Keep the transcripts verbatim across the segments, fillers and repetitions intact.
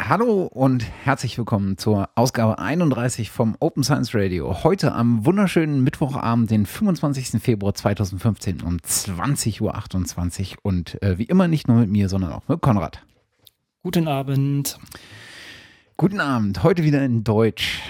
Hallo und herzlich willkommen zur Ausgabe einunddreißig vom Open Science Radio. Heute am wunderschönen Mittwochabend, den fünfundzwanzigsten Februar zweitausendfünfzehn um zwanzig Uhr achtundzwanzig und äh, wie immer nicht nur mit mir, sondern auch mit Konrad. Guten Abend. Guten Abend, heute wieder in Deutsch.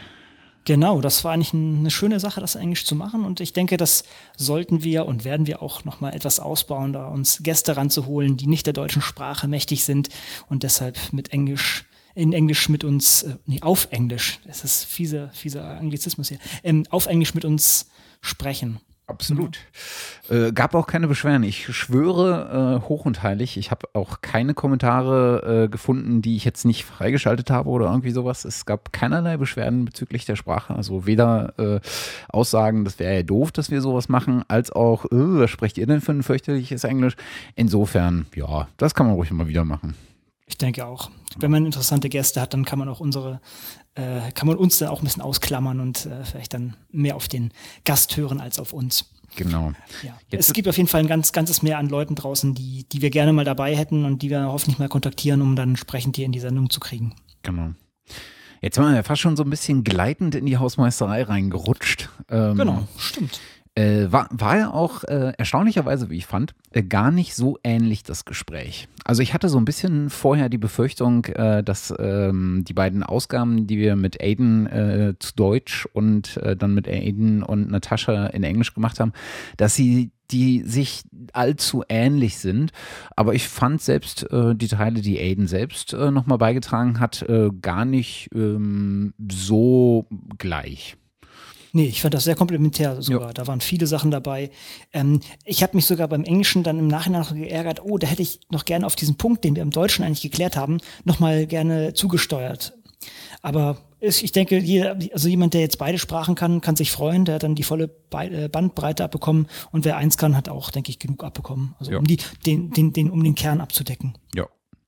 Genau, das war eigentlich eine schöne Sache, das Englisch zu machen, und ich denke, das sollten wir und werden wir auch noch mal etwas ausbauen, da uns Gäste ranzuholen, die nicht der deutschen Sprache mächtig sind und deshalb mit Englisch, in Englisch mit uns, äh, nee, auf Englisch, das ist fieser, fieser Anglizismus hier, ähm, auf Englisch mit uns sprechen. Absolut. Äh, gab auch keine Beschwerden. Ich schwöre äh, hoch und heilig, ich habe auch keine Kommentare äh, gefunden, die ich jetzt nicht freigeschaltet habe oder irgendwie sowas. Es gab keinerlei Beschwerden bezüglich der Sprache. Also weder äh, Aussagen, das wäre ja doof, dass wir sowas machen, als auch, äh, was sprecht ihr denn für ein fürchterliches Englisch? Insofern, ja, das kann man ruhig immer wieder machen. Ich denke auch. Wenn man interessante Gäste hat, dann kann man auch unsere, äh, kann man uns dann auch ein bisschen ausklammern und äh, vielleicht dann mehr auf den Gast hören als auf uns. Genau. Ja. Es gibt auf jeden Fall ein ganz, ganzes Mehr an Leuten draußen, die, die wir gerne mal dabei hätten und die wir hoffentlich mal kontaktieren, um dann entsprechend hier in die Sendung zu kriegen. Genau. Jetzt sind wir ja fast schon so ein bisschen gleitend in die Hausmeisterei reingerutscht. Ähm, genau, stimmt. Äh, war, war ja auch äh, erstaunlicherweise, wie ich fand, äh, gar nicht so ähnlich das Gespräch. Also ich hatte so ein bisschen vorher die Befürchtung, äh, dass ähm, die beiden Ausgaben, die wir mit Aiden äh, zu Deutsch und äh, dann mit Aiden und Natascha in Englisch gemacht haben, dass sie die sich allzu ähnlich sind. Aber ich fand selbst äh, die Teile, die Aiden selbst äh, nochmal beigetragen hat, äh, gar nicht ähm, so gleich. Nee, ich fand das sehr komplementär sogar. Ja. Da waren viele Sachen dabei. Ähm, ich habe mich sogar beim Englischen dann im Nachhinein noch geärgert, oh, da hätte ich noch gerne auf diesen Punkt, den wir im Deutschen eigentlich geklärt haben, nochmal gerne zugesteuert. Aber ich denke, jeder, also jemand, der jetzt beide Sprachen kann, kann sich freuen. Der hat dann die volle Bandbreite abbekommen. Und wer eins kann, hat auch, denke ich, genug abbekommen. Also ja. um die, den, den, den, um den Kern abzudecken. Ja,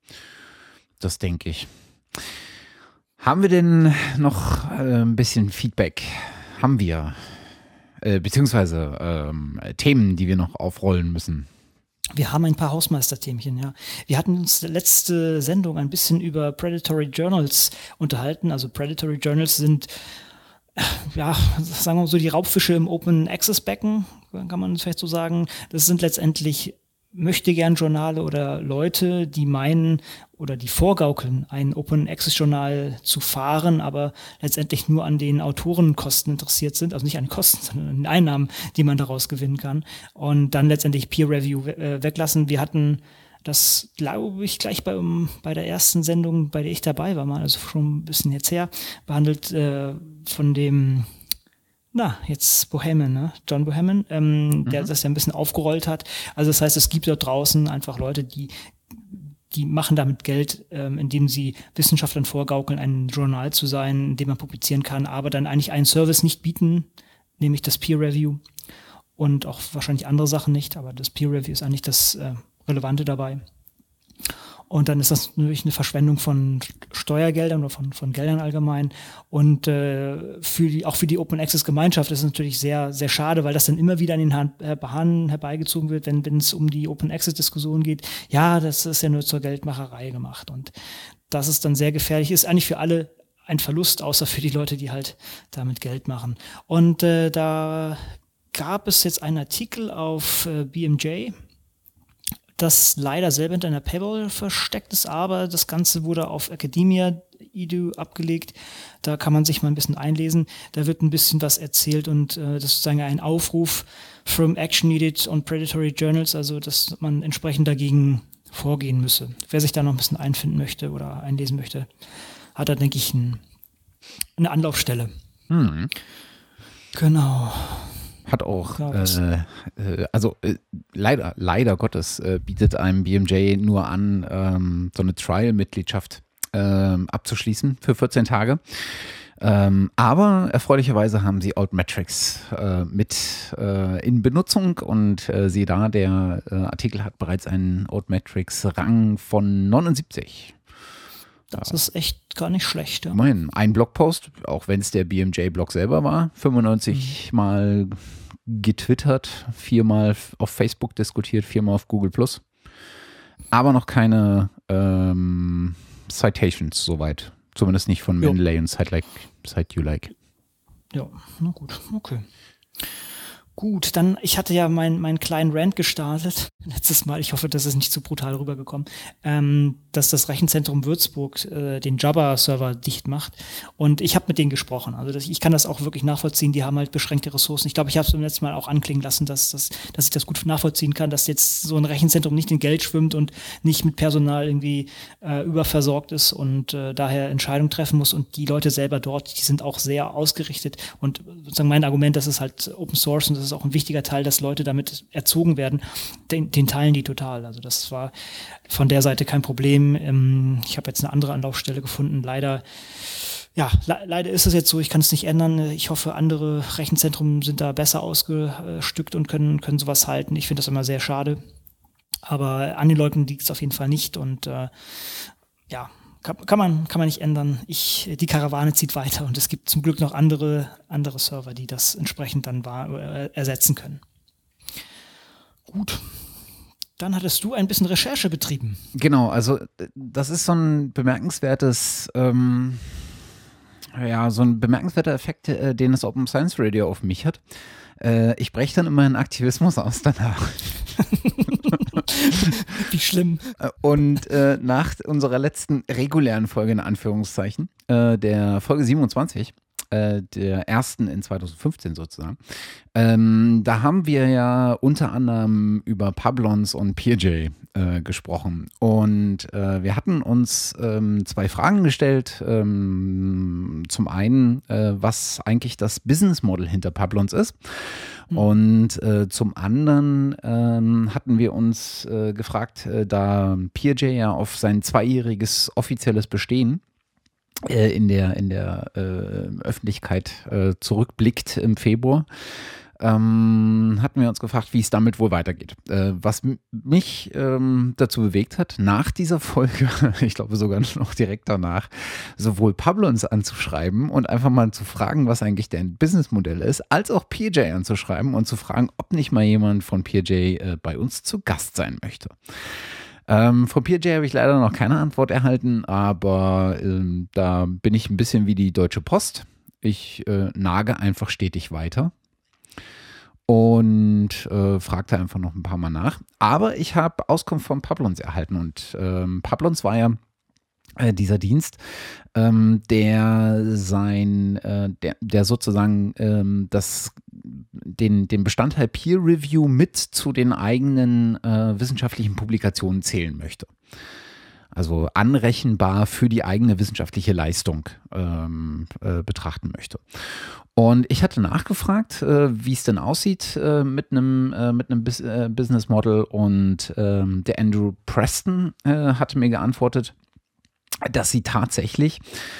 das denke ich. Haben wir denn noch äh, ein bisschen Feedback? Haben wir, äh, beziehungsweise ähm, Themen, die wir noch aufrollen müssen? Wir haben ein paar Hausmeisterthemchen, ja. Wir hatten uns letzte Sendung ein bisschen über Predatory Journals unterhalten. Also Predatory Journals sind, ja, sagen wir mal so, die Raubfische im Open Access Becken, kann man vielleicht so sagen. Das sind letztendlich Möchtegern-Journale oder Leute, die meinen oder die vorgaukeln, ein Open-Access-Journal zu fahren, aber letztendlich nur an den Autorenkosten interessiert sind, also nicht an den Kosten, sondern an den Einnahmen, die man daraus gewinnen kann, und dann letztendlich Peer-Review äh, weglassen. Wir hatten das, glaube ich, gleich bei, um, bei der ersten Sendung, bei der ich dabei war, mal, also schon ein bisschen jetzt her, behandelt äh, von dem Na, jetzt Boheman, ne? John Boheman, ähm, der mhm. das ja ein bisschen aufgerollt hat. Also das heißt, es gibt dort draußen einfach Leute, die die machen damit Geld, ähm, indem sie Wissenschaftlern vorgaukeln, ein Journal zu sein, in dem man publizieren kann, aber dann eigentlich einen Service nicht bieten, nämlich das Peer Review und auch wahrscheinlich andere Sachen nicht, aber das Peer Review ist eigentlich das äh, Relevante dabei. Und dann ist das natürlich eine Verschwendung von Steuergeldern oder von, von Geldern allgemein. Und äh, für die, auch für die Open Access Gemeinschaft ist es natürlich sehr, sehr schade, weil das dann immer wieder an den Haaren herbeigezogen wird, wenn wenn es um die Open Access Diskussion geht. Ja, das ist ja nur zur Geldmacherei gemacht. Und das ist dann sehr gefährlich. Ist eigentlich für alle ein Verlust, außer für die Leute, die halt damit Geld machen. Und äh, da gab es jetzt einen Artikel auf äh, B M J, das leider selber hinter einer Paywall versteckt ist, aber das Ganze wurde auf Academia Edu abgelegt. Da kann man sich mal ein bisschen einlesen. Da wird ein bisschen was erzählt und äh, das ist sozusagen ein Aufruf from action needed on predatory journals, also dass man entsprechend dagegen vorgehen müsse. Wer sich da noch ein bisschen einfinden möchte oder einlesen möchte, hat da, denke ich, ein, eine Anlaufstelle. Hm. Genau. Hat auch, äh, äh, also äh, leider, leider Gottes äh, bietet einem B M J nur an, ähm, so eine Trial-Mitgliedschaft ähm, abzuschließen für vierzehn Tage. Ähm, aber erfreulicherweise haben sie Altmetrics äh, mit äh, in Benutzung und äh, siehe da, der äh, Artikel hat bereits einen Altmetrics-Rang von neunundsiebzig. Das ist echt gar nicht schlecht. Ja. Immerhin, ein Blogpost, auch wenn es der B M J-Blog selber war, fünfundneunzig mhm. Mal getwittert, viermal auf Facebook diskutiert, viermal auf Google Plus. Aber noch keine ähm, Citations soweit. Zumindest nicht von Mendeley und Cite, like, Cite You Like. Ja, na gut, okay. Gut, dann, ich hatte ja meinen meinen kleinen Rant gestartet, letztes Mal, ich hoffe, das ist nicht zu brutal rübergekommen, ähm, dass das Rechenzentrum Würzburg äh, den Jabba-Server dicht macht. Und ich habe mit denen gesprochen. Also das, ich kann das auch wirklich nachvollziehen, die haben halt beschränkte Ressourcen. Ich glaube, ich habe es beim letzten Mal auch anklingen lassen, dass, dass, dass ich das gut nachvollziehen kann, dass jetzt so ein Rechenzentrum nicht in Geld schwimmt und nicht mit Personal irgendwie äh, überversorgt ist und äh, daher Entscheidungen treffen muss. Und die Leute selber dort, die sind auch sehr ausgerichtet. Und sozusagen mein Argument, das ist halt Open Source und das ist auch ein wichtiger Teil, dass Leute damit erzogen werden, den, den teilen die total. Also das war von der Seite kein Problem. Ähm, ich habe jetzt eine andere Anlaufstelle gefunden. Leider, ja, le- leider ist es jetzt so, ich kann es nicht ändern. Ich hoffe, andere Rechenzentren sind da besser ausgestückt und können, können sowas halten. Ich finde das immer sehr schade. Aber an den Leuten liegt es auf jeden Fall nicht und äh, ja, Kann, kann, man, kann man nicht ändern. Ich, die Karawane zieht weiter und es gibt zum Glück noch andere, andere Server, die das entsprechend dann war, äh, ersetzen können. Gut. Dann hattest du ein bisschen Recherche betrieben. Genau, also das ist so ein bemerkenswertes, ähm, ja, so ein bemerkenswerter Effekt, äh, den das Open Science Radio auf mich hat. Äh, ich breche dann immer in Aktivismus aus danach. Wie schlimm. Und äh, nach unserer letzten regulären Folge, in Anführungszeichen, äh, der Folge siebenundzwanzig, äh, der ersten in zweitausendfünfzehn sozusagen, ähm, da haben wir ja unter anderem über Publons und PeerJ äh, gesprochen. Und äh, wir hatten uns ähm, zwei Fragen gestellt. Ähm, zum einen, äh, was eigentlich das Business Model hinter Publons ist. Und äh, zum anderen ähm, hatten wir uns äh, gefragt, äh, da PeerJ ja auf sein zweijähriges offizielles Bestehen äh, in der, in der äh, Öffentlichkeit äh, zurückblickt im Februar, ähm, hatten wir uns gefragt, wie es damit wohl weitergeht. Äh, was m- mich ähm, dazu bewegt hat, nach dieser Folge, ich glaube sogar noch direkt danach, sowohl Publons anzuschreiben und einfach mal zu fragen, was eigentlich deren Businessmodell ist, als auch PeerJ anzuschreiben und zu fragen, ob nicht mal jemand von PeerJ äh, bei uns zu Gast sein möchte. Ähm, von PeerJ habe ich leider noch keine Antwort erhalten, aber ähm, da bin ich ein bisschen wie die Deutsche Post. Ich äh, nage einfach stetig weiter. Und äh, fragte einfach noch ein paar Mal nach. Aber ich habe Auskunft von Publons erhalten und ähm, Publons war ja äh, dieser Dienst, ähm, der sein, äh, der, der sozusagen ähm, das, den, den Bestandteil Peer Review mit zu den eigenen äh, wissenschaftlichen Publikationen zählen möchte. Also anrechenbar für die eigene wissenschaftliche Leistung ähm, äh, betrachten möchte. Und ich hatte nachgefragt, äh, wie es denn aussieht äh, mit einem äh, mit einem Bis- äh, Business Model und ähm, der Andrew Preston äh, hatte mir geantwortet, dass sie tatsächlich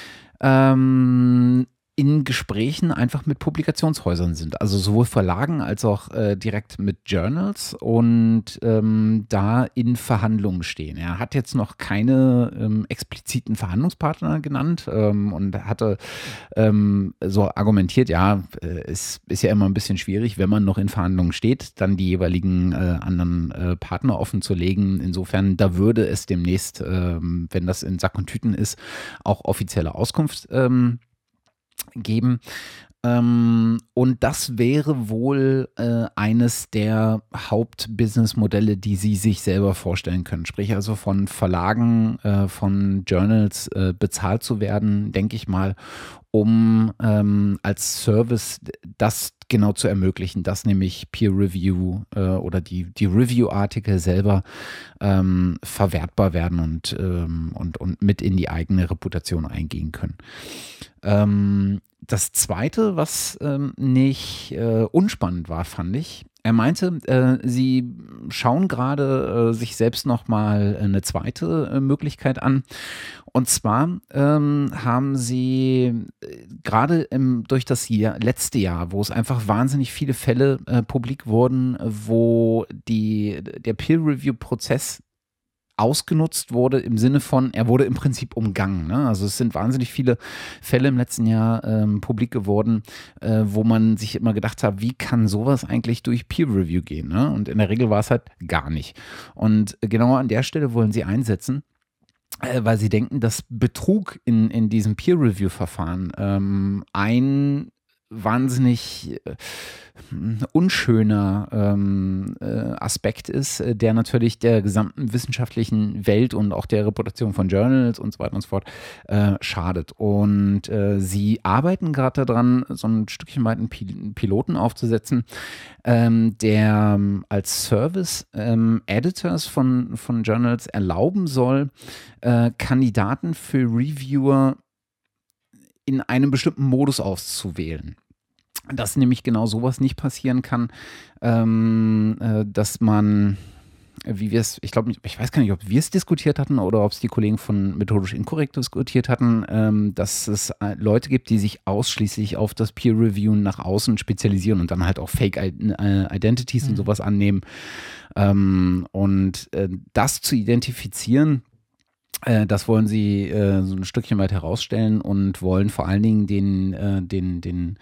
ähm, in Gesprächen einfach mit Publikationshäusern sind, also sowohl Verlagen als auch äh, direkt mit Journals und ähm, da in Verhandlungen stehen. Er hat jetzt noch keine ähm, expliziten Verhandlungspartner genannt ähm, und hatte ähm, so argumentiert, ja, äh, es ist ja immer ein bisschen schwierig, wenn man noch in Verhandlungen steht, dann die jeweiligen äh, anderen äh, Partner offen zu legen. Insofern, da würde es demnächst, ähm, wenn das in Sack und Tüten ist, auch offizielle Auskunft ähm, geben. Ähm, und das wäre wohl äh, eines der Hauptbusinessmodelle, die Sie sich selber vorstellen können. Sprich also von Verlagen, äh, von Journals äh, bezahlt zu werden, denke ich mal, um ähm, als Service das genau zu ermöglichen, dass nämlich Peer Review äh, oder die, die Review-Artikel selber ähm, verwertbar werden und, ähm, und, und mit in die eigene Reputation eingehen können. Ähm, das Zweite, was ähm, nicht äh, unspannend war, fand ich, er meinte, äh, sie schauen gerade äh, sich selbst nochmal eine zweite äh, Möglichkeit an. Und zwar ähm, haben sie äh, gerade im, durch das Jahr, letzte Jahr, wo es einfach wahnsinnig viele Fälle äh, publik wurden, wo die, der Peer-Review-Prozess ausgenutzt wurde im Sinne von, er wurde im Prinzip umgangen. Ne? Also es sind wahnsinnig viele Fälle im letzten Jahr ähm, publik geworden, äh, wo man sich immer gedacht hat, wie kann sowas eigentlich durch Peer Review gehen? Ne? Und in der Regel war es halt gar nicht. Und genau an der Stelle wollen sie einsetzen. äh, weil sie denken, dass Betrug in, in diesem Peer-Review-Verfahren ähm, ein wahnsinnig äh, unschöner ähm, äh, Aspekt ist, äh, der natürlich der gesamten wissenschaftlichen Welt und auch der Reputation von Journals und so weiter und so fort äh, schadet. Und äh, sie arbeiten gerade daran, so ein Stückchen weit einen Pil- Piloten aufzusetzen, ähm, der ähm, als Service ähm, Editors von, von Journals erlauben soll, äh, Kandidaten für Reviewer in einem bestimmten Modus auszuwählen. Dass nämlich genau sowas nicht passieren kann, ähm, äh, dass man, wie wir es, ich glaube, ich weiß gar nicht, ob wir es diskutiert hatten oder ob es die Kollegen von Methodisch Inkorrekt diskutiert hatten, ähm, dass es äh, Leute gibt, die sich ausschließlich auf das Peer-Reviewen nach außen spezialisieren und dann halt auch Fake-Identities mhm. und sowas annehmen. Ähm, und äh, das zu identifizieren, das wollen sie äh, so ein Stückchen weit herausstellen und wollen vor allen Dingen den, äh, den, den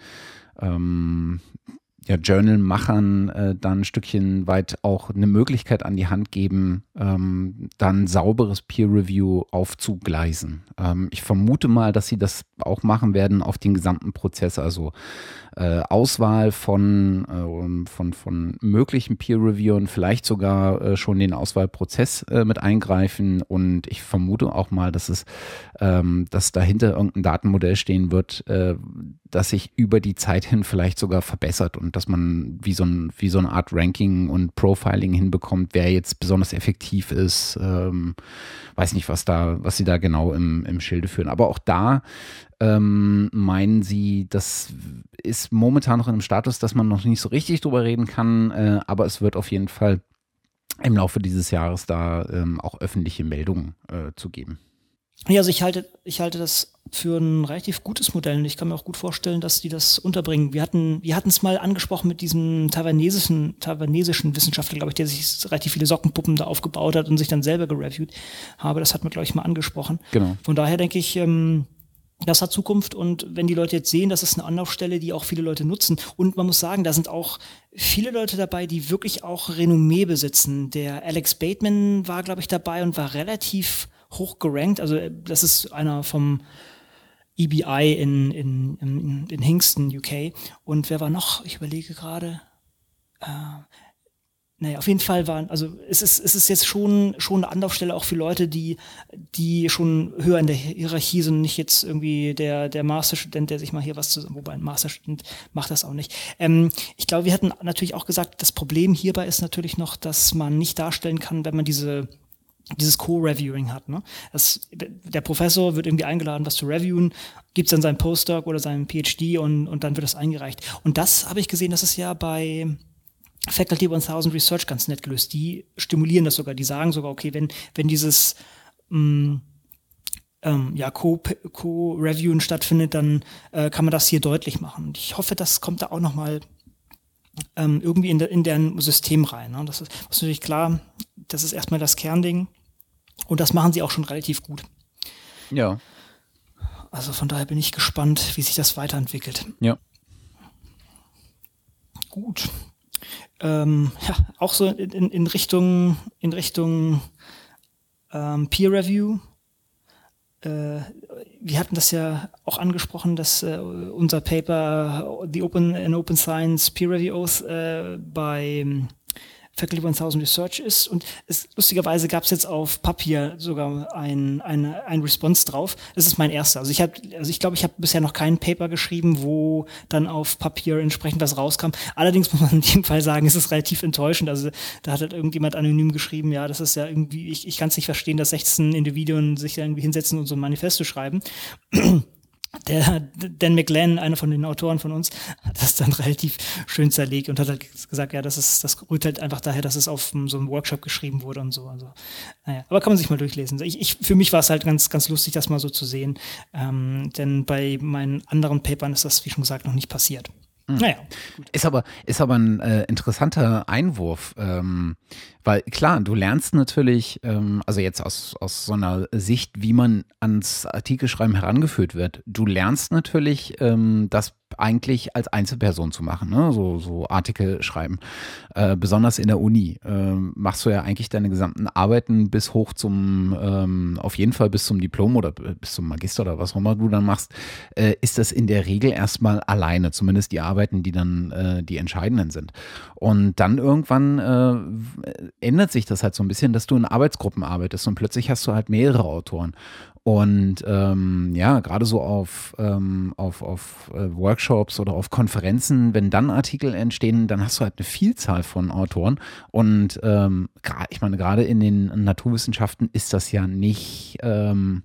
ähm, ja, Journal-Machern äh, dann ein Stückchen weit auch eine Möglichkeit an die Hand geben, ähm, dann sauberes Peer-Review aufzugleisen. Ähm, ich vermute mal, dass sie das auch machen werden auf den gesamten Prozess, also äh, Auswahl von, äh, von, von möglichen Peer-Reviewern, vielleicht sogar äh, schon den Auswahlprozess äh, mit eingreifen und ich vermute auch mal, dass es, ähm, dass dahinter irgendein Datenmodell stehen wird, äh, das sich über die Zeit hin vielleicht sogar verbessert und dass man wie so, ein, wie so eine Art Ranking und Profiling hinbekommt, wer jetzt besonders effektiv ist. Ähm, weiß nicht, was da, was sie da genau im, im Schilde führen. Aber auch da ähm, meinen sie, das ist momentan noch in einem Status, dass man noch nicht so richtig drüber reden kann, äh, aber es wird auf jeden Fall im Laufe dieses Jahres da ähm, auch öffentliche Meldungen äh, zu geben. Ja, also ich halte, ich halte das für ein relativ gutes Modell und ich kann mir auch gut vorstellen, dass die das unterbringen. Wir hatten, wir hatten es mal angesprochen mit diesem taiwanesischen, taiwanesischen Wissenschaftler, glaube ich, der sich relativ viele Sockenpuppen da aufgebaut hat und sich dann selber gereviewt habe. Das hat man, glaube ich, mal angesprochen. Genau. Von daher denke ich, ähm, das hat Zukunft und wenn die Leute jetzt sehen, das ist eine Anlaufstelle, die auch viele Leute nutzen und man muss sagen, da sind auch viele Leute dabei, die wirklich auch Renommee besitzen. Der Alex Bateman war, glaube ich, dabei und war relativ hoch gerankt, also das ist einer vom E B I in, in, in, in Hingston, U K. Und wer war noch? Ich überlege gerade. Äh, naja, auf jeden Fall waren, also es ist, es ist jetzt schon, schon eine Anlaufstelle auch für Leute, die, die schon höher in der Hierarchie sind, nicht jetzt irgendwie der, der Masterstudent, der sich mal hier was zusammen, wobei ein Masterstudent macht das auch nicht. Ähm, ich glaube, wir hatten natürlich auch gesagt, das Problem hierbei ist natürlich noch, dass man nicht darstellen kann, wenn man diese dieses Co-Reviewing hat. Ne? Das, der Professor wird irgendwie eingeladen, was zu reviewen, gibt es dann seinen Postdoc oder seinen PhD und, und dann wird das eingereicht. Und das habe ich gesehen, das ist ja bei Faculty tausend Research ganz nett gelöst. Die stimulieren das sogar, die sagen sogar, okay, wenn, wenn dieses mh, ähm, ja, Co- Co-Reviewen stattfindet, dann äh, kann man das hier deutlich machen. Und ich hoffe, das kommt da auch nochmal ähm, irgendwie in, de, in deren System rein. Ne? Das ist, das ist natürlich klar, das ist erstmal das Kernding und das machen sie auch schon relativ gut. Ja. Also von daher bin ich gespannt, wie sich das weiterentwickelt. Ja. Gut. Ähm, ja, auch so in, in Richtung, in Richtung ähm, Peer Review. Äh, wir hatten das ja auch angesprochen, dass äh, unser Paper The Open and Open Science Peer Review Oath äh, bei Faculty tausend Research ist und es, lustigerweise gab es jetzt auf Papier sogar ein, ein, ein Response drauf. Das ist mein erster. Also ich habe, also ich glaube, ich habe bisher noch kein Paper geschrieben, wo dann auf Papier entsprechend was rauskam. Allerdings muss man in dem Fall sagen, es ist relativ enttäuschend. Also da hat halt irgendjemand anonym geschrieben, ja, das ist ja irgendwie, ich, ich kann es nicht verstehen, dass sechzehn Individuen sich da irgendwie hinsetzen und so ein Manifesto schreiben. Der Dan McLennan, einer von den Autoren von uns, hat das dann relativ schön zerlegt und hat halt gesagt, ja, das ist, das rührt halt einfach daher, dass es auf so einem Workshop geschrieben wurde und so. Also, naja, aber kann man sich mal durchlesen. Ich, ich, für mich war es halt ganz, ganz lustig, das mal so zu sehen. Ähm, denn bei meinen anderen Papern ist das, wie schon gesagt, noch nicht passiert. Mhm. Naja, gut. Ist aber, ist aber ein äh, interessanter Einwurf, ähm, weil klar, du lernst natürlich, ähm, also jetzt aus, aus so einer Sicht, wie man ans Artikelschreiben herangeführt wird, du lernst natürlich, ähm, dass eigentlich als Einzelperson zu machen, ne? so, so Artikel schreiben. Äh, besonders in der Uni äh, machst du ja eigentlich deine gesamten Arbeiten bis hoch zum, ähm, auf jeden Fall bis zum Diplom oder bis zum Magister oder was auch immer du dann machst, äh, ist das in der Regel erstmal alleine, zumindest die Arbeiten, die dann äh, die entscheidenden sind. Und dann irgendwann äh, ändert sich das halt so ein bisschen, dass du in Arbeitsgruppen arbeitest und plötzlich hast du halt mehrere Autoren. Und ähm, ja, gerade so auf, ähm, auf, auf äh, Workshops oder auf Konferenzen, wenn dann Artikel entstehen, dann hast du halt eine Vielzahl von Autoren. Und ähm, gra- ich meine, gerade in den Naturwissenschaften ist das ja nicht, ähm,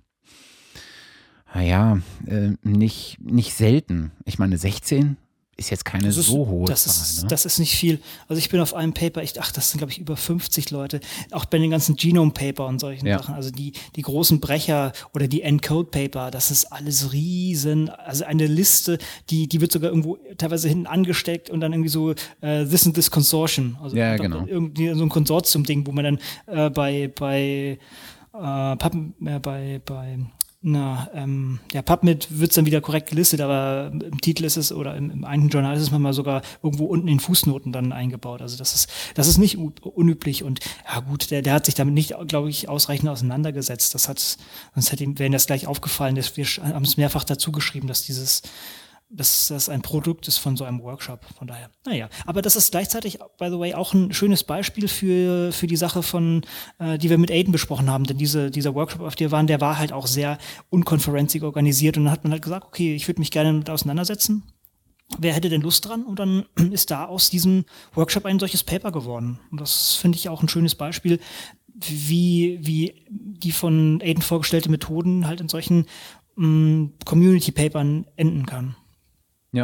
naja, äh, nicht, nicht selten. Ich meine, sechzehn ist jetzt keine Das ist, so hohe das Zahl. ist, Ne? das ist nicht viel. Also ich bin auf einem Paper, ich, ach, das sind glaube ich über fünfzig Leute, auch bei den ganzen Genome-Paper und solchen Ja. Sachen, also die, die großen Brecher oder die Encode-Paper, das ist alles riesen, also eine Liste, die, die wird sogar irgendwo teilweise hinten angesteckt und dann irgendwie so, äh, this and this Consortium, also Ja, einfach genau. irgendwie so ein Konsortium-Ding, wo man dann äh, bei, bei, äh, Pub, äh, bei, bei Na, ähm, ja, PubMed wird es dann wieder korrekt gelistet, aber im Titel ist es oder im, im eigenen Journal ist es manchmal sogar irgendwo unten in Fußnoten dann eingebaut. Also das ist, das ist nicht u- unüblich und ja gut, der, der hat sich damit nicht, glaube ich, ausreichend auseinandergesetzt. Das hat, sonst hätte ihm, wäre ihm das gleich aufgefallen, dass wir sch- haben es mehrfach dazu geschrieben, dass dieses dass das ein Produkt ist von so einem Workshop. Von daher, naja. Aber das ist gleichzeitig, by the way, auch ein schönes Beispiel für, für die Sache von, äh, die wir mit Aiden besprochen haben. Denn diese, dieser Workshop, auf dem wir waren, der war halt auch sehr unkonferenzig organisiert. Und dann hat man halt gesagt, okay, ich würde mich gerne damit auseinandersetzen. Wer hätte denn Lust dran? Und dann ist da aus diesem Workshop ein solches Paper geworden. Und das finde ich auch ein schönes Beispiel, wie, wie die von Aiden vorgestellte Methoden halt in solchen mh, Community-Papern enden kann. Ja.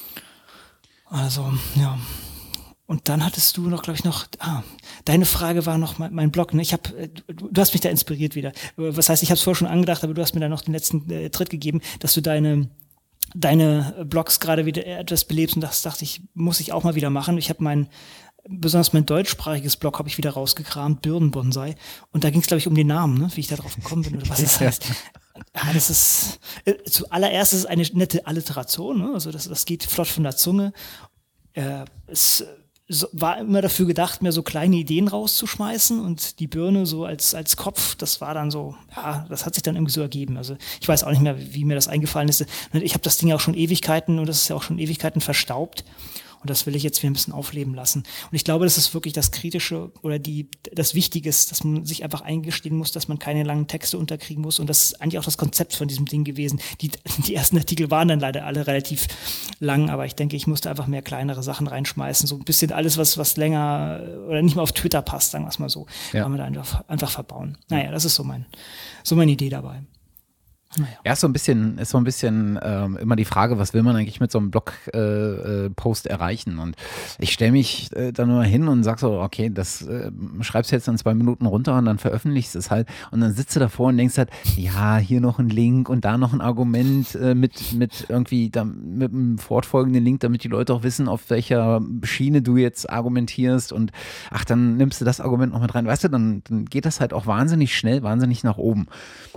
Also, ja. Und dann hattest du noch, glaube ich, noch, ah, deine Frage war noch mein, mein Blog, ne? Ich habe, du, du hast mich da inspiriert wieder. Was heißt, ich habe es vorher schon angedacht, aber du hast mir da noch den letzten äh, Tritt gegeben, dass du deine deine Blogs gerade wieder etwas belebst und das dachte ich, muss ich auch mal wieder machen. Ich habe mein, besonders mein deutschsprachiges Blog habe ich wieder rausgekramt, Birnenbonsai. Und da ging es, glaube ich, um den Namen, ne? Wie ich da drauf gekommen bin oder was das heißt. Ja, das ist, äh, zuallererst ist es eine nette Alliteration, ne? Also das, das geht flott von der Zunge. Äh, es so, war immer dafür gedacht, mir so kleine Ideen rauszuschmeißen und die Birne so als, als Kopf, das war dann so, ja, das hat sich dann irgendwie so ergeben. Also ich weiß auch nicht mehr, wie mir das eingefallen ist. Ich habe das Ding ja auch schon Ewigkeiten und das ist ja auch schon Ewigkeiten verstaubt. Und das will ich jetzt wieder ein bisschen aufleben lassen. Und ich glaube, das ist wirklich das Kritische oder die, das Wichtige ist, dass man sich einfach eingestehen muss, dass man keine langen Texte unterkriegen muss. Und das ist eigentlich auch das Konzept von diesem Ding gewesen. Die, die ersten Artikel waren dann leider alle relativ lang, aber ich denke, ich musste einfach mehr kleinere Sachen reinschmeißen. So ein bisschen alles, was, was länger oder nicht mehr auf Twitter passt, sagen wir es mal so. Ja. Kann man da einfach, einfach verbauen. Naja, das ist so mein, so meine Idee dabei. Naja. Ja, ist so ein bisschen, ist so ein bisschen ähm, immer die Frage, was will man eigentlich mit so einem Blog-Post äh, erreichen? Und ich stelle mich äh, da nur hin und sage so, okay, das äh, schreibst du jetzt in zwei Minuten runter und dann veröffentlichst es halt. Und dann sitzt du davor und denkst halt, ja, hier noch ein Link und da noch ein Argument äh, mit, mit irgendwie da, mit einem fortfolgenden Link, damit die Leute auch wissen, auf welcher Schiene du jetzt argumentierst. Und ach, dann nimmst du das Argument noch mit rein. Weißt du, dann, dann geht das halt auch wahnsinnig schnell, wahnsinnig nach oben.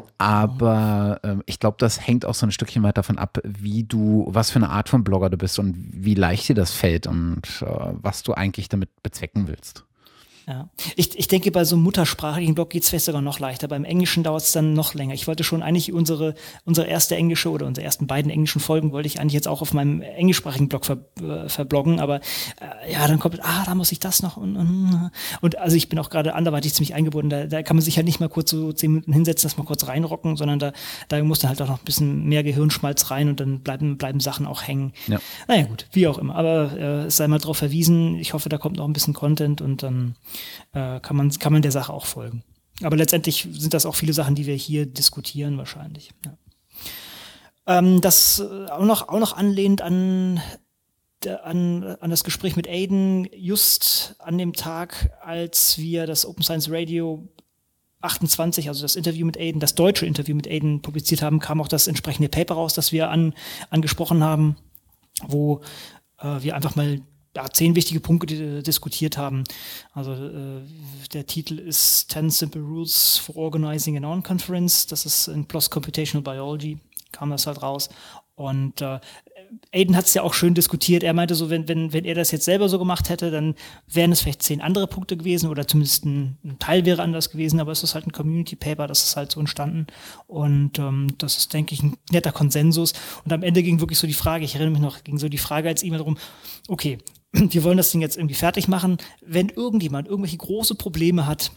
Aber äh, ich glaube, das hängt auch so ein Stückchen weit davon ab, wie du, was für eine Art von Blogger du bist und wie leicht dir das fällt und äh, was du eigentlich damit bezwecken willst. Ja. Ich, ich denke, bei so einem muttersprachlichen Blog geht es vielleicht sogar noch leichter. Beim Englischen dauert es dann noch länger. Ich wollte schon eigentlich unsere, unsere erste englische oder unsere ersten beiden englischen Folgen wollte ich eigentlich jetzt auch auf meinem englischsprachigen Blog ver, äh, verbloggen, aber äh, ja, dann kommt, ah, da muss ich das noch und, und, und also ich bin auch gerade anderweitig ziemlich eingebunden. Da, da kann man sich halt nicht mal kurz so zehn Minuten hinsetzen, dass man kurz reinrocken, sondern da, da muss dann halt auch noch ein bisschen mehr Gehirnschmalz rein und dann bleiben, bleiben Sachen auch hängen. Ja. Naja, gut, wie auch immer. Aber äh, es sei mal drauf verwiesen. Ich hoffe, da kommt noch ein bisschen Content und dann Äh, kann man, kann man der Sache auch folgen. Aber letztendlich sind das auch viele Sachen, die wir hier diskutieren wahrscheinlich. Ja. Ähm, das äh, auch noch, auch noch anlehnt an, der, an, an das Gespräch mit Aiden, just an dem Tag, als wir das Open Science Radio achtundzwanzig, also das Interview mit Aiden, das deutsche Interview mit Aiden publiziert haben, kam auch das entsprechende Paper raus, das wir an, angesprochen haben, wo äh, wir einfach mal ja, zehn wichtige Punkte die, diskutiert haben. Also äh, der Titel ist ten Simple Rules for Organizing a Non-Conference. Das ist in P L O S Computational Biology, kam das halt raus. Und äh, Aiden hat es ja auch schön diskutiert. Er meinte so, wenn, wenn, wenn er das jetzt selber so gemacht hätte, dann wären es vielleicht zehn andere Punkte gewesen oder zumindest ein, ein Teil wäre anders gewesen, aber es ist halt ein Community Paper, das ist halt so entstanden. Und ähm, das ist, denke ich, ein netter Konsensus. Und am Ende ging wirklich so die Frage, ich erinnere mich noch, ging so die Frage als E-Mail darum, okay, wir wollen das Ding jetzt irgendwie fertig machen. Wenn irgendjemand irgendwelche große Probleme hat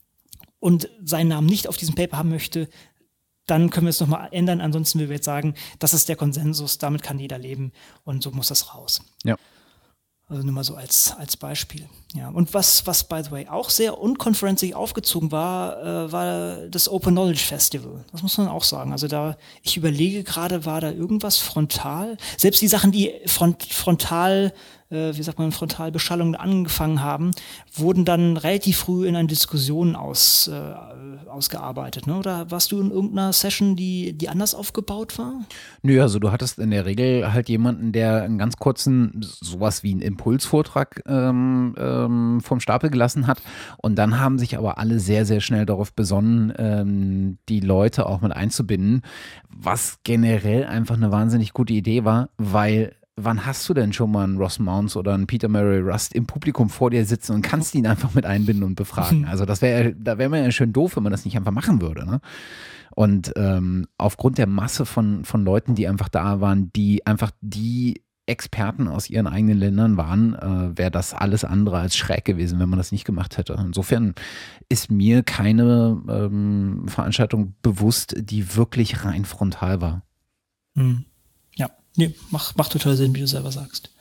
und seinen Namen nicht auf diesem Paper haben möchte, dann können wir es nochmal ändern. Ansonsten will wir jetzt sagen, das ist der Konsensus, damit kann jeder leben und so muss das raus. Ja. Also nur mal so als, als Beispiel. Ja. Und was, was, by the way, auch sehr unkonferenzig aufgezogen war, äh, war das Open Knowledge Festival. Das muss man auch sagen. Also da, ich überlege gerade, war da irgendwas frontal? Selbst die Sachen, die front, frontal wie sagt man, Frontalbeschallung angefangen haben, wurden dann relativ früh in eine Diskussion aus, äh, ausgearbeitet. Ne? Oder warst du in irgendeiner Session, die, die anders aufgebaut war? Nö, also du hattest in der Regel halt jemanden, der einen ganz kurzen, sowas wie einen Impulsvortrag ähm, ähm, vom Stapel gelassen hat. Und dann haben sich aber alle sehr, sehr schnell darauf besonnen, ähm, die Leute auch mit einzubinden, was generell einfach eine wahnsinnig gute Idee war, weil wann hast du denn schon mal einen Ross Mounts oder einen Peter Murray Rust im Publikum vor dir sitzen und kannst ihn einfach mit einbinden und befragen? Also das wäre, da wäre man ja schön doof, wenn man das nicht einfach machen würde, ne? Und ähm, aufgrund der Masse von, von Leuten, die einfach da waren, die einfach die Experten aus ihren eigenen Ländern waren, äh, wäre das alles andere als schräg gewesen, wenn man das nicht gemacht hätte. Insofern ist mir keine ähm, Veranstaltung bewusst, die wirklich rein frontal war. Hm. Nee, macht, macht total Sinn, wie du selber sagst.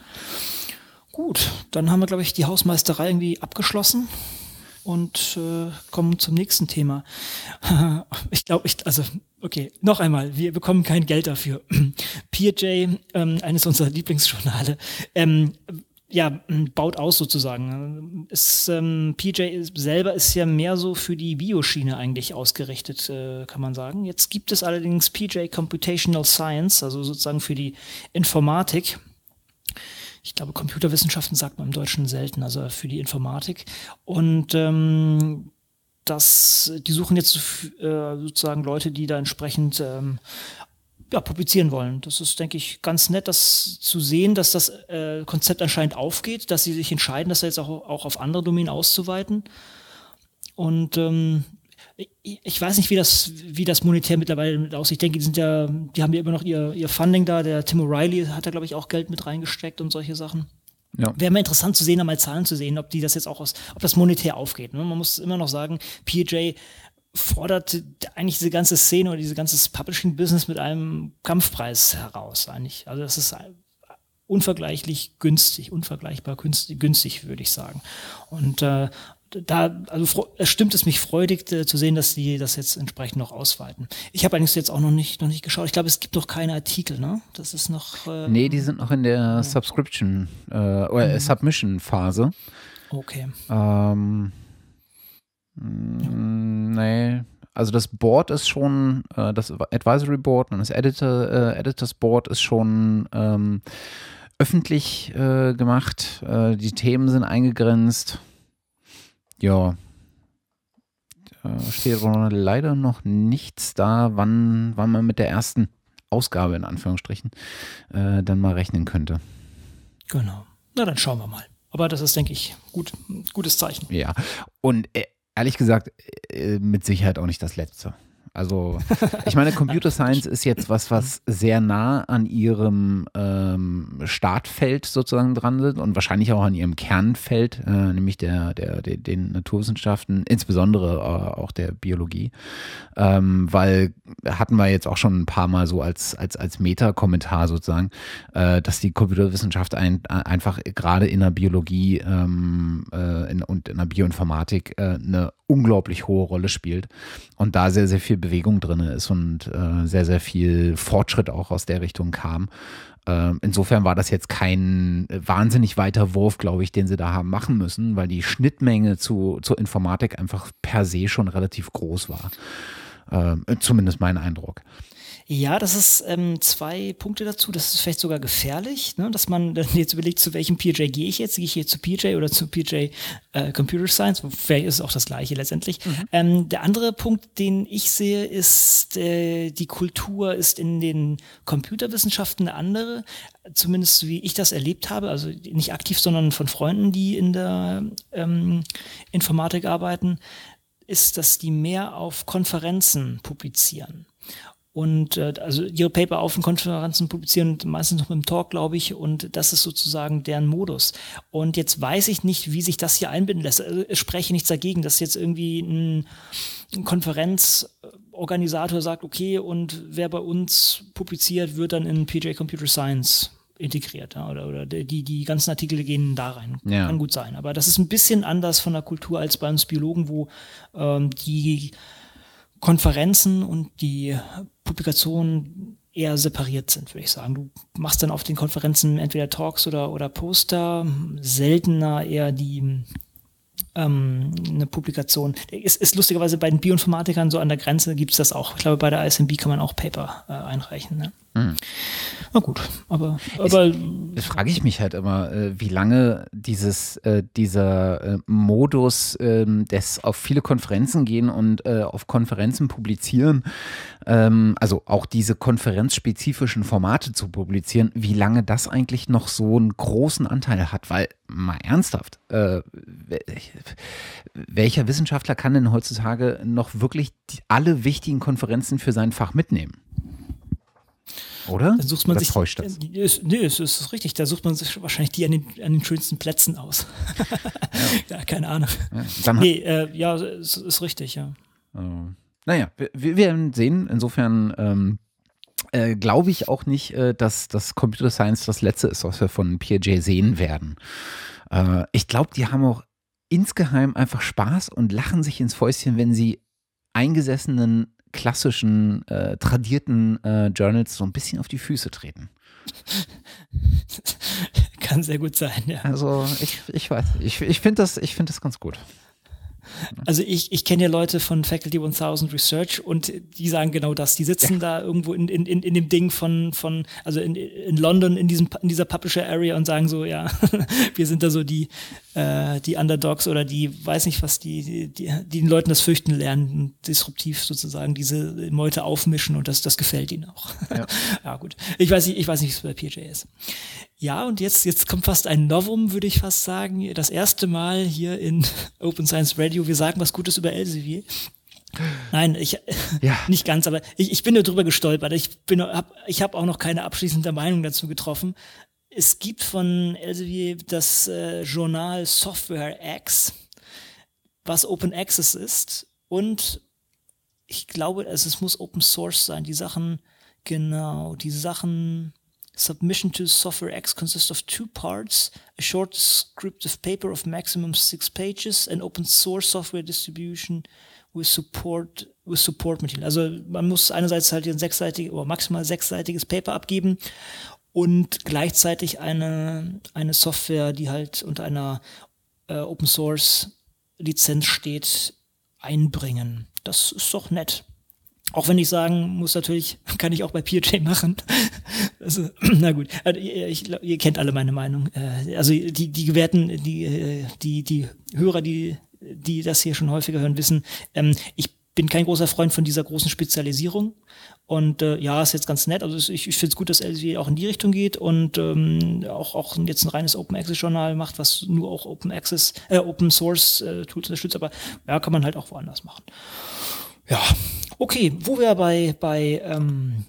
Gut, dann haben wir, glaube ich, die Hausmeisterei irgendwie abgeschlossen und äh, kommen zum nächsten Thema. Ich glaube, ich, also, okay, noch einmal, wir bekommen kein Geld dafür. P J, ähm, eines unserer Lieblingsjournale, ähm, ja, baut aus sozusagen. Es, ähm, P J selber ist ja mehr so für die Bioschiene eigentlich ausgerichtet, äh, kann man sagen. Jetzt gibt es allerdings P J Computational Science, also sozusagen für die Informatik. Ich glaube, Computerwissenschaften sagt man im Deutschen selten, also für die Informatik. Und ähm, das, die suchen jetzt äh, sozusagen Leute, die da entsprechend ähm, ja, publizieren wollen. Das ist, denke ich, ganz nett, das zu sehen, dass das äh, Konzept anscheinend aufgeht, dass sie sich entscheiden, das jetzt auch, auch auf andere Domänen auszuweiten. Und ähm, ich, ich weiß nicht, wie das, wie das monetär mittlerweile mit aussieht. Ich denke, die sind ja, die haben ja immer noch ihr, ihr Funding da. Der Tim O'Reilly hat da, glaube ich, auch Geld mit reingesteckt und solche Sachen. Ja. Wäre mal interessant zu sehen, da mal Zahlen zu sehen, ob die das jetzt auch aus, ob das monetär aufgeht. Ne? Man muss immer noch sagen, P J fordert eigentlich diese ganze Szene oder dieses ganze Publishing-Business mit einem Kampfpreis heraus eigentlich. Also das ist unvergleichlich günstig, unvergleichbar günstig, günstig würde ich sagen. Und äh, da, also es stimmt es mich freudig äh, zu sehen, dass die das jetzt entsprechend noch ausweiten. Ich habe eigentlich jetzt auch noch nicht, noch nicht geschaut. Ich glaube, es gibt noch keine Artikel, ne? Das ist noch. Äh, nee, die sind noch in der ja. Subscription äh, oder mhm. Submission-Phase. Okay. Ähm. Nee, also das Board ist schon, äh, das Advisory Board und das Editor, äh, Editors Board ist schon ähm, öffentlich äh, gemacht. Äh, die Themen sind eingegrenzt. Ja, äh, steht leider noch nichts da, wann, wann man mit der ersten Ausgabe in Anführungsstrichen äh, dann mal rechnen könnte. Genau. Na, dann schauen wir mal. Aber das ist, denke ich, gut, ein gutes Zeichen. Ja, und äh, ehrlich gesagt, mit Sicherheit auch nicht das Letzte. Also, ich meine, Computer Science ist jetzt was, was sehr nah an ihrem ähm, Startfeld sozusagen dran ist und wahrscheinlich auch an ihrem Kernfeld, äh, nämlich der, der, der, den Naturwissenschaften, insbesondere äh, auch der Biologie. Ähm, weil hatten wir jetzt auch schon ein paar Mal so als, als, als Meta-Kommentar sozusagen, äh, dass die Computerwissenschaft ein, einfach gerade in der Biologie ähm, äh, in, und in der Bioinformatik äh, eine unglaublich hohe Rolle spielt und da sehr, sehr viel Bewegung drin ist und äh, sehr, sehr viel Fortschritt auch aus der Richtung kam. Äh, insofern war das jetzt kein wahnsinnig weiter Wurf, glaube ich, den sie da haben machen müssen, weil die Schnittmenge zu, zur Informatik einfach per se schon relativ groß war. Äh, zumindest mein Eindruck. Ja, das ist ähm, zwei Punkte dazu. Das ist vielleicht sogar gefährlich, ne? Dass man dann jetzt überlegt, zu welchem P J gehe ich jetzt? Gehe ich jetzt zu P J oder zu P J äh, Computer Science? Vielleicht ist es auch das Gleiche letztendlich. Mhm. Ähm, der andere Punkt, den ich sehe, ist, äh, die Kultur ist in den Computerwissenschaften eine andere. Zumindest wie ich das erlebt habe. Also nicht aktiv, sondern von Freunden, die in der ähm, Informatik arbeiten, ist, dass die mehr auf Konferenzen publizieren. Und äh, also ihre Paper auf den Konferenzen publizieren, meistens noch im Talk, glaube ich, und das ist sozusagen deren Modus. Und jetzt weiß ich nicht, wie sich das hier einbinden lässt. Also, ich spreche nichts dagegen, dass jetzt irgendwie ein, ein Konferenzorganisator sagt, okay, und wer bei uns publiziert, wird dann in P J Computer Science integriert, ja, oder, oder die, die ganzen Artikel gehen da rein. Ja. Kann gut sein. Aber das ist ein bisschen anders von der Kultur als bei uns Biologen, wo ähm, die Konferenzen und die Publikationen eher separiert sind, würde ich sagen. Du machst dann auf den Konferenzen entweder Talks oder, oder Poster, seltener eher die ähm, eine Publikation. Ist, ist lustigerweise bei den Bioinformatikern so an der Grenze gibt es das auch. Ich glaube, bei der I S M B kann man auch Paper äh, einreichen. Ne? Mhm. Na gut, aber, aber das frage ich mich halt immer, äh, wie lange dieses, äh, dieser äh, Modus äh, des auf viele Konferenzen gehen und äh, auf Konferenzen publizieren, ähm, also auch diese konferenzspezifischen Formate zu publizieren, wie lange das eigentlich noch so einen großen Anteil hat, weil mal ernsthaft, äh, welcher Wissenschaftler kann denn heutzutage noch wirklich die, alle wichtigen Konferenzen für sein Fach mitnehmen? Oder? Dann sucht man Oder sich, täuscht das? Nee, es ist, ist richtig. Da sucht man sich wahrscheinlich die an den, an den schönsten Plätzen aus. Ja, ja keine Ahnung. Ja, dann nee, äh, ja, es ist richtig, ja. Äh, naja, wir, wir werden sehen. Insofern ähm, äh, glaube ich auch nicht, äh, dass das Computer Science das Letzte ist, was wir von P J sehen werden. Äh, ich glaube, die haben auch insgeheim einfach Spaß und lachen sich ins Fäustchen, wenn sie eingesessenen klassischen, äh, tradierten äh, Journals so ein bisschen auf die Füße treten. Kann sehr gut sein, ja. Also ich, ich weiß, ich, ich finde das, ich find das ganz gut. Also ich, ich kenne ja Leute von Faculty tausend Research und die sagen genau das. Die sitzen ja. da irgendwo in, in, in dem Ding von, von also in, in London, in, diesem, in dieser Publisher Area und sagen so, ja, wir sind da so die, äh, die Underdogs oder die, weiß nicht was, die, die, die, die den Leuten das Fürchten lernen, disruptiv sozusagen diese Meute aufmischen und das, das gefällt ihnen auch. Ja, ja gut. Ich weiß nicht, ich weiß nicht, wie es bei P J ist. Ja, und jetzt, jetzt kommt fast ein Novum, würde ich fast sagen. Das erste Mal hier in Open Science Radio, wir sagen was Gutes über Elsevier. Nein, ich ja. nicht ganz, aber ich, ich bin nur drüber gestolpert. Ich bin, hab, ich habe auch noch keine abschließende Meinung dazu getroffen. Es gibt von Elsevier das äh, Journal Software X, was Open Access ist. Und ich glaube, also es muss Open Source sein. Die Sachen, genau, die Sachen... Submission to Software X consists of two parts, a short descriptive paper of maximum six pages, and open source software distribution with support, with support material. Also man muss einerseits halt ein sechsseitiges oder maximal sechsseitiges Paper abgeben und gleichzeitig eine, eine Software, die halt unter einer äh, Open Source Lizenz steht, einbringen. Das ist doch nett. Auch wenn ich sagen muss, natürlich kann ich auch bei P J machen. Also, na gut, also, ich, ihr kennt alle meine Meinung. Also die, die gewährten, die, die, die Hörer, die, die das hier schon häufiger hören, wissen, ich bin kein großer Freund von dieser großen Spezialisierung. Und äh, ja, ist jetzt ganz nett. Also ich, ich finde es gut, dass Elsevier auch in die Richtung geht und ähm, auch, auch jetzt ein reines Open Access Journal macht, was nur auch Open Access, äh, Open Source äh, Tools unterstützt. Aber ja, kann man halt auch woanders machen. Ja, okay, wo wir bei, bei ähm,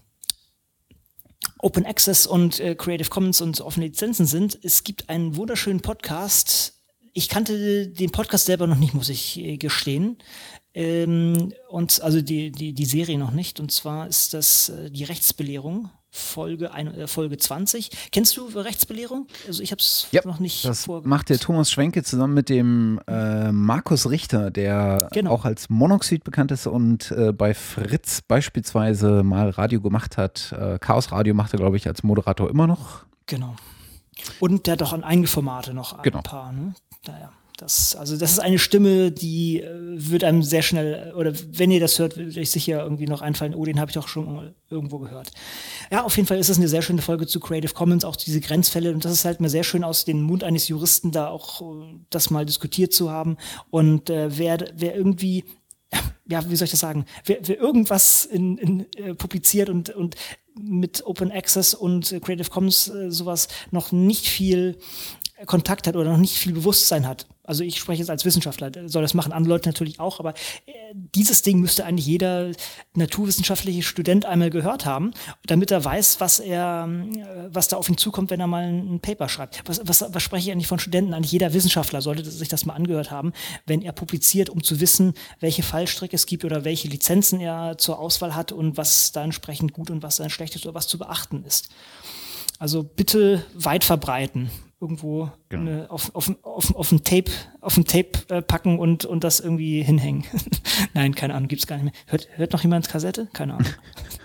Open Access und äh, Creative Commons und offene Lizenzen sind, es gibt einen wunderschönen Podcast. Ich kannte den Podcast selber noch nicht, muss ich äh, gestehen. Ähm, und also die, die, die Serie noch nicht. Und zwar ist das äh, die Rechtsbelehrung. Folge, ein, äh, Folge zwanzig. Kennst du Rechtsbelehrung? Also ich habe es ja, noch nicht das vor. Macht der Thomas Schwenke zusammen mit dem äh, Markus Richter, der genau. auch als Monoxid bekannt ist und äh, bei Fritz beispielsweise mal Radio gemacht hat. Äh, Chaos Radio macht er, glaube ich, als Moderator immer noch. Genau. Und der hat auch an einige Formate noch ein genau. paar. Ne? Naja. Das, also das ist eine Stimme, die äh, wird einem sehr schnell, oder wenn ihr das hört, wird euch sicher irgendwie noch einfallen, oh, den habe ich doch schon mal irgendwo gehört. Ja, auf jeden Fall ist es eine sehr schöne Folge zu Creative Commons, auch diese Grenzfälle, und das ist halt mal sehr schön aus dem Mund eines Juristen da auch äh, das mal diskutiert zu haben. Und äh, wer, wer irgendwie, ja, wie soll ich das sagen, wer, wer irgendwas in, in, äh, publiziert und, und mit Open Access und äh, Creative Commons äh, sowas noch nicht viel Kontakt hat oder noch nicht viel Bewusstsein hat. Also ich spreche jetzt als Wissenschaftler, soll das machen, andere Leute natürlich auch, aber äh, dieses Ding müsste eigentlich jeder naturwissenschaftliche Student einmal gehört haben, damit er weiß, was er, äh, was da auf ihn zukommt, wenn er mal ein, ein Paper schreibt. Was, was, was spreche ich eigentlich von Studenten? Eigentlich jeder Wissenschaftler sollte sich das mal angehört haben, wenn er publiziert, um zu wissen, welche Fallstricke es gibt oder welche Lizenzen er zur Auswahl hat und was da entsprechend gut und was dann schlecht ist oder was zu beachten ist. Also bitte weit verbreiten. Irgendwo genau. eine, auf, auf, auf, auf ein Tape, auf ein Tape äh, packen und, und das irgendwie hinhängen. Nein, keine Ahnung, gibt's gar nicht mehr. Hört, hört noch jemand Kassette? Keine Ahnung.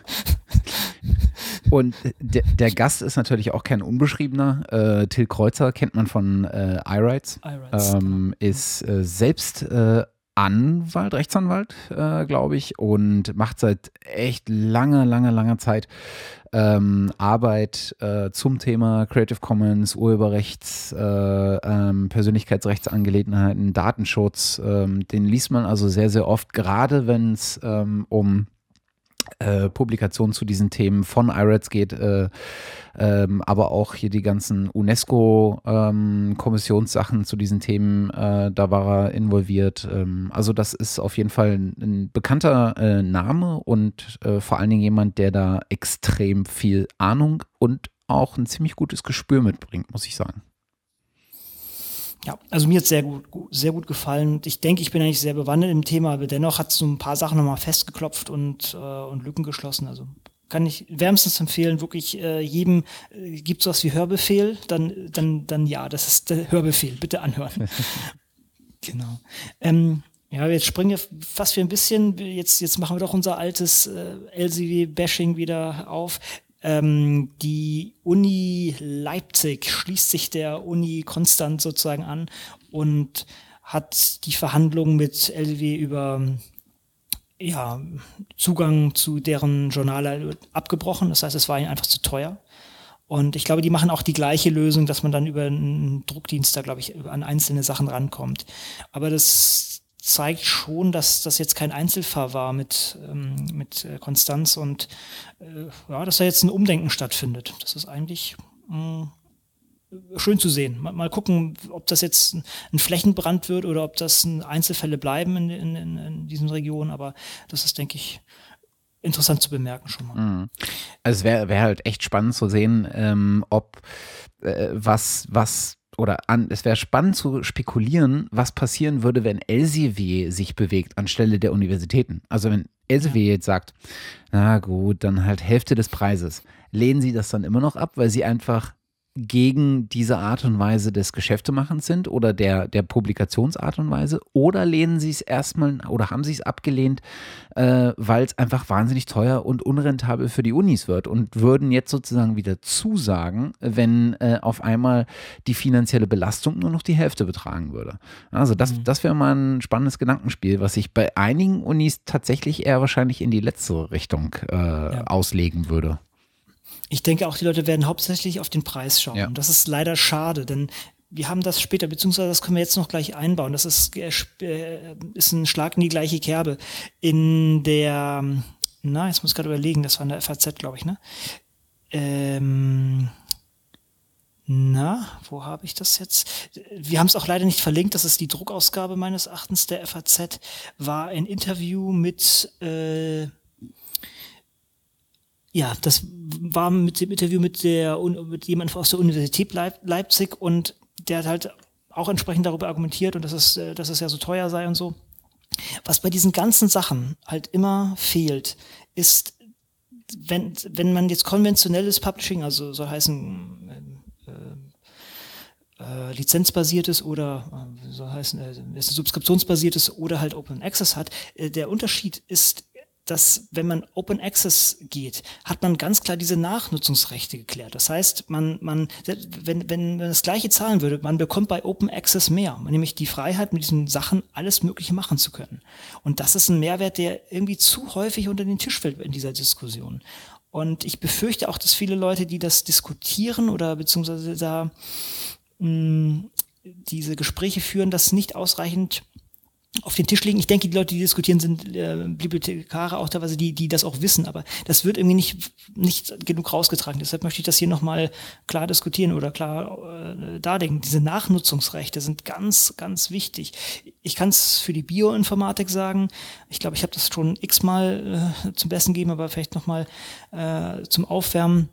Und der, der Gast ist natürlich auch kein Unbeschriebener. Äh, Till Kreuzer kennt man von äh, iRights. iRights ähm, genau. Ist äh, selbst äh, Anwalt, Rechtsanwalt, äh, glaube ich, und macht seit echt langer, langer, langer Zeit ähm, Arbeit äh, zum Thema Creative Commons, Urheberrechts, äh, ähm, Persönlichkeitsrechtsangelegenheiten, Datenschutz. Ähm, den liest man also sehr, sehr oft, gerade wenn es ähm, um Äh, Publikationen zu diesen Themen von iRights geht, äh, ähm, aber auch hier die ganzen UNESCO-Kommissionssachen ähm, zu diesen Themen, äh, da war er involviert. Ähm, also das ist auf jeden Fall ein, ein bekannter äh, Name und äh, vor allen Dingen jemand, der da extrem viel Ahnung und auch ein ziemlich gutes Gespür mitbringt, muss ich sagen. Ja, also mir hat es sehr gut, sehr gut gefallen. Ich denke, ich bin eigentlich sehr bewandert im Thema, aber dennoch hat es so ein paar Sachen nochmal festgeklopft und, äh, und Lücken geschlossen. Also kann ich wärmstens empfehlen, wirklich äh, jedem, äh, gibt es sowas wie Hörbefehl, dann, dann, dann ja, das ist der Hörbefehl, bitte anhören. Genau. Ähm, ja, jetzt springen wir fast für ein bisschen, jetzt, jetzt machen wir doch unser altes äh, L C W-Bashing wieder auf. Ähm, die Uni Leipzig schließt sich der Uni Konstanz sozusagen an und hat die Verhandlungen mit L W über ja, Zugang zu deren Journale abgebrochen. Das heißt, es war ihnen einfach zu teuer. Und ich glaube, die machen auch die gleiche Lösung, dass man dann über einen Druckdienst da, glaube ich, an einzelne Sachen rankommt. Aber das zeigt schon, dass das jetzt kein Einzelfall war mit, ähm, mit Konstanz und äh, ja, dass da jetzt ein Umdenken stattfindet. Das ist eigentlich mh, schön zu sehen. Mal, mal gucken, ob das jetzt ein Flächenbrand wird oder ob das Einzelfälle bleiben in, in, in diesen Regionen. Aber das ist, denke ich, interessant zu bemerken schon mal. Also es wäre wär halt echt spannend zu sehen, ähm, ob äh, was, was oder an, es wäre spannend zu spekulieren, was passieren würde, wenn Elsevier sich bewegt anstelle der Universitäten. Also wenn Elsevier ja. jetzt sagt, na gut, dann halt Hälfte des Preises. Lehnen Sie das dann immer noch ab, weil Sie einfach gegen diese Art und Weise des Geschäftemachens sind oder der, der Publikationsart und Weise, oder lehnen Sie es erstmal oder haben Sie es abgelehnt, äh, weil es einfach wahnsinnig teuer und unrentabel für die Unis wird und würden jetzt sozusagen wieder zusagen, wenn äh, auf einmal die finanzielle Belastung nur noch die Hälfte betragen würde. Also das, mhm. das wäre mal ein spannendes Gedankenspiel, was sich bei einigen Unis tatsächlich eher wahrscheinlich in die letztere Richtung äh, ja. auslegen würde. Ich denke auch, die Leute werden hauptsächlich auf den Preis schauen. Ja. Das ist leider schade, denn wir haben das später, beziehungsweise das können wir jetzt noch gleich einbauen. Das ist, äh, ist ein Schlag in die gleiche Kerbe. In der, na, jetzt muss ich gerade überlegen, das war in der F A Z, glaube ich, ne? Ähm, na, wo habe ich das jetzt? Wir haben es auch leider nicht verlinkt, das ist die Druckausgabe meines Erachtens der F A Z, war ein Interview mit, äh, ja, das war mit dem Interview mit der mit jemandem aus der Universität Leipzig und der hat halt auch entsprechend darüber argumentiert und dass es, dass es ja so teuer sei und so. Was bei diesen ganzen Sachen halt immer fehlt, ist, wenn, wenn man jetzt konventionelles Publishing, also soll heißen äh, äh, lizenzbasiertes oder äh, soll heißen äh, subskriptionsbasiertes oder halt Open Access hat, äh, der Unterschied ist dass wenn man Open Access geht, hat man ganz klar diese Nachnutzungsrechte geklärt. Das heißt, man, man, wenn, wenn man das Gleiche zahlen würde, man bekommt bei Open Access mehr, nämlich die Freiheit, mit diesen Sachen alles Mögliche machen zu können. Und das ist ein Mehrwert, der irgendwie zu häufig unter den Tisch fällt in dieser Diskussion. Und ich befürchte auch, dass viele Leute, die das diskutieren oder beziehungsweise da mh, diese Gespräche führen, das nicht ausreichend auf den Tisch legen. Ich denke, die Leute, die diskutieren, sind äh, Bibliothekare auch teilweise, die, die das auch wissen, aber das wird irgendwie nicht, nicht genug rausgetragen. Deshalb möchte ich das hier nochmal klar diskutieren oder klar äh, darlegen. Diese Nachnutzungsrechte sind ganz, ganz wichtig. Ich kann es für die Bioinformatik sagen. Ich glaube, ich habe das schon x-mal äh, zum Besten gegeben, aber vielleicht nochmal äh, zum Aufwärmen.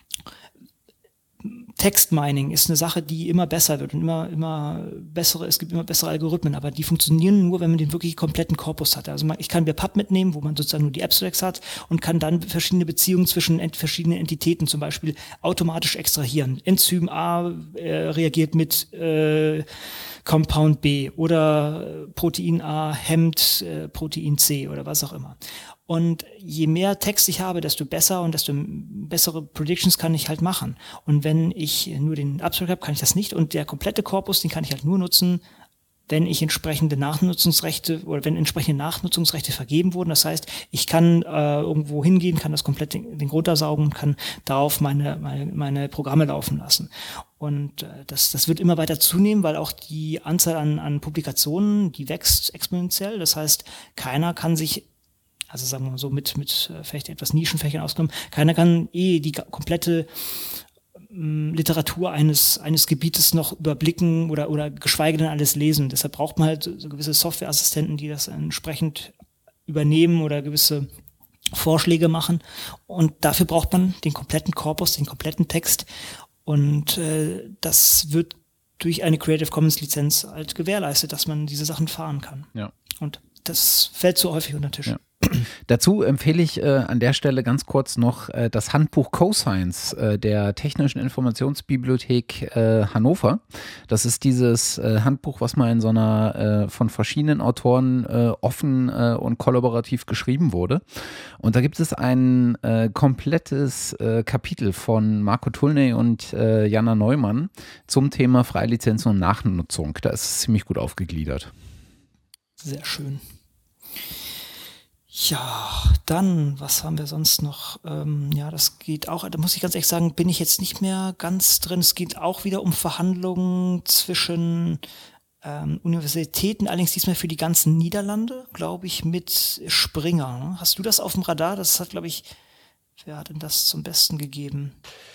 Textmining ist eine Sache, die immer besser wird und immer, immer bessere, es gibt immer bessere Algorithmen, aber die funktionieren nur, wenn man den wirklich kompletten Korpus hat. Also man, ich kann WebPub mitnehmen, wo man sozusagen nur die Abstracts hat und kann dann verschiedene Beziehungen zwischen ent, verschiedenen Entitäten zum Beispiel automatisch extrahieren. Enzym A äh, reagiert mit äh, Compound B oder Protein A hemmt äh, Protein C oder was auch immer. Und je mehr Text ich habe, desto besser und desto bessere Predictions kann ich halt machen. Und wenn ich nur den Abstract habe, kann ich das nicht. Und der komplette Korpus, den kann ich halt nur nutzen, wenn ich entsprechende Nachnutzungsrechte oder wenn entsprechende Nachnutzungsrechte vergeben wurden. Das heißt, ich kann äh, irgendwo hingehen, kann das komplett den, den runtersaugen und kann darauf meine, meine, meine Programme laufen lassen. Und äh, das, das wird immer weiter zunehmen, weil auch die Anzahl an, an Publikationen, die wächst exponentiell. Das heißt, keiner kann sich, also sagen wir mal so mit, mit vielleicht etwas Nischenfächern ausgenommen, keiner kann eh die komplette ähm, Literatur eines, eines Gebietes noch überblicken oder, oder geschweige denn alles lesen. Deshalb braucht man halt so gewisse Softwareassistenten, die das entsprechend übernehmen oder gewisse Vorschläge machen. Und dafür braucht man den kompletten Korpus, den kompletten Text. Und äh, das wird durch eine Creative Commons Lizenz halt gewährleistet, dass man diese Sachen fahren kann. Ja. Und das fällt so häufig unter den Tisch. Ja. Dazu empfehle ich äh, an der Stelle ganz kurz noch äh, das Handbuch CoScience äh, der Technischen Informationsbibliothek äh, Hannover. Das ist dieses äh, Handbuch, was mal in so einer äh, von verschiedenen Autoren äh, offen äh, und kollaborativ geschrieben wurde. Und da gibt es ein äh, komplettes äh, Kapitel von Marco Tulney und äh, Jana Neumann zum Thema Freilizenz und Nachnutzung. Da ist es ziemlich gut aufgegliedert. Sehr schön. Ja, dann, was haben wir sonst noch? Ähm, ja, das geht auch, da muss ich ganz ehrlich sagen, bin ich jetzt nicht mehr ganz drin. Es geht auch wieder um Verhandlungen zwischen ähm, Universitäten, allerdings diesmal für die ganzen Niederlande, glaube ich, mit Springer. Ne? Hast du das auf dem Radar? Das hat, glaube ich, wer hat denn das zum Besten gegeben?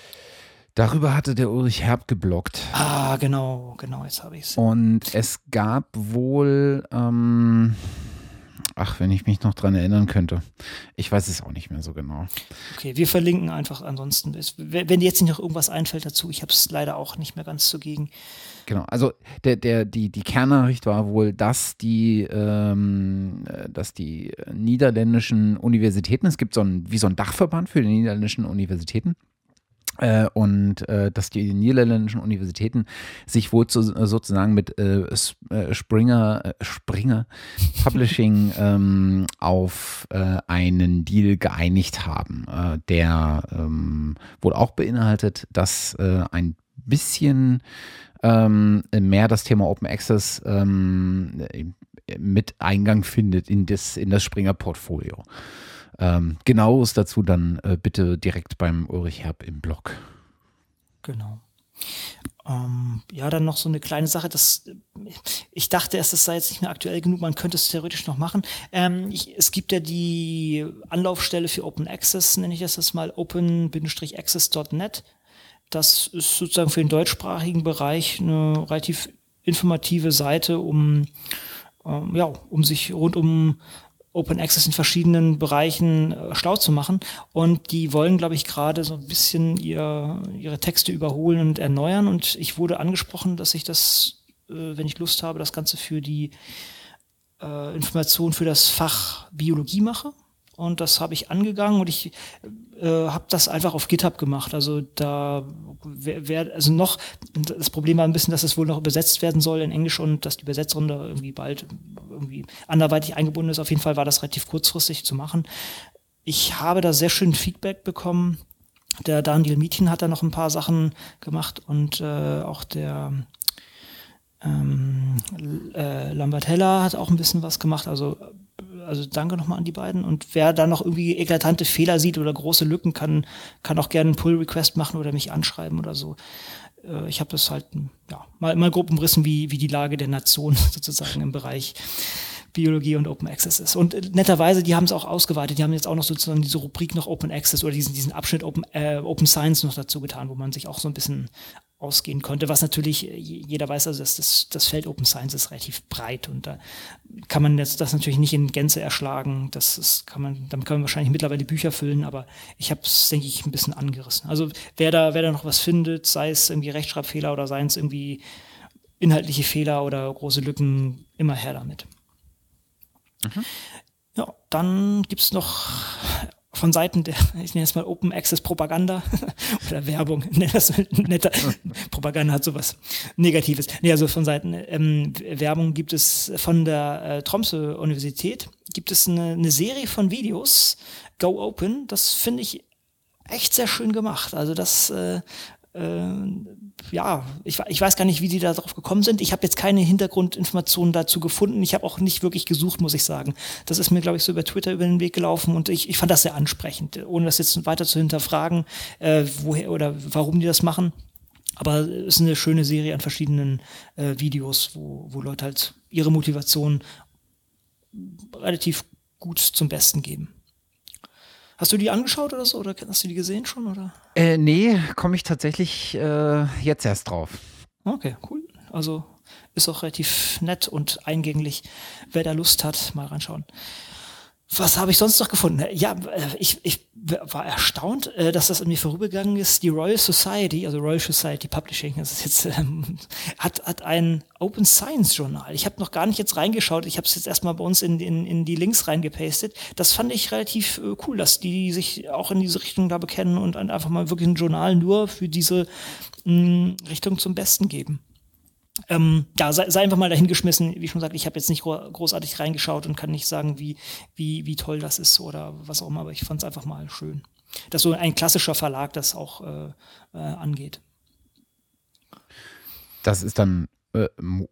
Darüber hatte der Ulrich Herb gebloggt. Ah, genau, genau, jetzt habe ich es. Und es gab wohl... Ähm Ach, wenn ich mich noch dran erinnern könnte. Ich weiß es auch nicht mehr so genau. Okay, wir verlinken einfach ansonsten. Wenn dir jetzt nicht noch irgendwas einfällt dazu, ich habe es leider auch nicht mehr ganz zugegen. Genau, also der, der, die, die Kernnachricht war wohl, dass die, ähm, dass die niederländischen Universitäten, es gibt so ein, wie so ein Dachverband für die niederländischen Universitäten, Äh, und äh, dass die niederländischen Universitäten sich wohl zu, sozusagen mit äh, Springer, äh, Springer Publishing ähm, auf äh, einen Deal geeinigt haben, äh, der ähm, wohl auch beinhaltet, dass äh, ein bisschen ähm, mehr das Thema Open Access ähm, mit Eingang findet in das, in das Springer-Portfolio. Ähm, Genaues dazu dann äh, bitte direkt beim Ulrich Herb im Blog. Genau. Ähm, ja, dann noch so eine kleine Sache, das, ich dachte erst, das sei jetzt nicht mehr aktuell genug, man könnte es theoretisch noch machen. Ähm, ich, es gibt ja die Anlaufstelle für Open Access, nenne ich das jetzt mal, open access Punkt net. Das ist sozusagen für den deutschsprachigen Bereich eine relativ informative Seite, um, ähm, ja, um sich rund um Open Access in verschiedenen Bereichen äh, schlau zu machen. Und die wollen, glaube ich, gerade so ein bisschen ihr, ihre Texte überholen und erneuern. Und ich wurde angesprochen, dass ich das, äh, wenn ich Lust habe, das Ganze für die äh, Information für das Fach Biologie mache. und das habe ich angegangen und ich äh, habe das einfach auf GitHub gemacht. Also da wäre, also noch, das Problem war ein bisschen, dass es wohl noch übersetzt werden soll in Englisch und dass die Übersetzerin da irgendwie bald irgendwie anderweitig eingebunden ist. Auf jeden Fall war das relativ kurzfristig zu machen. Ich habe da sehr schön Feedback bekommen. Der Daniel Miethin hat da noch ein paar Sachen gemacht und äh, auch der ähm, äh, Lambert Heller hat auch ein bisschen was gemacht. Also Also danke nochmal an die beiden. Und wer da noch irgendwie eklatante Fehler sieht oder große Lücken, kann, kann auch gerne einen Pull-Request machen oder mich anschreiben oder so. Äh, ich habe das halt ja, mal, mal grob umrissen, wie, wie die Lage der Nation sozusagen im Bereich Biologie und Open Access ist. Und äh, netterweise, die haben es auch ausgeweitet. Die haben jetzt auch noch sozusagen diese Rubrik noch Open Access oder diesen, diesen Abschnitt Open, äh, Open Science noch dazu getan, wo man sich auch so ein bisschen ausgehen konnte, was natürlich jeder weiß, also dass das, das Feld Open Science ist relativ breit und da kann man jetzt das natürlich nicht in Gänze erschlagen. Das ist, kann man, damit kann man wahrscheinlich mittlerweile Bücher füllen, aber ich habe es, denke ich, ein bisschen angerissen. Also wer da, wer da noch was findet, sei es irgendwie Rechtschreibfehler oder seien es irgendwie inhaltliche Fehler oder große Lücken, immer her damit. Mhm. Ja, dann gibt's noch von Seiten der, ich nenne es mal Open Access Propaganda oder Werbung, nenne das netter. Propaganda hat sowas Negatives. Nee, also von Seiten ähm, Werbung gibt es von der äh, Tromsø Universität gibt es eine, eine Serie von Videos, Go Open, das finde ich echt sehr schön gemacht. Also das äh, äh, ja, ich, ich weiß gar nicht, wie die da drauf gekommen sind. Ich habe jetzt keine Hintergrundinformationen dazu gefunden. Ich habe auch nicht wirklich gesucht, muss ich sagen. Das ist mir, glaube ich, so über Twitter über den Weg gelaufen und ich, ich fand das sehr ansprechend, ohne das jetzt weiter zu hinterfragen, äh, woher oder warum die das machen. Aber es ist eine schöne Serie an verschiedenen äh, Videos, wo, wo Leute halt ihre Motivation relativ gut zum Besten geben. Hast du die angeschaut oder so? Oder hast du die gesehen schon? Oder? Äh, nee, komme ich tatsächlich äh, jetzt erst drauf. Okay, cool. Also ist auch relativ nett und eingänglich. Wer da Lust hat, mal reinschauen. Was habe ich sonst noch gefunden? Ja, ich, ich war erstaunt, dass das an mir vorübergegangen ist. Die Royal Society, also Royal Society Publishing, das ist jetzt, ähm, hat, hat ein Open Science Journal. Ich habe noch gar nicht jetzt reingeschaut. Ich habe es jetzt erstmal bei uns in, in, in die Links reingepastet. Das fand ich relativ äh, cool, dass die sich auch in diese Richtung da bekennen und einfach mal wirklich ein Journal nur für diese mh, Richtung zum Besten geben. Ähm, ja, sei, sei einfach mal dahingeschmissen. Wie schon gesagt, ich habe jetzt nicht gro- großartig reingeschaut und kann nicht sagen, wie, wie, wie toll das ist oder was auch immer, aber ich fand es einfach mal schön. Dass so ein klassischer Verlag das auch äh, äh, angeht. Das ist dann äh, hm.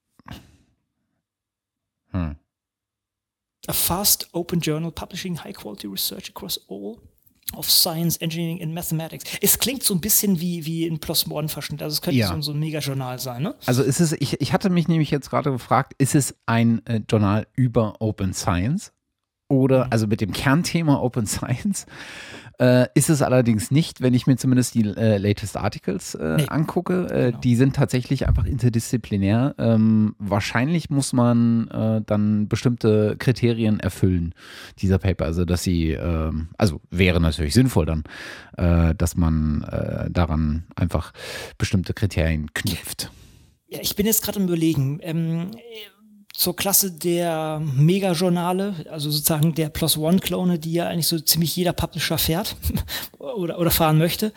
A fast open journal publishing high quality research across all of Science, Engineering and Mathematics. Es klingt so ein bisschen wie, wie ein P L O S One-Verschnitt. Also es könnte ja so, so ein Megajournal sein, ne? Also ist es, ich, ich hatte mich nämlich jetzt gerade gefragt, ist es ein äh, Journal über Open Science? Oder, mhm. also mit dem Kernthema Open Science, äh, ist es allerdings nicht, wenn ich mir zumindest die äh, Latest Articles äh, nee. angucke. Äh, genau. Die sind tatsächlich einfach interdisziplinär. Ähm, wahrscheinlich muss man äh, dann bestimmte Kriterien erfüllen, dieser Paper. Also, dass sie, äh, also wäre natürlich sinnvoll dann, äh, dass man äh, daran einfach bestimmte Kriterien knüpft. Ja, ich bin jetzt gerade im Überlegen. Ähm, zur Klasse der Megajournale, also sozusagen der P L O S One-Klone, die ja eigentlich so ziemlich jeder Publisher fährt oder, oder fahren möchte,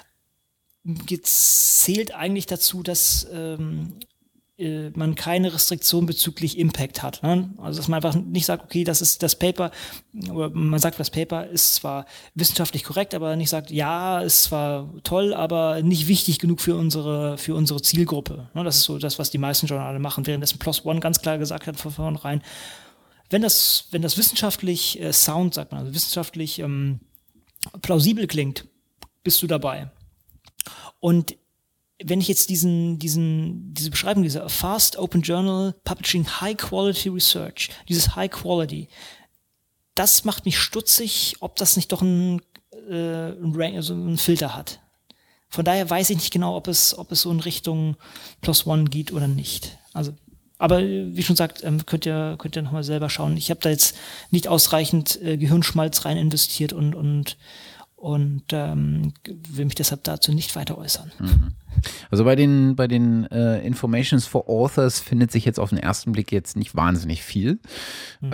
jetzt zählt eigentlich dazu, dass ähm, äh, man keine Restriktion bezüglich Impact hat. Ne? Also dass man einfach nicht sagt, okay, das ist das Paper, oder man sagt, das Paper ist zwar wissenschaftlich korrekt, aber nicht sagt, ja, ist zwar toll, aber nicht wichtig genug für unsere, für unsere Zielgruppe. Ne? Das ist so das, was die meisten Journale machen, während das P L O S One ganz klar gesagt hat von vornherein, wenn das, wenn das wissenschaftlich äh, sound, sagt man, also wissenschaftlich ähm, plausibel klingt, bist du dabei. Und wenn ich jetzt diesen, diesen, diese Beschreibung, dieser Fast Open Journal Publishing High Quality Research, dieses High Quality, das macht mich stutzig, ob das nicht doch ein, äh, ein, Rank, also ein Filter hat. Von daher weiß ich nicht genau, ob es, ob es so in Richtung P L O S One geht oder nicht. Also, aber wie schon gesagt, ähm, könnt ihr, könnt ihr nochmal selber schauen. Ich habe da jetzt nicht ausreichend äh, Gehirnschmalz rein investiert und, und und ähm, will mich deshalb dazu nicht weiter äußern. Mhm. Also bei den, bei den äh, Informations for Authors findet sich jetzt auf den ersten Blick jetzt nicht wahnsinnig viel. Mhm.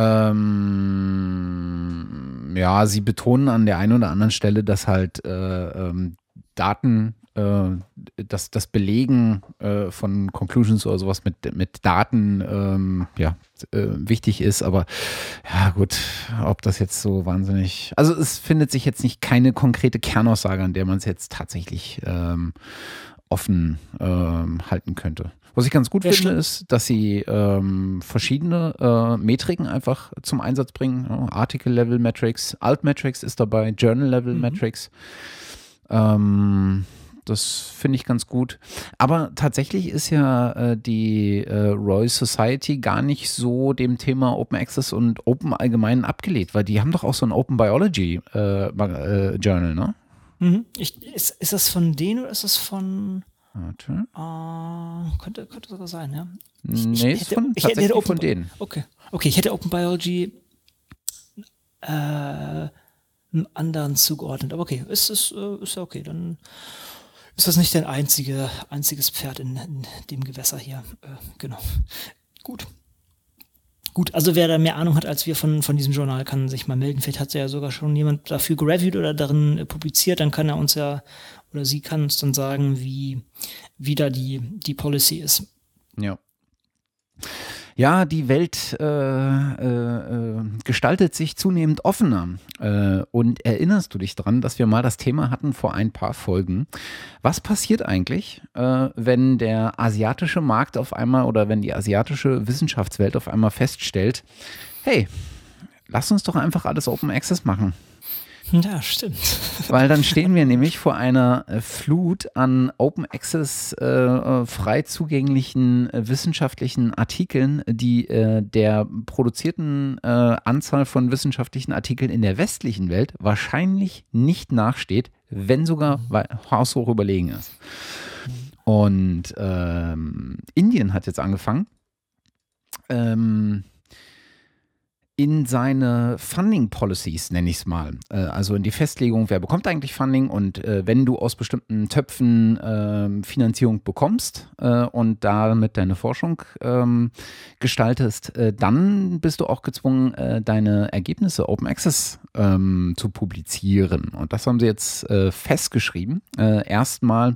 Ähm, ja, sie betonen an der einen oder anderen Stelle, dass halt äh, ähm, Daten, äh, dass das Belegen äh, von Conclusions oder sowas mit, mit Daten ähm, ja, äh, wichtig ist, aber ja gut, ob das jetzt so wahnsinnig, also es findet sich jetzt nicht keine konkrete Kernaussage, an der man es jetzt tatsächlich ähm, offen ähm, halten könnte. Was ich ganz gut Ja, finde, stimmt. ist, dass sie ähm, verschiedene äh, Metriken einfach zum Einsatz bringen. Ja, Article-Level-Metrics, Alt-Metrics ist dabei, Journal-Level-Metrics. Mhm. Ähm, das finde ich ganz gut. Aber tatsächlich ist ja äh, die äh, Royal Society gar nicht so dem Thema Open Access und Open allgemein abgelehnt, weil die haben doch auch so ein Open Biology äh, äh, Journal, ne? Mhm. Ich, ist, ist das von denen oder ist das von. Warte. Uh, könnte, könnte sogar sein, ja. Ich, nee, ich hätte, ist von, ich tatsächlich hätte Open, von denen. Okay. Okay, ich hätte Open Biology äh, einem anderen zugeordnet. Aber okay, ist, ist, ist ja okay. Dann ist das nicht dein einzige, einziges Pferd in, in dem Gewässer hier. Äh, genau. Gut. Gut, also wer da mehr Ahnung hat als wir von, von diesem Journal, kann sich mal melden. Vielleicht hat ja sogar schon jemand dafür gereviewt oder darin äh, publiziert. Dann kann er uns ja, oder sie kann uns dann sagen, wie, wie da die, die Policy ist. Ja. Ja, die Welt äh, äh, gestaltet sich zunehmend offener. Äh, und erinnerst du dich dran, dass wir mal das Thema hatten vor ein paar Folgen? Was passiert eigentlich, äh, wenn der asiatische Markt auf einmal oder wenn die asiatische Wissenschaftswelt auf einmal feststellt, hey, lass uns doch einfach alles Open Access machen. Ja, stimmt. Weil dann stehen wir nämlich vor einer äh, Flut an Open Access äh, frei zugänglichen äh, wissenschaftlichen Artikeln, die äh, der produzierten äh, Anzahl von wissenschaftlichen Artikeln in der westlichen Welt wahrscheinlich nicht nachsteht, wenn sogar mhm. haushoch überlegen ist. Und ähm, Indien hat jetzt angefangen, ähm, in seine Funding-Policies, nenne ich es mal, äh, also in die Festlegung, wer bekommt eigentlich Funding und äh, wenn du aus bestimmten Töpfen äh, Finanzierung bekommst äh, und damit deine Forschung ähm, gestaltest, äh, dann bist du auch gezwungen, äh, deine Ergebnisse Open Access ähm, zu publizieren. Und das haben sie jetzt äh, festgeschrieben. Äh, erstmal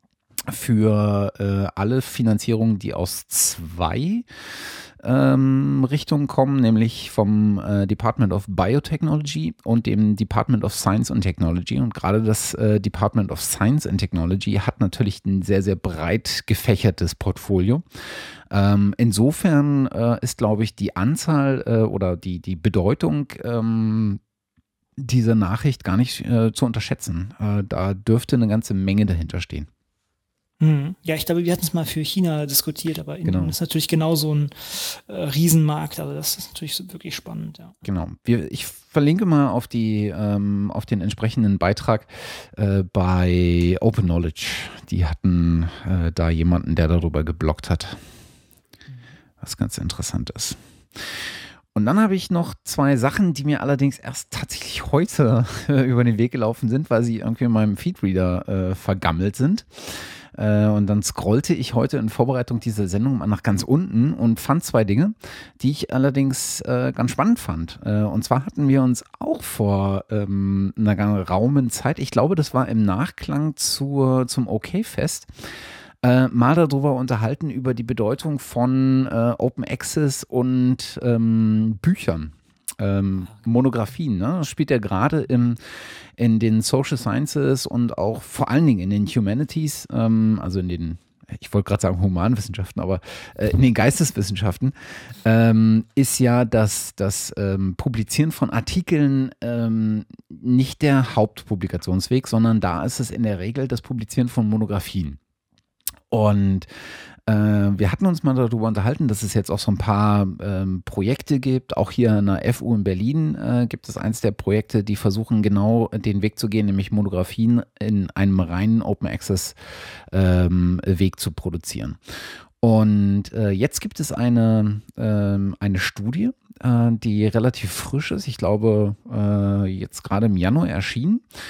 für äh, alle Finanzierungen, die aus zwei Ähm, Richtungen kommen, nämlich vom äh, Department of Biotechnology und dem Department of Science and Technology. Und gerade das äh, Department of Science and Technology hat natürlich ein sehr, sehr breit gefächertes Portfolio. Ähm, insofern äh, ist, glaube ich, die Anzahl äh, oder die, die Bedeutung ähm, dieser Nachricht gar nicht äh, zu unterschätzen. Äh, da dürfte eine ganze Menge dahinter stehen. Ja, ich glaube, wir hatten es mal für China diskutiert, aber Indien Genau. ist natürlich genau so ein äh, Riesenmarkt. Also das ist natürlich so wirklich spannend, ja. Genau. Wir, ich verlinke mal auf, die, ähm, auf den entsprechenden Beitrag äh, bei Open Knowledge. Die hatten äh, da jemanden, der darüber gebloggt hat, was ganz interessant ist. Und dann habe ich noch zwei Sachen, die mir allerdings erst tatsächlich heute äh, über den Weg gelaufen sind, weil sie irgendwie in meinem Feedreader äh, vergammelt sind. Und dann scrollte ich heute in Vorbereitung dieser Sendung mal nach ganz unten und fand zwei Dinge, die ich allerdings äh, ganz spannend fand. Äh, und zwar hatten wir uns auch vor ähm, einer geraumen Zeit, ich glaube, das war im Nachklang zur, zum OK-Fest, äh, mal darüber unterhalten, über die Bedeutung von äh, Open Access und ähm, Büchern. Ähm, Monographien, ne? Das spielt ja gerade im, in den Social Sciences und auch vor allen Dingen in den Humanities, ähm, also in den, ich wollte gerade sagen Humanwissenschaften, aber äh, in den Geisteswissenschaften, ähm, ist ja das, das ähm, Publizieren von Artikeln ähm, nicht der Hauptpublikationsweg, sondern da ist es in der Regel das Publizieren von Monographien. Und äh, wir hatten uns mal darüber unterhalten, dass es jetzt auch so ein paar ähm, Projekte gibt. Auch hier an der F U in Berlin äh, gibt es eins der Projekte, die versuchen genau den Weg zu gehen, nämlich Monographien in einem reinen Open Access ähm, Weg zu produzieren. Und äh, jetzt gibt es eine, ähm, eine Studie, äh, die relativ frisch ist. Ich glaube, äh, jetzt gerade im Januar erschienen.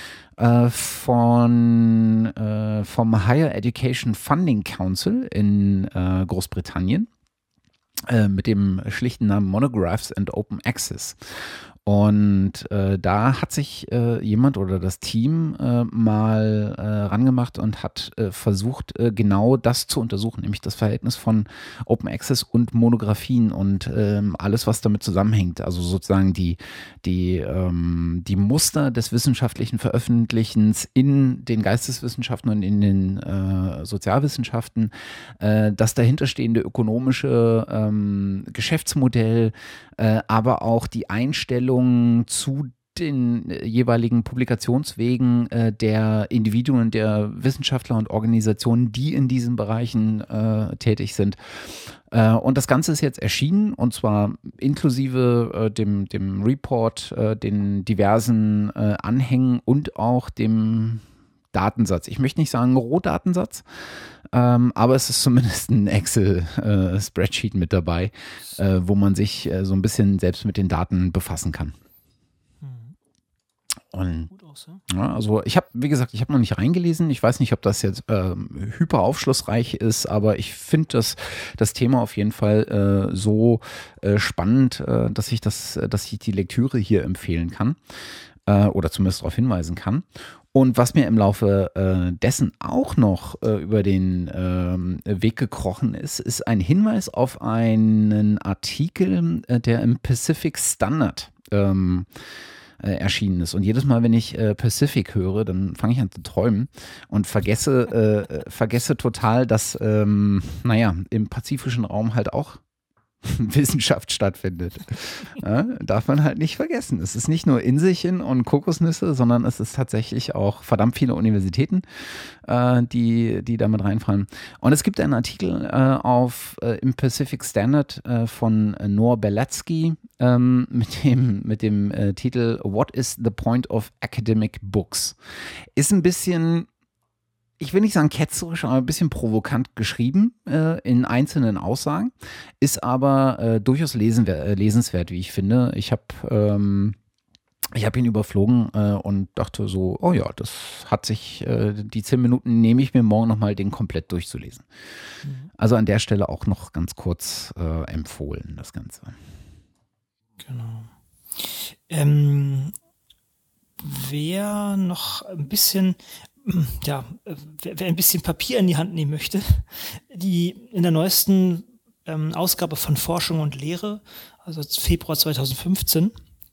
äh, von, äh, vom Higher Education Funding Council in äh, Großbritannien äh, mit dem schlichten Namen Monographs and Open Access. Und äh, da hat sich äh, jemand oder das Team äh, mal äh, rangemacht und hat äh, versucht, äh, genau das zu untersuchen, nämlich das Verhältnis von Open Access und Monographien und ähm, alles, was damit zusammenhängt. Also sozusagen die, die, ähm, die Muster des wissenschaftlichen Veröffentlichens in den Geisteswissenschaften und in den äh, Sozialwissenschaften, äh, das dahinterstehende ökonomische ähm, Geschäftsmodell, äh, aber auch die Einstellung zu den jeweiligen Publikationswegen äh, der Individuen, der Wissenschaftler und Organisationen, die in diesen Bereichen äh, tätig sind. Äh, und das Ganze ist jetzt erschienen, und zwar inklusive äh, dem, dem Report, äh, den diversen äh, Anhängen und auch dem Datensatz. Ich möchte nicht sagen Rohdatensatz, ähm, aber es ist zumindest ein Excel-Spreadsheet äh, mit dabei, äh, wo man sich äh, so ein bisschen selbst mit den Daten befassen kann. Und, ja, also ich habe, wie gesagt, ich habe noch nicht reingelesen. Ich weiß nicht, ob das jetzt äh, hyper aufschlussreich ist, aber ich finde das, das Thema auf jeden Fall äh, so äh, spannend, äh, dass ich das, dass ich die Lektüre hier empfehlen kann äh, oder zumindest darauf hinweisen kann. Und was mir im Laufe äh, dessen auch noch äh, über den ähm, Weg gekrochen ist, ist ein Hinweis auf einen Artikel, äh, der im Pacific Standard ähm, äh, erschienen ist. Und jedes Mal, wenn ich äh, Pacific höre, dann fange ich an zu träumen und vergesse, äh, vergesse total, dass, ähm, naja, im pazifischen Raum halt auch Wissenschaft stattfindet. Ja, darf man halt nicht vergessen. Es ist nicht nur Inselchen und Kokosnüsse, sondern es ist tatsächlich auch verdammt viele Universitäten, äh, die, die damit reinfallen. Und es gibt einen Artikel äh, auf, äh, im Pacific Standard äh, von äh, Noor Belatsky ähm, mit dem, mit dem äh, Titel What is the point of academic books? Ist ein bisschen, ich will nicht sagen ketzerisch, aber ein bisschen provokant geschrieben äh, in einzelnen Aussagen, ist aber äh, durchaus lesen, äh, lesenswert, wie ich finde. Ich habe ähm, ich hab ihn überflogen äh, und dachte so, oh ja, das hat sich, äh, die zehn Minuten nehme ich mir morgen nochmal, den komplett durchzulesen. Mhm. Also an der Stelle auch noch ganz kurz äh, empfohlen, das Ganze. Genau. Ähm, wer noch ein bisschen ja, wer, wer ein bisschen Papier in die Hand nehmen möchte, die in der neuesten ähm, Ausgabe von Forschung und Lehre, also Februar zweitausendfünfzehn,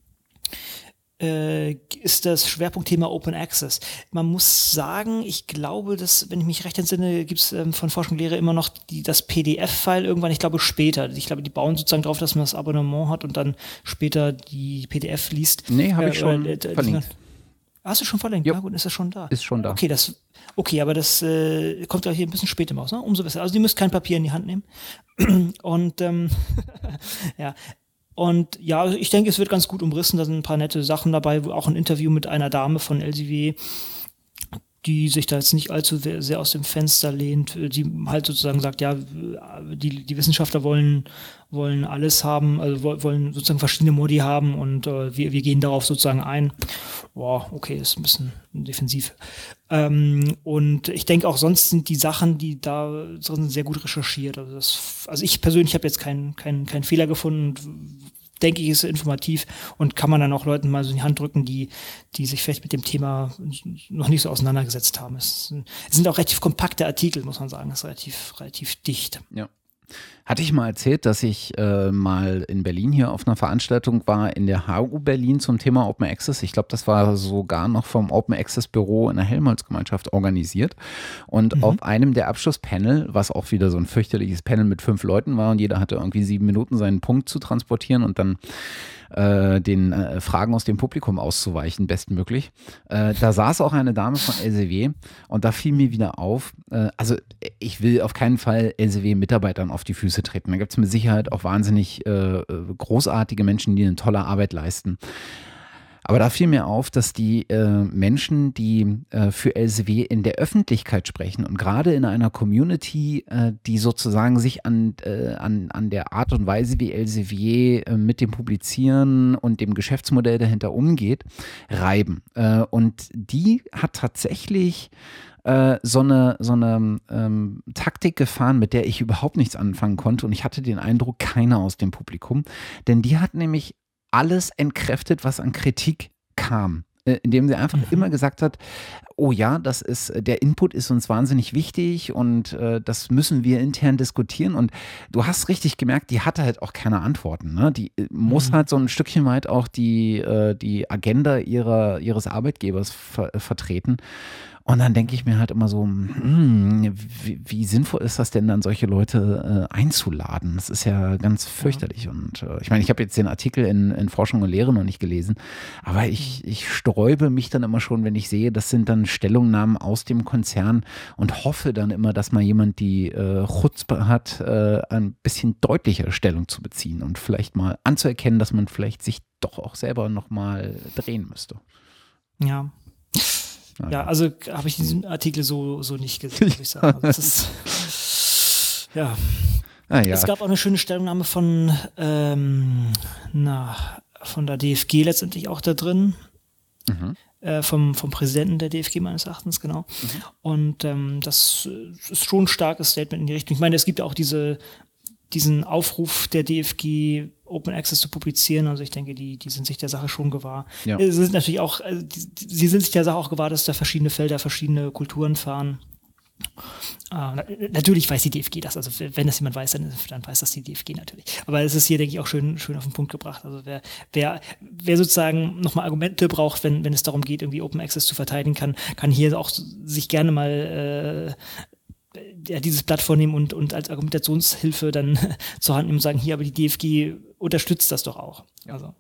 äh, ist das Schwerpunktthema Open Access. Man muss sagen, ich glaube, dass, wenn ich mich recht entsinne, gibt es ähm, von Forschung und Lehre immer noch die, das P D F-File irgendwann, ich glaube später. Ich glaube, die bauen sozusagen darauf, dass man das Abonnement hat und dann später die P D F liest. Nee, habe ich äh, schon äh, verlinkt. Hast du schon verlinkt? Ja, gut, ist das schon da? Ist schon da. Okay, das, okay, aber das äh, kommt ja hier ein bisschen später raus, ne? Umso besser. Also, ihr müsst kein Papier in die Hand nehmen. Und, ähm, ja. Und ja, ich denke, es wird ganz gut umrissen. Da sind ein paar nette Sachen dabei, auch ein Interview mit einer Dame von L C W, die sich da jetzt nicht allzu sehr aus dem Fenster lehnt, die halt sozusagen sagt, ja, die, die Wissenschaftler wollen, wollen alles haben, also wollen sozusagen verschiedene Modi haben und äh, wir, wir gehen darauf sozusagen ein. Boah, okay, ist ein bisschen defensiv. Ähm, und ich denke auch sonst sind die Sachen, die da drin sind, sehr gut recherchiert. Also, das, also ich persönlich habe jetzt keinen keinen keinen Fehler gefunden und denke ich, ist informativ und kann man dann auch Leuten mal so in die Hand drücken, die, die sich vielleicht mit dem Thema noch nicht so auseinandergesetzt haben. Es sind auch relativ kompakte Artikel, muss man sagen. Es ist relativ, relativ dicht. Ja. Hatte ich mal erzählt, dass ich äh, mal in Berlin hier auf einer Veranstaltung war in der H U Berlin zum Thema Open Access. Ich glaube, das war sogar noch vom Open Access Büro in der Helmholtz-Gemeinschaft organisiert. Und mhm. auf einem der Abschlusspanel, was auch wieder so ein fürchterliches Panel mit fünf Leuten war und jeder hatte irgendwie sieben Minuten seinen Punkt zu transportieren und dann äh, den äh, Fragen aus dem Publikum auszuweichen, bestmöglich. Äh, da saß auch eine Dame von L C W und da fiel mir wieder auf, äh, also ich will auf keinen Fall L C W-Mitarbeitern auf die Füße treten. Da gibt es mit Sicherheit auch wahnsinnig äh, großartige Menschen, die eine tolle Arbeit leisten. Aber da fiel mir auf, dass die äh, Menschen, die äh, für Elsevier in der Öffentlichkeit sprechen und gerade in einer Community, äh, die sozusagen sich an, äh, an, an der Art und Weise, wie Elsevier äh, mit dem Publizieren und dem Geschäftsmodell dahinter umgeht, reiben. Äh, und die hat tatsächlich äh, so eine, so eine ähm, Taktik gefahren, mit der ich überhaupt nichts anfangen konnte. Und ich hatte den Eindruck, keiner aus dem Publikum. Denn die hat nämlich alles entkräftet, was an Kritik kam. Äh, indem sie einfach mhm. immer gesagt hat, oh ja, das ist, der Input ist uns wahnsinnig wichtig und äh, das müssen wir intern diskutieren. Und du hast richtig gemerkt, die hatte halt auch keine Antworten. Ne? Die äh, muss mhm. halt so ein Stückchen weit auch die, äh, die Agenda ihrer, ihres Arbeitgebers ver vertreten. Und dann denke ich mir halt immer so, hm, wie, wie sinnvoll ist das denn dann, solche Leute äh, einzuladen? Das ist ja ganz fürchterlich. Ja. Und äh, ich meine, ich habe jetzt den Artikel in, in Forschung und Lehre noch nicht gelesen, aber ich, ich sträube mich dann immer schon, wenn ich sehe, das sind dann Stellungnahmen aus dem Konzern und hoffe dann immer, dass mal jemand die äh, Chutzpe hat, äh, ein bisschen deutlicher Stellung zu beziehen und vielleicht mal anzuerkennen, dass man vielleicht sich doch auch selber nochmal drehen müsste. Ja. Ja, also habe ich diesen Artikel so, so nicht gesehen, würde ich sagen. Also das ist, ja. Ah, ja. Es gab auch eine schöne Stellungnahme von, ähm, na, von der D F G letztendlich auch da drin. Mhm. Äh, vom, vom Präsidenten der D F G meines Erachtens, genau. Mhm. Und ähm, das ist schon ein starkes Statement in die Richtung. Ich meine, es gibt auch diese, diesen Aufruf der D F G, Open Access zu publizieren. Also ich denke, die, die sind sich der Sache schon gewahr. Ja. Sie sind natürlich auch, also die, sie sind sich der Sache auch gewahr, dass da verschiedene Felder, verschiedene Kulturen fahren. Äh, natürlich weiß die D F G das. Also wenn das jemand weiß, dann, dann weiß das die D F G natürlich. Aber es ist hier, denke ich, auch schön, schön auf den Punkt gebracht. Also wer, wer, wer sozusagen nochmal Argumente braucht, wenn, wenn es darum geht, irgendwie Open Access zu verteidigen kann, kann hier auch sich gerne mal äh, ja, dieses Blatt vornehmen und, und als Argumentationshilfe dann zur Hand nehmen und sagen, hier, aber die D F G unterstützt das doch auch. Also,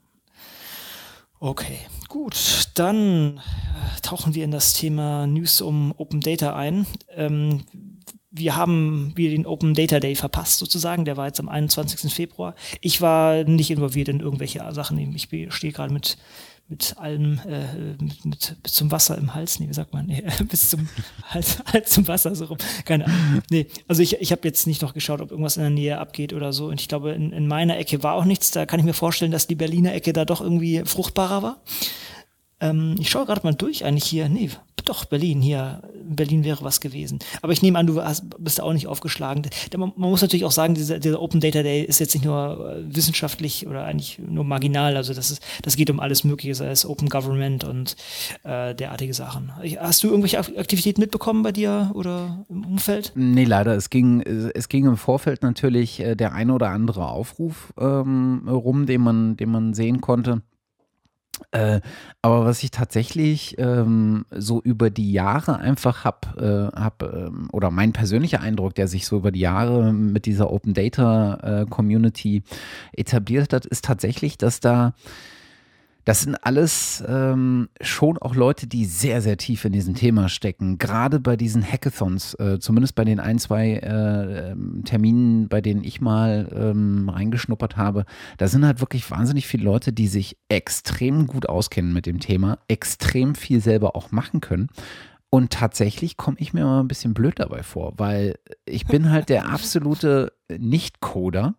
okay, gut, dann äh, tauchen wir in das Thema News um Open Data ein. Ähm, wir haben wieder den Open Data Day verpasst sozusagen, der war jetzt am einundzwanzigsten Februar. Ich war nicht involviert in irgendwelche Sachen, ich stehe gerade mit mit allem, äh, mit, mit, bis zum Wasser im Hals, nee, wie sagt man, nee, bis zum Hals, Hals zum Wasser, so rum, keine Ahnung. Nee, also ich, ich habe jetzt nicht noch geschaut, ob irgendwas in der Nähe abgeht oder so, und ich glaube, in, in meiner Ecke war auch nichts, da kann ich mir vorstellen, dass die Berliner Ecke da doch irgendwie fruchtbarer war. Ähm, ich schaue gerade mal durch, eigentlich hier, nee, doch, Berlin, hier, in Berlin wäre was gewesen. Aber ich nehme an, du hast, bist da auch nicht aufgeschlagen. Man, man muss natürlich auch sagen, dieser, dieser Open Data Day ist jetzt nicht nur äh, wissenschaftlich oder eigentlich nur marginal, also das ist, das geht um alles Mögliche, sei es Open Government und äh, derartige Sachen. Hast du irgendwelche Aktivitäten mitbekommen bei dir oder im Umfeld? Nee, leider. Es ging, es ging im Vorfeld natürlich äh, der eine oder andere Aufruf ähm, rum, den man, den man sehen konnte. Äh, aber was ich tatsächlich ähm, so über die Jahre einfach habe, äh, hab, ähm, oder mein persönlicher Eindruck, der sich so über die Jahre mit dieser Open Data äh, Community etabliert hat, ist tatsächlich, dass da das sind alles ähm, schon auch Leute, die sehr, sehr tief in diesem Thema stecken. Gerade bei diesen Hackathons, äh, zumindest bei den ein, zwei äh, Terminen, bei denen ich mal ähm, reingeschnuppert habe, da sind halt wirklich wahnsinnig viele Leute, die sich extrem gut auskennen mit dem Thema, extrem viel selber auch machen können. Und tatsächlich komme ich mir immer ein bisschen blöd dabei vor, weil ich bin halt der absolute Nicht-Coder.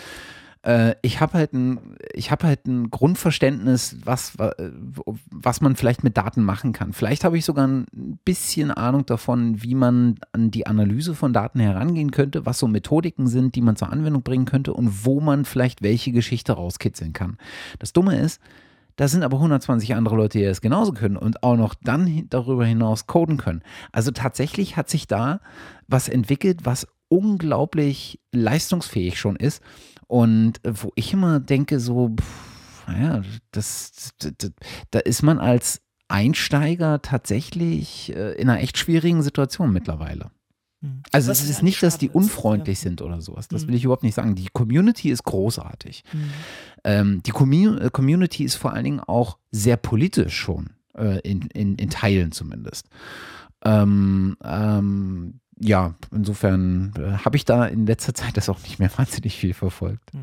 Ich habe halt ein, ich habe halt ein Grundverständnis, was, was man vielleicht mit Daten machen kann. Vielleicht habe ich sogar ein bisschen Ahnung davon, wie man an die Analyse von Daten herangehen könnte, was so Methodiken sind, die man zur Anwendung bringen könnte und wo man vielleicht welche Geschichte rauskitzeln kann. Das Dumme ist, da sind aber hundertzwanzig andere Leute, die es genauso können und auch noch dann darüber hinaus coden können. Also tatsächlich hat sich da was entwickelt, was unglaublich leistungsfähig schon ist. Und wo ich immer denke, so, pff, naja, das, das, das, da ist man als Einsteiger tatsächlich äh, in einer echt schwierigen Situation mittlerweile. Mhm. Also Was es ist nicht, dass die unfreundlich ist, ja. sind oder sowas. Das mhm. will ich überhaupt nicht sagen. Die Community ist großartig. Mhm. Ähm, die Commun- Community ist vor allen Dingen auch sehr politisch schon, äh, in, in, in Teilen zumindest. Ähm, ähm, Ja, insofern äh, habe ich da in letzter Zeit das auch nicht mehr wahnsinnig viel verfolgt.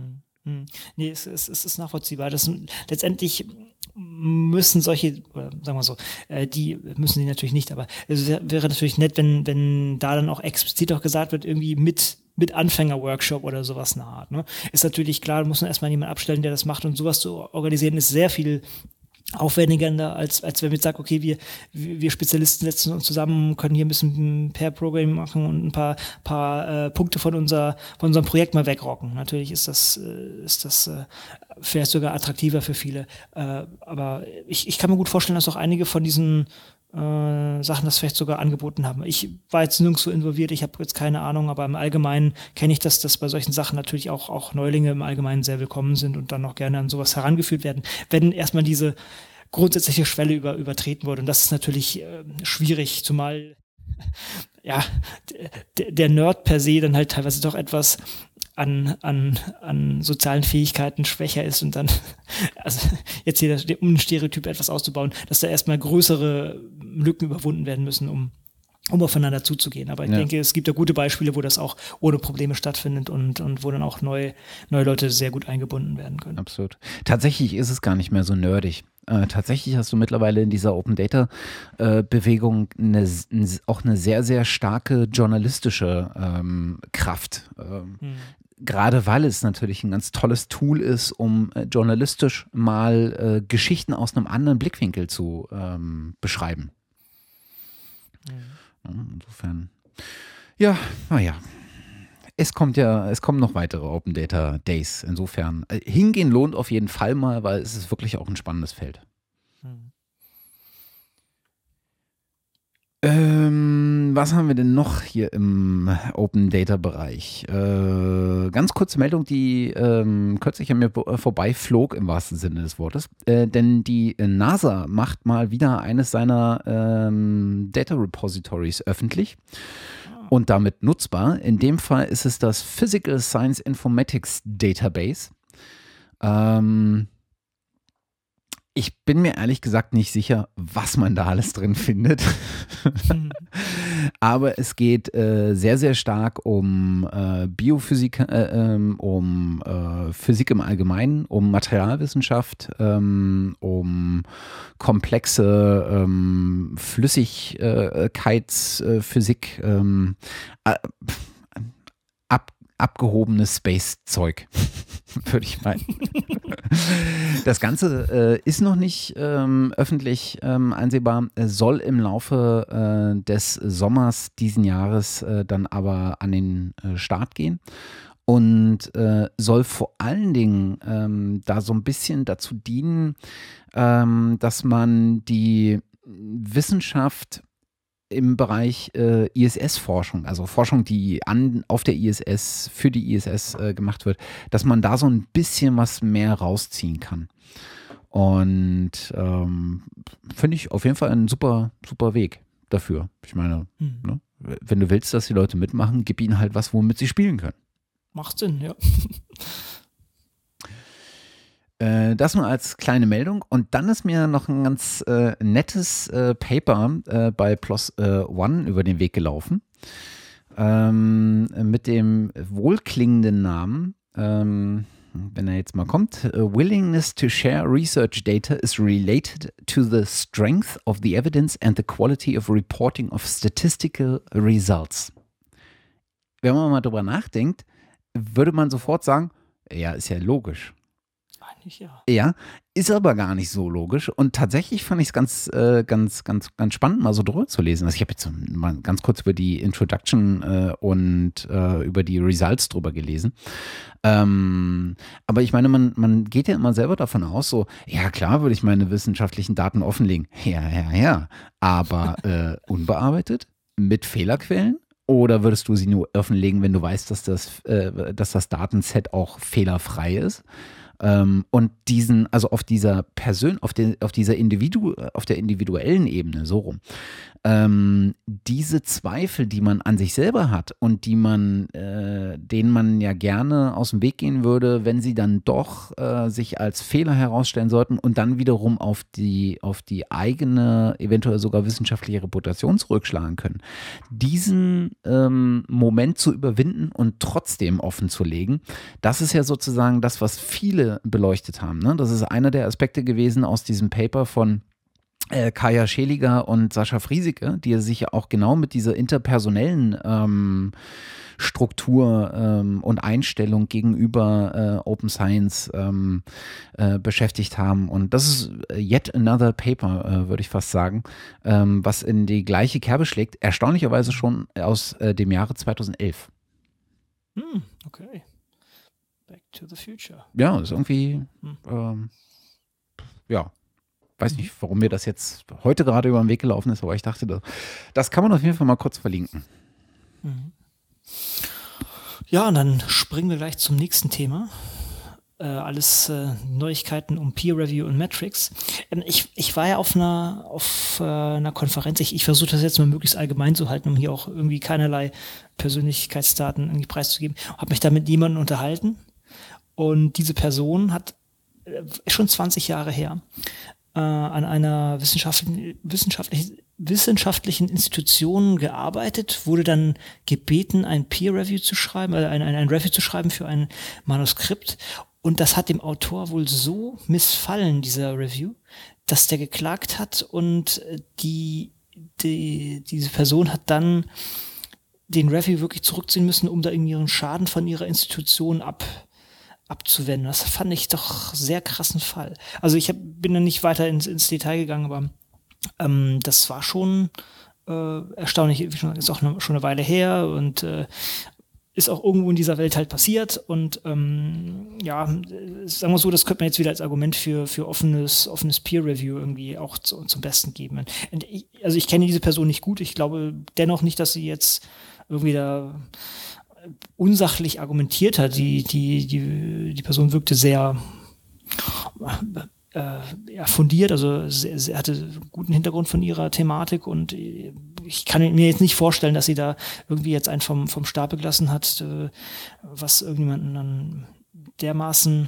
Hm. Nee, es, es, es ist nachvollziehbar. Das, letztendlich müssen solche, oder sagen wir so, äh, die müssen sie natürlich nicht, aber es wär, wäre natürlich nett, wenn, wenn da dann auch explizit auch gesagt wird, irgendwie mit mit Anfänger-Workshop oder sowas in der Art. Ne? Ist natürlich klar, da muss man erstmal jemanden abstellen, der das macht, und sowas zu organisieren ist sehr viel aufwendiger, als, als wenn wir jetzt sagen, okay, wir, wir Spezialisten setzen uns zusammen, können hier ein bisschen Pair-Programming machen und ein paar, paar äh, Punkte von, unser, von unserem Projekt mal wegrocken. Natürlich ist das, äh, ist das äh, vielleicht sogar attraktiver für viele. Äh, aber ich, ich kann mir gut vorstellen, dass auch einige von diesen äh, Sachen das vielleicht sogar angeboten haben. Ich war jetzt nirgendwo involviert, ich habe jetzt keine Ahnung, aber im Allgemeinen kenne ich das, dass bei solchen Sachen natürlich auch, auch Neulinge im Allgemeinen sehr willkommen sind und dann noch gerne an sowas herangeführt werden, wenn erstmal diese grundsätzliche Schwelle über, übertreten wurde. Und das ist natürlich äh, schwierig, zumal ja, d- der Nerd per se dann halt teilweise doch etwas an, an, an sozialen Fähigkeiten schwächer ist und dann, also jetzt hier das, um ein Stereotyp etwas auszubauen, dass da erstmal größere Lücken überwunden werden müssen, um, um aufeinander zuzugehen. Aber ich Ja. denke, es gibt ja gute Beispiele, wo das auch ohne Probleme stattfindet und, und wo dann auch neue, neue Leute sehr gut eingebunden werden können. Absolut. Tatsächlich ist es gar nicht mehr so nerdig. Äh, tatsächlich hast du mittlerweile in dieser Open Data äh, Bewegung eine, n- auch eine sehr, sehr starke journalistische ähm, Kraft. Ähm, Hm. Gerade weil es natürlich ein ganz tolles Tool ist, um äh, journalistisch mal äh, Geschichten aus einem anderen Blickwinkel zu ähm, beschreiben. Ja, insofern, ja, naja. Es kommt ja, es kommen noch weitere Open Data Days. Insofern, äh, hingehen lohnt auf jeden Fall mal, weil es ist wirklich auch ein spannendes Feld. Hm. Ähm, was haben wir denn noch hier im Open Data Bereich? Äh, ganz kurze Meldung, die ähm, kürzlich an mir bo- vorbeiflog, im wahrsten Sinne des Wortes. Äh, denn die äh, NASA macht mal wieder eines seiner ähm, Data Repositories öffentlich und damit nutzbar. In dem Fall ist es das Physical Science Informatics Database. Ähm, Ich bin mir ehrlich gesagt nicht sicher, was man da alles drin findet. Aber es geht äh, sehr, sehr stark um äh, Biophysik, äh, ähm, um äh, Physik im Allgemeinen, um Materialwissenschaft, ähm, um komplexe ähm, Flüssigkeitsphysik, ähm, äh, ab, abgehobenes Space-Zeug, würde ich meinen. Das Ganze äh, ist noch nicht ähm, öffentlich ähm, einsehbar, Es soll im Laufe äh, des Sommers diesen Jahres äh, dann aber an den äh, Start gehen und äh, soll vor allen Dingen ähm, da so ein bisschen dazu dienen, ähm, dass man die Wissenschaft im Bereich äh, I S S-Forschung, also Forschung, die an, auf der I S S, für die I S S äh, gemacht wird, dass man da so ein bisschen was mehr rausziehen kann. Und ähm, finde ich auf jeden Fall ein super, super Weg dafür. Ich meine, Hm. ne, wenn du willst, dass die Leute mitmachen, gib ihnen halt was, womit sie spielen können. Macht Sinn, ja. Äh, das nur als kleine Meldung. Und dann ist mir noch ein ganz äh, nettes äh, Paper äh, bei PLOS äh, One über den Weg gelaufen. Ähm, mit dem wohlklingenden Namen, ähm, wenn er jetzt mal kommt, uh, Willingness to share research data is related to the strength of the evidence and the quality of reporting of statistical results. Wenn man mal drüber nachdenkt, würde man sofort sagen, ja, ist ja logisch. Eigentlich ja. Ja, ist aber gar nicht so logisch. Und tatsächlich fand ich es ganz, äh, ganz, ganz, ganz spannend, mal so drüber zu lesen. Also ich habe jetzt so mal ganz kurz über die Introduction äh, und äh, über die Results drüber gelesen. Ähm, aber ich meine, man, man geht ja immer selber davon aus, so, ja klar würde ich meine wissenschaftlichen Daten offenlegen. Ja, ja, ja. Aber äh, unbearbeitet? Mit Fehlerquellen? Oder würdest du sie nur offenlegen, wenn du weißt, dass das, äh, dass das Datenset auch fehlerfrei ist? Ähm, und diesen, also auf dieser Persön, auf, den, auf dieser Individu, auf der individuellen Ebene, so rum, ähm, diese Zweifel, die man an sich selber hat und die man, äh, denen man ja gerne aus dem Weg gehen würde, wenn sie dann doch äh, sich als Fehler herausstellen sollten und dann wiederum auf die, auf die eigene, eventuell sogar wissenschaftliche Reputation zurückschlagen können. Diesen ähm, Moment zu überwinden und trotzdem offen zu legen, das ist ja sozusagen das, was viele beleuchtet haben. Ne? Das ist einer der Aspekte gewesen aus diesem Paper von äh, Kaya Scheliger und Sascha Friesike, die sich ja auch genau mit dieser interpersonellen ähm, Struktur ähm, und Einstellung gegenüber äh, Open Science ähm, äh, beschäftigt haben. Und das ist yet another paper, äh, würde ich fast sagen, ähm, was in die gleiche Kerbe schlägt, erstaunlicherweise schon aus äh, dem Jahre zweitausendelf. Hm, okay. Back to the future. Ja, ist irgendwie, hm. ähm, ja, weiß nicht, warum mir das jetzt heute gerade über den Weg gelaufen ist, aber ich dachte, das, das kann man auf jeden Fall mal kurz verlinken. Mhm. Ja, und dann springen wir gleich zum nächsten Thema. Äh, alles äh, Neuigkeiten um Peer Review und Metrics. Ähm, ich, ich war ja auf einer, auf, äh, einer Konferenz, ich, ich versuche das jetzt mal möglichst allgemein zu halten, um hier auch irgendwie keinerlei Persönlichkeitsdaten irgendwie preiszugeben. Habe mich da mit jemandem unterhalten und diese Person hat äh, schon zwanzig Jahre her äh, an einer wissenschaftlichen, wissenschaftlichen wissenschaftlichen Institutionen gearbeitet, wurde dann gebeten, ein Peer-Review zu schreiben, äh, ein, ein, ein Review zu schreiben für ein Manuskript. Und das hat dem Autor wohl so missfallen, dieser Review, dass der geklagt hat und die, die diese Person hat dann den Review wirklich zurückziehen müssen, um da irgendwie ihren Schaden von ihrer Institution ab abzuwenden. Das fand ich doch sehr krassen Fall. Also ich hab, bin dann nicht weiter ins, ins Detail gegangen, aber Ähm, das war schon äh, erstaunlich, wie schon gesagt, ist auch eine, schon eine Weile her und äh, ist auch irgendwo in dieser Welt halt passiert und ähm, ja, sagen wir so, das könnte man jetzt wieder als Argument für, für offenes, offenes Peer-Review irgendwie auch zu, zum Besten geben. Und ich, also ich kenne diese Person nicht gut, ich glaube dennoch nicht, dass sie jetzt irgendwie da unsachlich argumentiert hat. Die, die, die, die Person wirkte sehr Äh, ja, fundiert, also sie, sie hatte einen guten Hintergrund von ihrer Thematik und ich kann mir jetzt nicht vorstellen, dass sie da irgendwie jetzt einen vom, vom Stapel gelassen hat, äh, was irgendjemanden dann dermaßen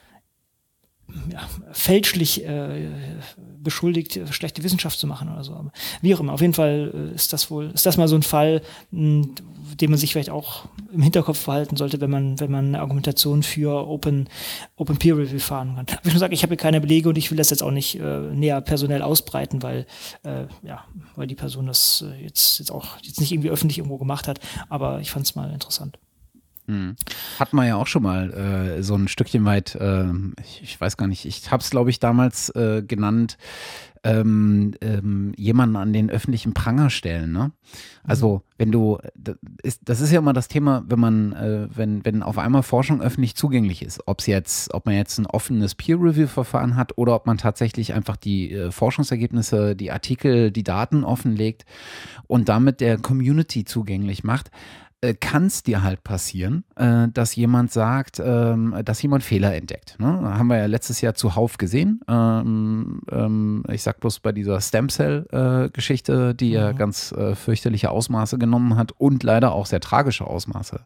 ja, fälschlich äh, beschuldigt, schlechte Wissenschaft zu machen oder so. Aber wie auch immer, auf jeden Fall äh, ist das wohl, ist das mal so ein Fall, mh, den man sich vielleicht auch im Hinterkopf behalten sollte, wenn man, wenn man eine Argumentation für Open, Open Peer Review fahren kann. Aber ich muss sagen, ich habe hier keine Belege und ich will das jetzt auch nicht äh, näher personell ausbreiten, weil, äh, ja, weil die Person das äh, jetzt, jetzt auch jetzt nicht irgendwie öffentlich irgendwo gemacht hat, aber ich fand es mal interessant. Hm. Hat man ja auch schon mal äh, so ein Stückchen weit, äh, ich, ich weiß gar nicht, ich habe es glaube ich damals äh, genannt, ähm, ähm, jemanden an den öffentlichen Pranger stellen. Ne? Also wenn du, das ist, das ist ja immer das Thema, wenn man, äh, wenn, wenn auf einmal Forschung öffentlich zugänglich ist, ob es jetzt, ob man jetzt ein offenes Peer-Review-Verfahren hat oder ob man tatsächlich einfach die äh, Forschungsergebnisse, die Artikel, die Daten offenlegt und damit der Community zugänglich macht, kann es dir halt passieren, äh, dass jemand sagt, ähm, dass jemand Fehler entdeckt. Ne? Haben wir ja letztes Jahr zuhauf gesehen. Ähm, ähm, ich sag bloß bei dieser Stem-Cell-Geschichte, äh, die ja mhm. ganz äh, fürchterliche Ausmaße genommen hat und leider auch sehr tragische Ausmaße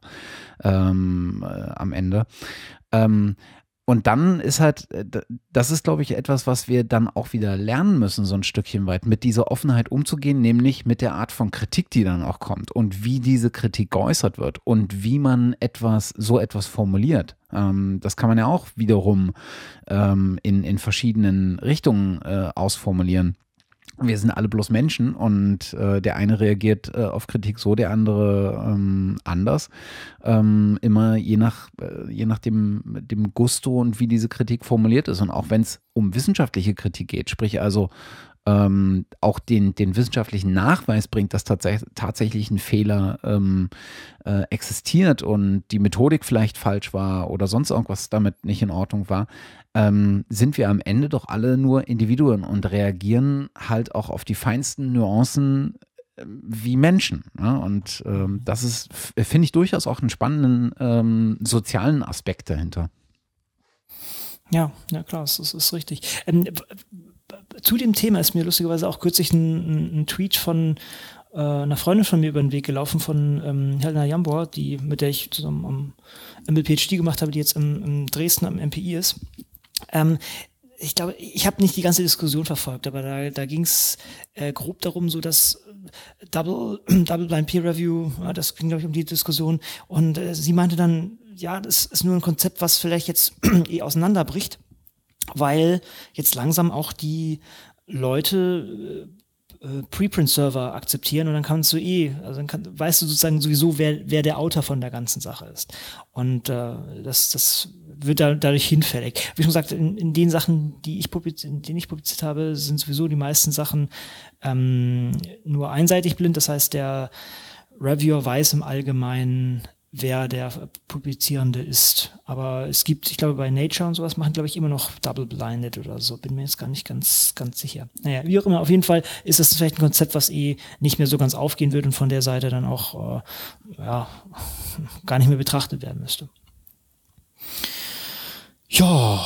ähm, äh, am Ende. Ähm, Und dann ist halt, das ist, glaube ich, etwas, was wir dann auch wieder lernen müssen, so ein Stückchen weit, mit dieser Offenheit umzugehen, nämlich mit der Art von Kritik, die dann auch kommt und wie diese Kritik geäußert wird und wie man etwas, so etwas formuliert. Ähm, das kann man ja auch wiederum ähm, in, in verschiedenen Richtungen äh, ausformulieren. Wir sind alle bloß Menschen und äh, der eine reagiert äh, auf Kritik so, der andere ähm, anders. Ähm, immer je nach, äh, je nach dem, dem Gusto und wie diese Kritik formuliert ist. Und auch wenn es um wissenschaftliche Kritik geht, sprich also ähm, auch den, den wissenschaftlichen Nachweis bringt, dass tats- tatsächlich ein Fehler ähm, äh, existiert und die Methodik vielleicht falsch war oder sonst irgendwas damit nicht in Ordnung war, ähm, sind wir am Ende doch alle nur Individuen und reagieren halt auch auf die feinsten Nuancen äh, wie Menschen. Ne? Und ähm, das ist, finde ich, durchaus auch einen spannenden ähm, sozialen Aspekt dahinter. Ja, ja klar, das ist, ist richtig. Ähm, zu dem Thema ist mir lustigerweise auch kürzlich ein, ein Tweet von äh, einer Freundin von mir über den Weg gelaufen, von ähm, Helena Jambor, die, mit der ich zusammen am M L P H D gemacht habe, die jetzt im, im Dresden am M P I ist. Ähm, ich glaube, ich habe nicht die ganze Diskussion verfolgt, aber da, da ging es äh, grob darum, so dass Double, Double Blind Peer Review, ja, das ging, glaube ich, um die Diskussion. Und äh, sie meinte dann, ja, das ist nur ein Konzept, was vielleicht jetzt eh auseinanderbricht, weil jetzt langsam auch die Leute äh, Preprint-Server akzeptieren und dann kannst du eh, also dann kann, weißt du sozusagen sowieso, wer, wer der Autor von der ganzen Sache ist. Und äh, das, das wird da, dadurch hinfällig. Wie schon gesagt, in, in den Sachen, die ich publiziert, in denen ich publiziert habe, sind sowieso die meisten Sachen ähm, nur einseitig blind. Das heißt, der Reviewer weiß im Allgemeinen, wer der Publizierende ist. Aber es gibt, ich glaube, bei Nature und sowas machen, glaube ich, immer noch Double-Blinded oder so. Bin mir jetzt gar nicht ganz, ganz sicher. Naja, wie auch immer, auf jeden Fall ist das vielleicht ein Konzept, was eh nicht mehr so ganz aufgehen wird und von der Seite dann auch äh, ja, gar nicht mehr betrachtet werden müsste. Ja,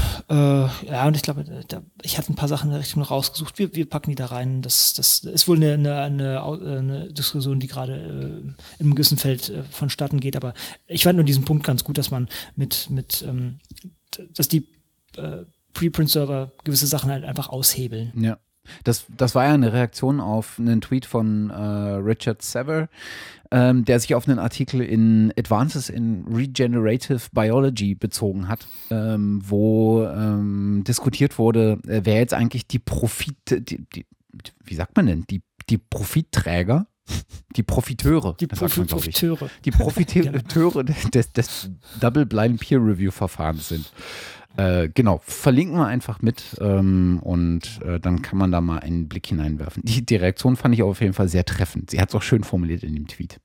äh, ja, und ich glaube, da, ich hatte ein paar Sachen in der Richtung noch rausgesucht. Wir, wir packen die da rein. Das, das ist wohl eine, eine, eine, eine Diskussion, die gerade äh, im gewissen Feld äh, vonstatten geht. Aber ich fand nur diesen Punkt ganz gut, dass man mit, mit ähm, dass die äh, Preprint-Server gewisse Sachen halt einfach aushebeln. Ja. Das, das war ja eine Reaktion auf einen Tweet von äh, Richard Sever, ähm, der sich auf einen Artikel in Advances in Regenerative Biology bezogen hat, ähm, wo ähm, diskutiert wurde, äh, wer jetzt eigentlich die Profit, die, die, wie sagt man denn, die, die Profitträger, die Profiteure, die Profi- Profiteure, die Profiteure des, des Double Blind Peer Review Verfahrens sind. Äh, genau, verlinken wir einfach mit ähm, und äh, dann kann man da mal einen Blick hineinwerfen. Die, die Reaktion fand ich auf jeden Fall sehr treffend. Sie hat es auch schön formuliert in dem Tweet.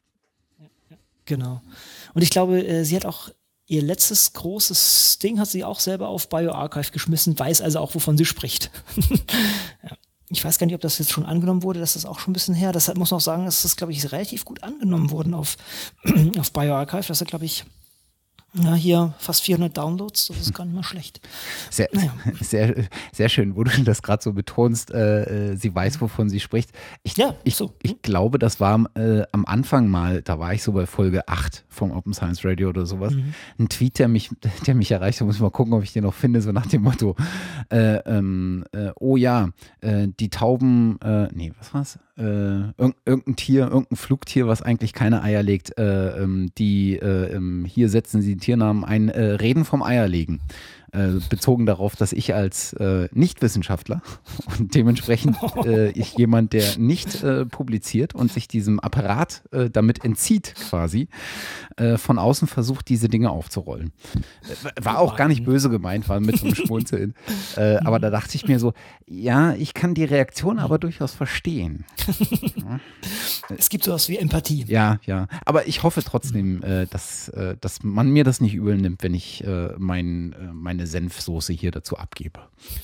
Genau. Und ich glaube, äh, sie hat auch ihr letztes großes Ding hat sie auch selber auf bioRxiv geschmissen, weiß also auch, wovon sie spricht. Ja. Ich weiß gar nicht, ob das jetzt schon angenommen wurde, das ist auch schon ein bisschen her. Deshalb muss man auch sagen, dass das, glaube ich, relativ gut angenommen worden auf, auf bioRxiv. Das ist, glaube ich, ja, hier fast vierhundert Downloads, das ist gar nicht mal schlecht. Sehr, naja. sehr, sehr schön, wo du das gerade so betonst, äh, sie weiß, wovon sie spricht. Ich, ja, ich, so. ich glaube, das war äh, am Anfang mal, da war ich so bei Folge acht vom Open Science Radio oder sowas, mhm. ein Tweet, der mich, der mich erreicht, da muss ich mal gucken, ob ich den noch finde, so nach dem Motto, äh, ähm, äh, oh ja, äh, die Tauben, äh, nee, was war's? Äh, irg- irgendein Tier, irgendein Flugtier, was eigentlich keine Eier legt, äh, ähm, die äh, ähm, hier setzen sie den Tiernamen ein, äh, reden vom Eierlegen. Äh, bezogen darauf, dass ich als äh, Nichtwissenschaftler und dementsprechend äh, ich jemand, der nicht äh, publiziert und sich diesem Apparat äh, damit entzieht quasi, äh, von außen versucht, diese Dinge aufzurollen. Äh, war auch gar nicht böse gemeint, war mit so einem Schmunzeln. Äh, aber da dachte ich mir so, ja, ich kann die Reaktion aber durchaus verstehen. Ja. Es gibt sowas wie Empathie. Ja, ja. Aber ich hoffe trotzdem, äh, dass, äh, dass man mir das nicht übel nimmt, wenn ich äh, mein, äh, meine Senfsoße hier dazu abgebe.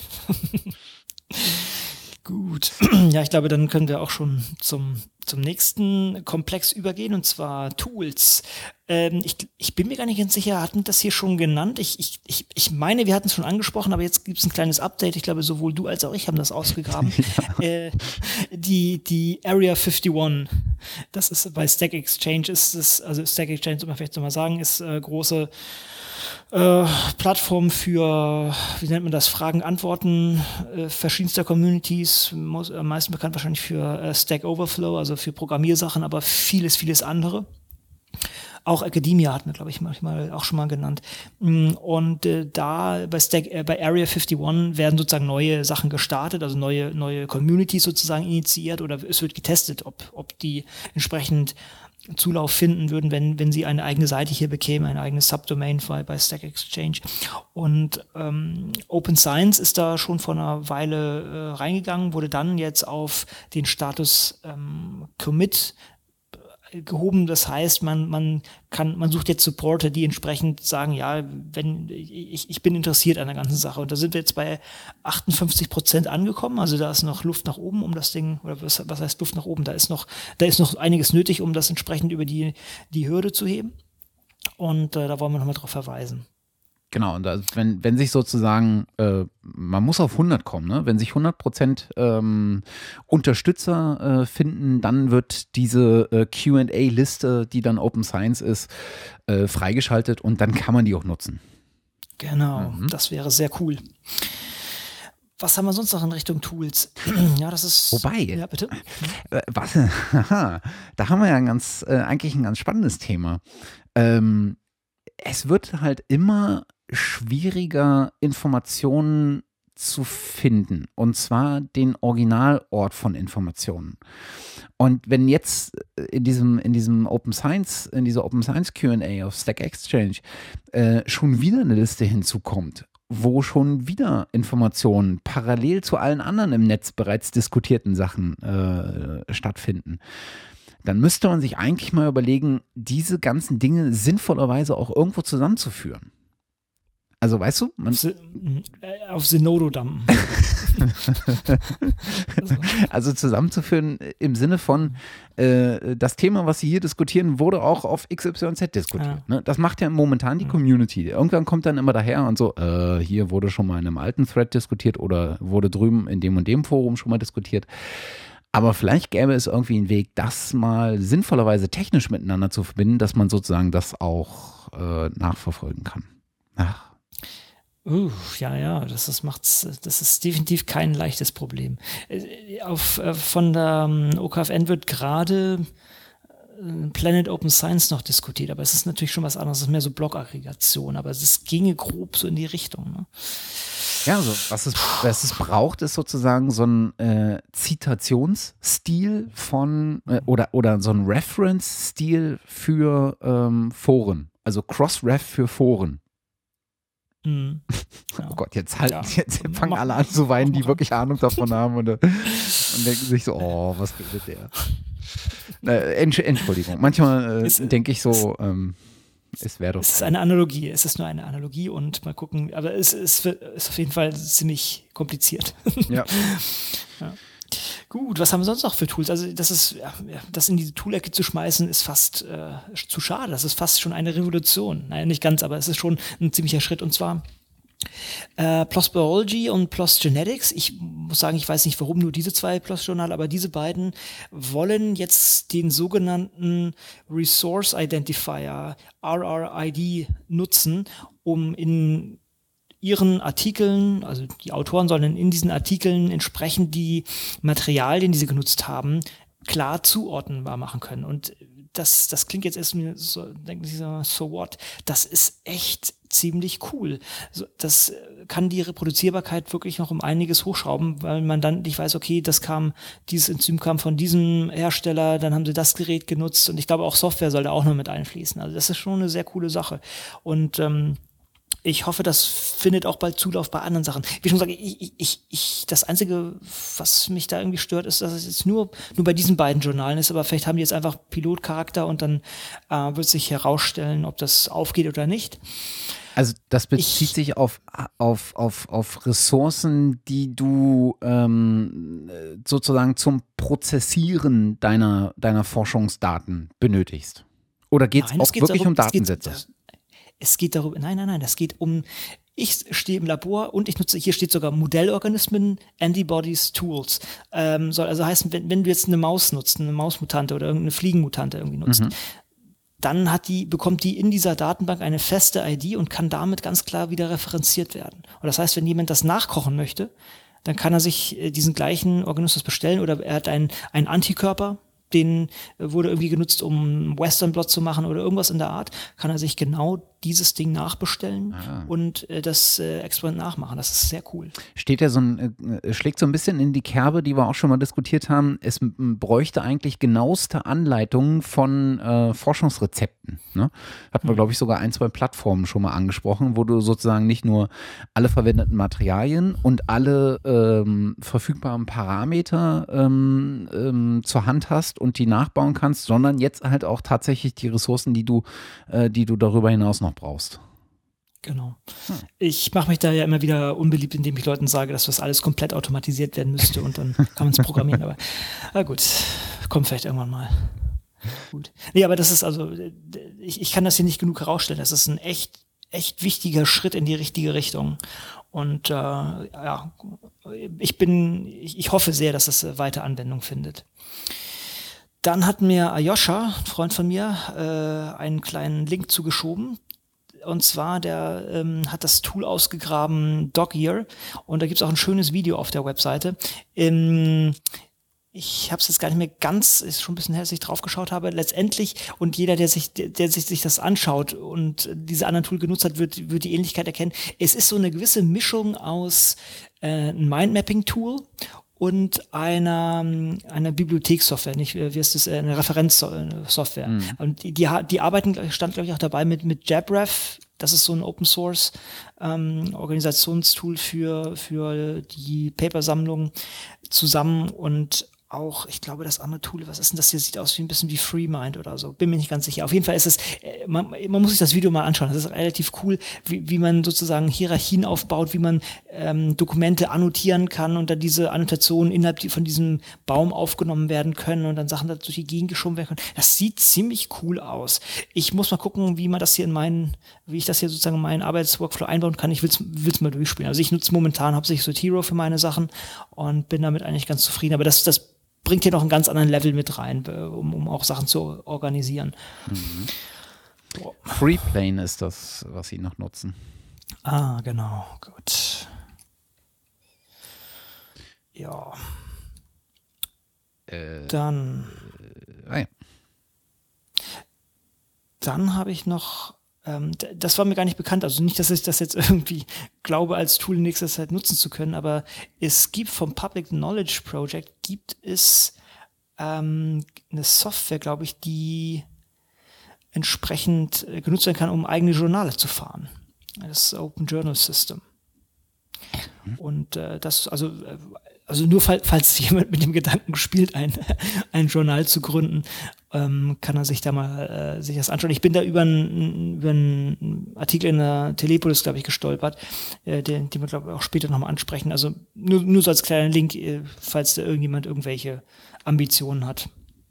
Gut. Ja, ich glaube, dann können wir auch schon zum, zum nächsten Komplex übergehen, und zwar Tools. Ähm, ich, ich bin mir gar nicht ganz sicher, hatten das hier schon genannt? Ich, ich, ich, ich meine, wir hatten es schon angesprochen, aber jetzt gibt es ein kleines Update. Ich glaube, sowohl du als auch ich haben das ausgegraben. Ja. Äh, die, die Area einundfünfzig, das ist bei Stack Exchange, ist das, also Stack Exchange, soll man vielleicht nochmal sagen, ist äh, große Äh, Plattform für, wie nennt man das, Fragen, Antworten äh, verschiedenster Communities, most, am meisten bekannt wahrscheinlich für äh, Stack Overflow, also für Programmiersachen, aber vieles, vieles andere. Auch Academia hatten wir, glaube ich, manchmal auch schon mal genannt. Und äh, da bei Stack, äh, bei Area einundfünfzig werden sozusagen neue Sachen gestartet, also neue, neue Communities sozusagen initiiert, oder es wird getestet, ob, ob die entsprechend Zulauf finden würden, wenn, wenn sie eine eigene Seite hier bekämen, eine eigene Subdomain bei, bei Stack Exchange. Und ähm, Open Science ist da schon vor einer Weile äh, reingegangen, wurde dann jetzt auf den Status ähm, Commit gehoben. Das heißt, man, man kann, man sucht jetzt Supporter, die entsprechend sagen, ja, wenn, ich, ich bin interessiert an der ganzen Sache. Und da sind wir jetzt bei achtundfünfzig Prozent angekommen. Also da ist noch Luft nach oben, um das Ding, oder was, was heißt Luft nach oben? Da ist noch, da ist noch einiges nötig, um das entsprechend über die, die Hürde zu heben. Und äh, da wollen wir nochmal drauf verweisen. Genau, und da, wenn, wenn sich sozusagen, äh, man muss auf hundert kommen, ne? Wenn sich hundert Prozent ähm, Unterstützer äh, finden, dann wird diese äh, Q and A-Liste, die dann Open Science ist, äh, freigeschaltet und dann kann man die auch nutzen. Genau, Mhm. das wäre sehr cool. Was haben wir sonst noch in Richtung Tools? Ja, das ist. Wobei, Ja, bitte. Äh, was, haha, da haben wir ja ein ganz, äh, eigentlich ein ganz spannendes Thema. Ähm, es wird halt immer schwieriger, Informationen zu finden. Und zwar den Originalort von Informationen. Und wenn jetzt in diesem, in diesem Open Science, in dieser Open Science Q and A auf Stack Exchange äh, schon wieder eine Liste hinzukommt, wo schon wieder Informationen parallel zu allen anderen im Netz bereits diskutierten Sachen äh, stattfinden, dann müsste man sich eigentlich mal überlegen, diese ganzen Dinge sinnvollerweise auch irgendwo zusammenzuführen. Also weißt du, man auf Zenodo dampfen. Also zusammenzuführen im Sinne von, äh, das Thema, was Sie hier diskutieren, wurde auch auf X Y Z diskutiert. Ja. Ne? Das macht ja momentan die Community. Irgendwann kommt dann immer daher und so, äh, hier wurde schon mal in einem alten Thread diskutiert oder wurde drüben in dem und dem Forum schon mal diskutiert. Aber vielleicht gäbe es irgendwie einen Weg, das mal sinnvollerweise technisch miteinander zu verbinden, dass man sozusagen das auch äh, nachverfolgen kann. Ach. Uh, ja, ja, das ist, macht's, das ist definitiv kein leichtes Problem. Auf, von der O K F N wird gerade Planet Open Science noch diskutiert, aber es ist natürlich schon was anderes, es ist mehr so Blog-Aggregation, aber es ginge grob so in die Richtung. Ne? Ja, also was es, was es braucht, ist sozusagen so ein äh, Zitationsstil von äh, oder, oder so ein Reference-Stil für ähm, Foren, also Cross-Ref für Foren. Mhm. Ja. Oh Gott, jetzt halt, ja. jetzt fangen mach, alle an zu weinen, die wirklich Ahnung davon haben und, und denken sich so, oh, was redet der? Äh, Entschuldigung, manchmal äh, denke ich so, ähm, es wäre doch. Es ist eine Analogie, es ist nur eine Analogie und mal gucken, aber es ist, ist auf jeden Fall ziemlich kompliziert. Ja. Ja. Gut, was haben wir sonst noch für Tools? Also das ist, ja, das in diese Tool-Ecke zu schmeißen, ist fast äh, zu schade. Das ist fast schon eine Revolution. Naja, nicht ganz, aber es ist schon ein ziemlicher Schritt. Und zwar äh, PLOS Biology und PLOS Genetics. Ich muss sagen, ich weiß nicht, warum nur diese zwei PLOS-Journale, aber diese beiden wollen jetzt den sogenannten Resource Identifier, R R I D, nutzen, um in ihren Artikeln, also die Autoren sollen in diesen Artikeln entsprechend die Materialien, die sie genutzt haben, klar zuordnenbar machen können. Und das, das klingt jetzt erst mir so, denken Sie so, so what? Das ist echt ziemlich cool. Das kann die Reproduzierbarkeit wirklich noch um einiges hochschrauben, weil man dann nicht weiß, okay, das kam, dieses Enzym kam von diesem Hersteller, dann haben sie das Gerät genutzt und ich glaube auch Software soll da auch noch mit einfließen. Also das ist schon eine sehr coole Sache. Und ähm, ich hoffe, das findet auch bald Zulauf bei anderen Sachen. Wie schon gesagt, ich, ich, ich, das Einzige, was mich da irgendwie stört, ist, dass es jetzt nur, nur bei diesen beiden Journalen ist, aber vielleicht haben die jetzt einfach Pilotcharakter und dann äh, wird sich herausstellen, ob das aufgeht oder nicht. Also das bezieht ich, sich auf, auf, auf, auf Ressourcen, die du ähm, sozusagen zum Prozessieren deiner, deiner Forschungsdaten benötigst. Oder geht es auch wirklich darum, um Datensätze? Es geht, es geht darüber, nein, nein, nein, das geht um, ich stehe im Labor und ich nutze, hier steht sogar Modellorganismen, Antibodies, Tools. Ähm, soll also heißen, wenn, wenn du jetzt eine Maus nutzt, eine Mausmutante oder irgendeine Fliegenmutante irgendwie nutzt, mhm. dann hat die, bekommt die in dieser Datenbank eine feste I D und kann damit ganz klar wieder referenziert werden. Und das heißt, wenn jemand das nachkochen möchte, dann kann er sich diesen gleichen Organismus bestellen oder er hat einen, einen Antikörper, den wurde irgendwie genutzt, um Western Blot zu machen oder irgendwas in der Art, kann er sich genau dieses Ding nachbestellen ah. und äh, das äh, Experiment nachmachen. Das ist sehr cool. Steht ja so ein, äh, schlägt so ein bisschen in die Kerbe, die wir auch schon mal diskutiert haben. Es m- bräuchte eigentlich genaueste Anleitungen von äh, Forschungsrezepten. Ne? Hatten wir, glaube ich, sogar ein, zwei Plattformen schon mal angesprochen, wo du sozusagen nicht nur alle verwendeten Materialien und alle ähm, verfügbaren Parameter ähm, ähm, zur Hand hast und die nachbauen kannst, sondern jetzt halt auch tatsächlich die Ressourcen, die du, äh, die du darüber hinaus noch brauchst. Genau. Hm. Ich mache mich da ja immer wieder unbeliebt, indem ich Leuten sage, dass das alles komplett automatisiert werden müsste und dann kann man es programmieren. Aber na gut, kommt vielleicht irgendwann mal. Gut. Nee, aber das ist also, ich, ich kann das hier nicht genug herausstellen. Das ist ein echt, echt wichtiger Schritt in die richtige Richtung. Und äh, ja, ich bin, ich, ich hoffe sehr, dass das weiter Anwendung findet. Dann hat mir Ayosha, ein Freund von mir, äh, einen kleinen Link zugeschoben. Und zwar, der ähm, hat das Tool ausgegraben, Dog-Ear. Und da gibt es auch ein schönes Video auf der Webseite. Ähm, ich habe es jetzt gar nicht mehr ganz, ist schon ein bisschen her, dass ich drauf geschaut habe. Letztendlich, und jeder, der sich, der, der sich, sich das anschaut und diese anderen Tool genutzt hat, wird, wird die Ähnlichkeit erkennen. Es ist so eine gewisse Mischung aus äh, einem Mindmapping-Tool und einer, einer Bibliothekssoftware, nicht, wie heißt das, eine Referenzsoftware. Mhm. Und die, die, die arbeiten, stand glaube ich auch dabei mit, mit JabRef. Das ist so ein Open Source ähm, Organisationstool für, für die Papersammlung zusammen und auch, ich glaube, das andere Tool, was ist denn das hier, sieht aus wie ein bisschen wie FreeMind oder so, bin mir nicht ganz sicher. Auf jeden Fall ist es, man, man muss sich das Video mal anschauen, das ist relativ cool, wie, wie man sozusagen Hierarchien aufbaut, wie man ähm, Dokumente annotieren kann und dann diese Annotationen innerhalb von diesem Baum aufgenommen werden können und dann Sachen da durch die Gegend geschoben werden können. Das sieht ziemlich cool aus. Ich muss mal gucken, wie man das hier in meinen, wie ich das hier sozusagen in meinen Arbeitsworkflow einbauen kann. Ich will es mal durchspielen. Also ich nutze momentan hauptsächlich Zotero für meine Sachen und bin damit eigentlich ganz zufrieden, aber das, das bringt hier noch einen ganz anderen Level mit rein, um, um auch Sachen zu organisieren. Mhm. Oh. Freeplane ist das, was Sie noch nutzen. Ah, genau, gut. Ja. Äh, dann äh, ah ja. Dann habe ich noch Ähm, das war mir gar nicht bekannt, also nicht, dass ich das jetzt irgendwie glaube, als Tool in nächster Zeit nutzen zu können, aber es gibt vom Public Knowledge Project, gibt es ähm, eine Software, glaube ich, die entsprechend genutzt werden kann, um eigene Journale zu fahren. Das Open Journal System. Mhm. Und äh, das, also Also nur fall, falls jemand mit dem Gedanken spielt, ein, ein Journal zu gründen, ähm, kann er sich da mal äh, sich das anschauen. Ich bin da über einen über einen Artikel in der Telepolis, glaube ich, gestolpert, äh, den, den wir, glaube ich, auch später nochmal ansprechen. Also nur, nur so als kleiner Link, äh, falls da irgendjemand irgendwelche Ambitionen hat.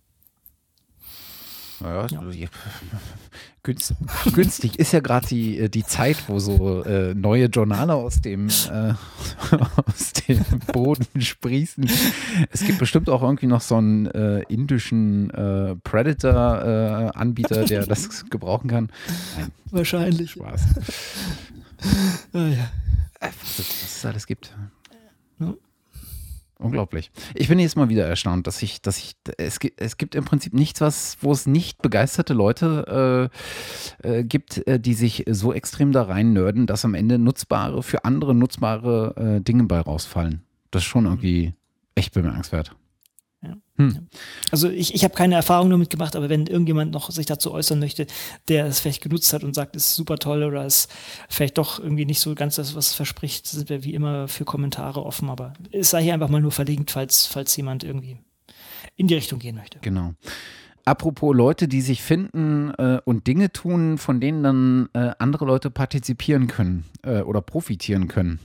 Ja, ja. Günst, günstig ist ja gerade die, die Zeit, wo so äh, neue Journale aus dem, äh, aus dem Boden sprießen. Es gibt bestimmt auch irgendwie noch so einen äh, indischen äh, Predator-Anbieter, äh, der das gebrauchen kann. Nein, wahrscheinlich. Spaß. Oh, ja. Was, was es alles gibt. Ja. Unglaublich. Ich bin jetzt mal wieder erstaunt, dass ich, dass ich, es gibt, es gibt im Prinzip nichts, was, wo es nicht begeisterte Leute äh, äh, gibt, äh, die sich so extrem da rein nörden, dass am Ende nutzbare, für andere nutzbare äh, Dinge bei rausfallen. Das ist schon irgendwie echt bemerkenswert. Ja. Hm. Also ich, ich habe keine Erfahrung damit gemacht, aber wenn irgendjemand noch sich dazu äußern möchte, der es vielleicht genutzt hat und sagt, es ist super toll oder es vielleicht doch irgendwie nicht so ganz das, was es verspricht, sind wir wie immer für Kommentare offen, aber es sei hier einfach mal nur verlinkt, falls, falls jemand irgendwie in die Richtung gehen möchte. Genau. Apropos Leute, die sich finden äh, und Dinge tun, von denen dann äh, andere Leute partizipieren können äh, oder profitieren können.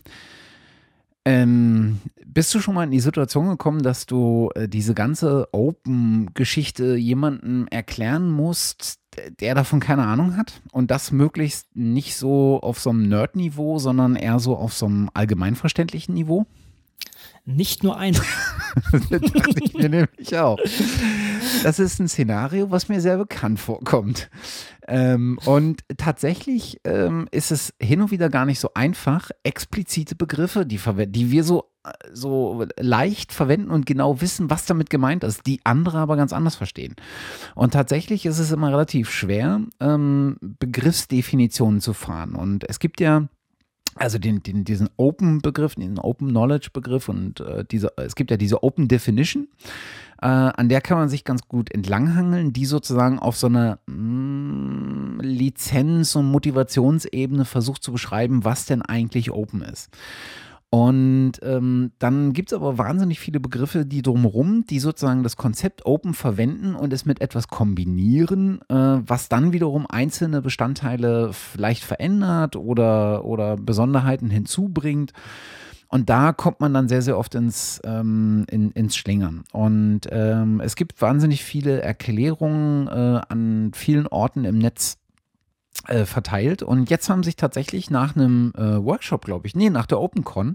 Ähm, bist du schon mal in die Situation gekommen, dass du äh, diese ganze Open-Geschichte jemandem erklären musst, der davon keine Ahnung hat? Und das möglichst nicht so auf so einem Nerd-Niveau, sondern eher so auf so einem allgemeinverständlichen Niveau? Nicht nur ein. Das dachte ich mir nämlich auch. Das ist ein Szenario, was mir sehr bekannt vorkommt. Ähm, und tatsächlich ähm, ist es hin und wieder gar nicht so einfach, explizite Begriffe, die, die wir so, so leicht verwenden und genau wissen, was damit gemeint ist, die andere aber ganz anders verstehen. Und tatsächlich ist es immer relativ schwer, ähm, Begriffsdefinitionen zu fahren. Und es gibt ja Also den, den, diesen Open-Begriff, diesen Open-Knowledge-Begriff und äh, diese, es gibt ja diese Open-Definition, äh, an der kann man sich ganz gut entlanghangeln, die sozusagen auf so einer mh, Lizenz- und Motivationsebene versucht zu beschreiben, was denn eigentlich Open ist. Und ähm, dann gibt es aber wahnsinnig viele Begriffe, die drumherum, die sozusagen das Konzept Open verwenden und es mit etwas kombinieren, äh, was dann wiederum einzelne Bestandteile vielleicht verändert oder, oder Besonderheiten hinzubringt. Und da kommt man dann sehr, sehr oft ins, ähm, in, ins Schlingern. Und ähm, es gibt wahnsinnig viele Erklärungen äh, an vielen Orten im Netz, äh, verteilt. Und jetzt haben sich tatsächlich nach einem äh, Workshop, glaube ich, nee, nach der OpenCon,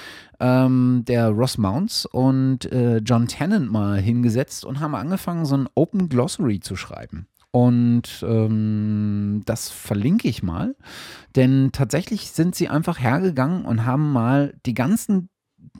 ähm, der Ross Mounts und äh, John Tennant mal hingesetzt und haben angefangen, so ein Open Glossary zu schreiben. Und ähm, das verlinke ich mal, denn tatsächlich sind sie einfach hergegangen und haben mal die ganzen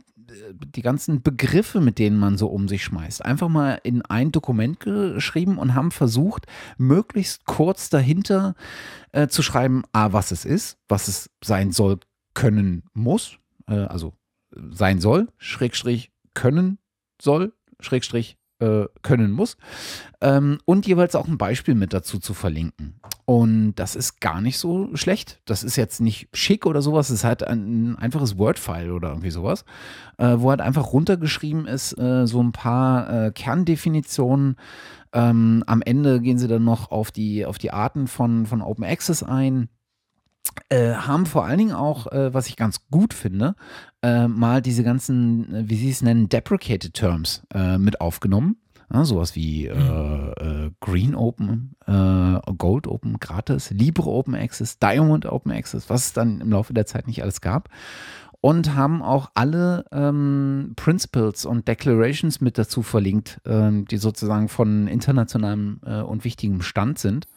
die ganzen Begriffe, mit denen man so um sich schmeißt, einfach mal in ein Dokument geschrieben und haben versucht, möglichst kurz dahinter äh, zu schreiben, a, was es ist, was es sein soll, können muss, äh, also sein soll, Schrägstrich können soll, Schrägstrich äh, können muss, ähm, und jeweils auch ein Beispiel mit dazu zu verlinken. Und das ist gar nicht so schlecht. Das ist jetzt nicht schick oder sowas. Es ist halt ein, ein einfaches Word-File oder irgendwie sowas, äh, wo halt einfach runtergeschrieben ist, äh, so ein paar äh, Kerndefinitionen. Ähm, am Ende gehen sie dann noch auf die, auf die Arten von, von Open Access ein. Äh, haben vor allen Dingen auch, äh, was ich ganz gut finde, äh, mal diese ganzen, äh, wie sie es nennen, deprecated Terms äh, mit aufgenommen. Ja, sowas wie äh, äh, Green Open, äh, Gold Open gratis, Libre Open Access, Diamond Open Access, was es dann im Laufe der Zeit nicht alles gab. Und haben auch alle ähm, Principles und Declarations mit dazu verlinkt, äh, die sozusagen von internationalem äh, und wichtigem Stand sind.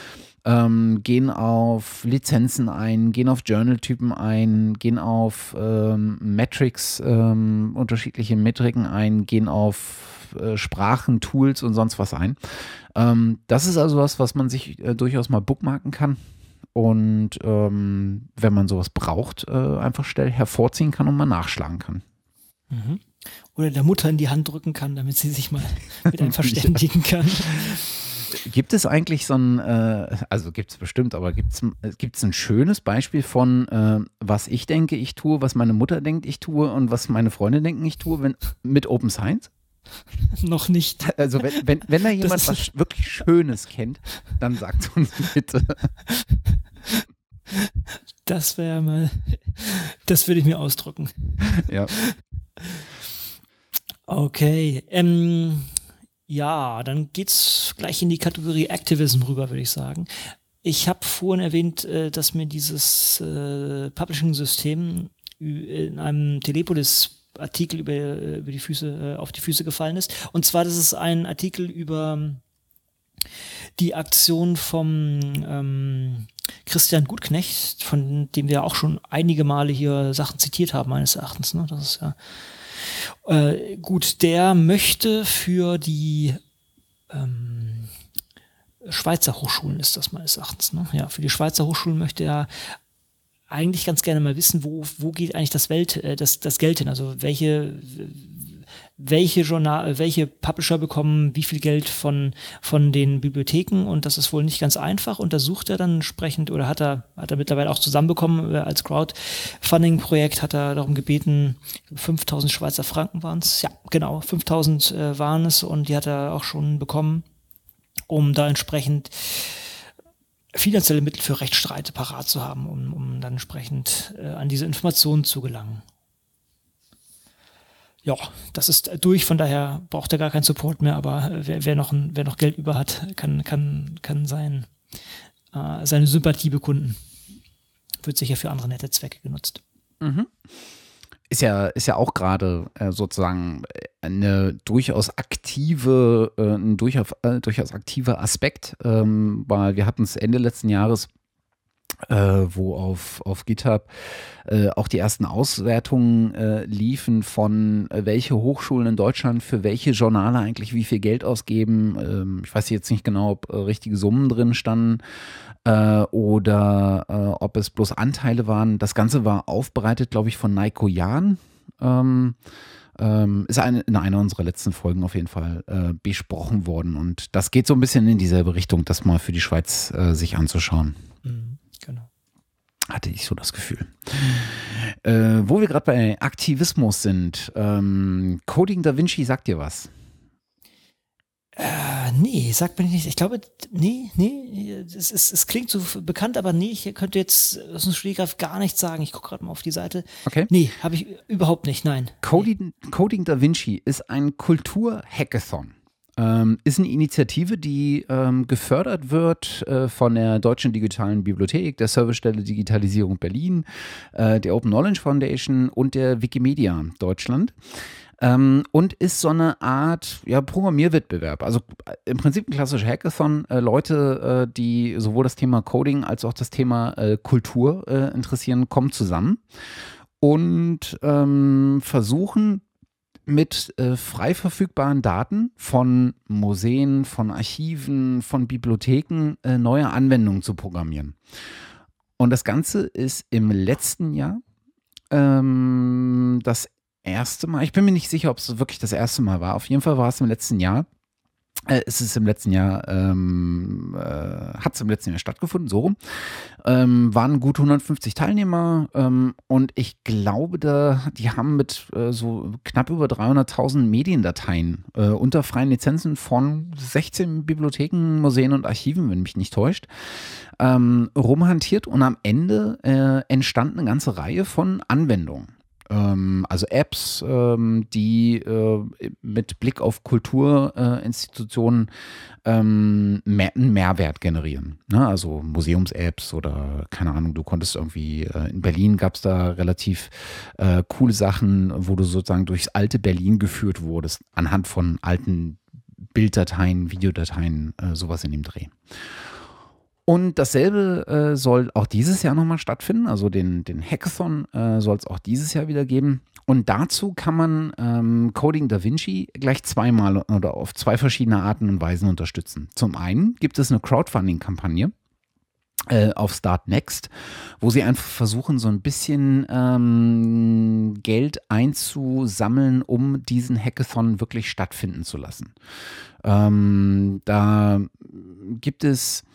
Ähm, gehen auf Lizenzen ein, gehen auf Journal-Typen ein, gehen auf ähm, Metrics, ähm, unterschiedliche Metriken ein, gehen auf äh, Sprachen, Tools und sonst was ein. Ähm, das ist also was, was man sich äh, durchaus mal bookmarken kann und ähm, wenn man sowas braucht, äh, einfach schnell hervorziehen kann und mal nachschlagen kann. Mhm. Oder der Mutter in die Hand drücken kann, damit sie sich mal mit einem verständigen kann. Gibt es eigentlich so ein, äh, also gibt es bestimmt, aber gibt es gibt's ein schönes Beispiel von, äh, was ich denke, ich tue, was meine Mutter denkt, ich tue und was meine Freunde denken, ich tue, wenn, mit Open Science? Noch nicht. Also wenn, wenn, wenn da jemand was wirklich Schönes kennt, dann sagt uns bitte. Das wäre mal, das würde ich mir ausdrucken. Ja. Okay, ähm, ja, dann geht's gleich in die Kategorie Activism rüber, würde ich sagen. Ich habe vorhin erwähnt, äh, dass mir dieses äh, Publishing-System in einem Telepolis-Artikel über, über die Füße, äh, auf die Füße gefallen ist. Und zwar, das ist ein Artikel über die Aktion vom ähm, Christian Gutknecht, von dem wir auch schon einige Male hier Sachen zitiert haben, meines Erachtens. Ne? Das ist ja Äh, gut, der möchte für die ähm, Schweizer Hochschulen, ist das meines Erachtens, ne? Ja, für die Schweizer Hochschulen möchte er eigentlich ganz gerne mal wissen, wo, wo geht eigentlich das, Welt, äh, das, das Geld hin? Also welche, welche Journal, welche Publisher bekommen wie viel Geld von, von den Bibliotheken, und das ist wohl nicht ganz einfach, und da sucht er dann entsprechend, oder hat er, hat er mittlerweile auch zusammenbekommen, als Crowdfunding-Projekt hat er darum gebeten, fünftausend Schweizer Franken waren es, ja genau, fünftausend äh, waren es, und die hat er auch schon bekommen, um da entsprechend finanzielle Mittel für Rechtsstreite parat zu haben, um, um dann entsprechend äh, an diese Informationen zu gelangen. Ja, das ist durch, von daher braucht er gar keinen Support mehr, aber wer, wer, noch, ein, wer noch Geld über hat, kann, kann, kann sein, äh, seine Sympathie bekunden. Wird sicher für andere nette Zwecke genutzt. Mhm. Ist ja, ist ja auch gerade äh, sozusagen eine durchaus aktive, äh, ein durchaus, äh, durchaus aktiver Aspekt, ähm, weil wir hatten es Ende letzten Jahres, Äh, wo auf, auf GitHub äh, auch die ersten Auswertungen äh, liefen von äh, welche Hochschulen in Deutschland für welche Journale eigentlich wie viel Geld ausgeben. Ähm, ich weiß jetzt nicht genau, ob äh, richtige Summen drin standen äh, oder äh, ob es bloß Anteile waren. Das Ganze war aufbereitet, glaube ich, von Naiko Jahn. Ähm, ähm, ist eine, in einer unserer letzten Folgen auf jeden Fall äh, besprochen worden. Und das geht so ein bisschen in dieselbe Richtung, das mal für die Schweiz äh, sich anzuschauen. Mhm. Genau. Hatte ich so das Gefühl. Äh, wo wir gerade bei Aktivismus sind, ähm, Coding Da Vinci sagt dir was? Äh, nee, sagt mir nicht. Ich glaube, nee, nee, es, es, es klingt so bekannt, aber nee, ich könnte jetzt aus dem Stegreif gar nichts sagen. Ich gucke gerade mal auf die Seite. Okay. Nee, habe ich überhaupt nicht, nein. Coding, Coding Da Vinci ist ein Kultur-Hackathon. Ähm, ist eine Initiative, die ähm, gefördert wird äh, von der Deutschen Digitalen Bibliothek, der Servicestelle Digitalisierung Berlin, äh, der Open Knowledge Foundation und der Wikimedia Deutschland. Ähm, und ist so eine Art ja, Programmierwettbewerb. Also äh, im Prinzip ein klassischer Hackathon. Äh, Leute, äh, die sowohl das Thema Coding als auch das Thema äh, Kultur äh, interessieren, kommen zusammen und ähm, versuchen, mit äh, frei verfügbaren Daten von Museen, von Archiven, von Bibliotheken äh, neue Anwendungen zu programmieren. Und das Ganze ist im letzten Jahr ähm, das erste Mal, ich bin mir nicht sicher, ob es wirklich das erste Mal war, auf jeden Fall war es im letzten Jahr, äh, es ist im letzten Jahr, ähm, äh, hat es im letzten Jahr stattgefunden, so rum. Ähm, waren gut hundertfünfzig Teilnehmer ähm, und ich glaube, da, die haben mit äh, so knapp über dreihunderttausend Mediendateien äh, unter freien Lizenzen von sechzehn Bibliotheken, Museen und Archiven, wenn mich nicht täuscht, ähm, rumhantiert und am Ende äh, entstand eine ganze Reihe von Anwendungen. Also Apps, ähm, die äh, mit Blick auf Kulturinstitutionen äh, ähm, mehr, einen Mehrwert generieren. Ne? Also Museums-Apps oder keine Ahnung, du konntest irgendwie, äh, in Berlin gab es da relativ äh, coole Sachen, wo du sozusagen durchs alte Berlin geführt wurdest, anhand von alten Bilddateien, Videodateien, äh, sowas in dem Dreh. Und dasselbe äh, soll auch dieses Jahr nochmal stattfinden, also den, den Hackathon äh, soll es auch dieses Jahr wieder geben. Und dazu kann man ähm, Coding Da Vinci gleich zweimal oder auf zwei verschiedene Arten und Weisen unterstützen. Zum einen gibt es eine Crowdfunding-Kampagne äh, auf Start Next, wo sie einfach versuchen, so ein bisschen ähm, Geld einzusammeln, um diesen Hackathon wirklich stattfinden zu lassen. Ähm, da gibt es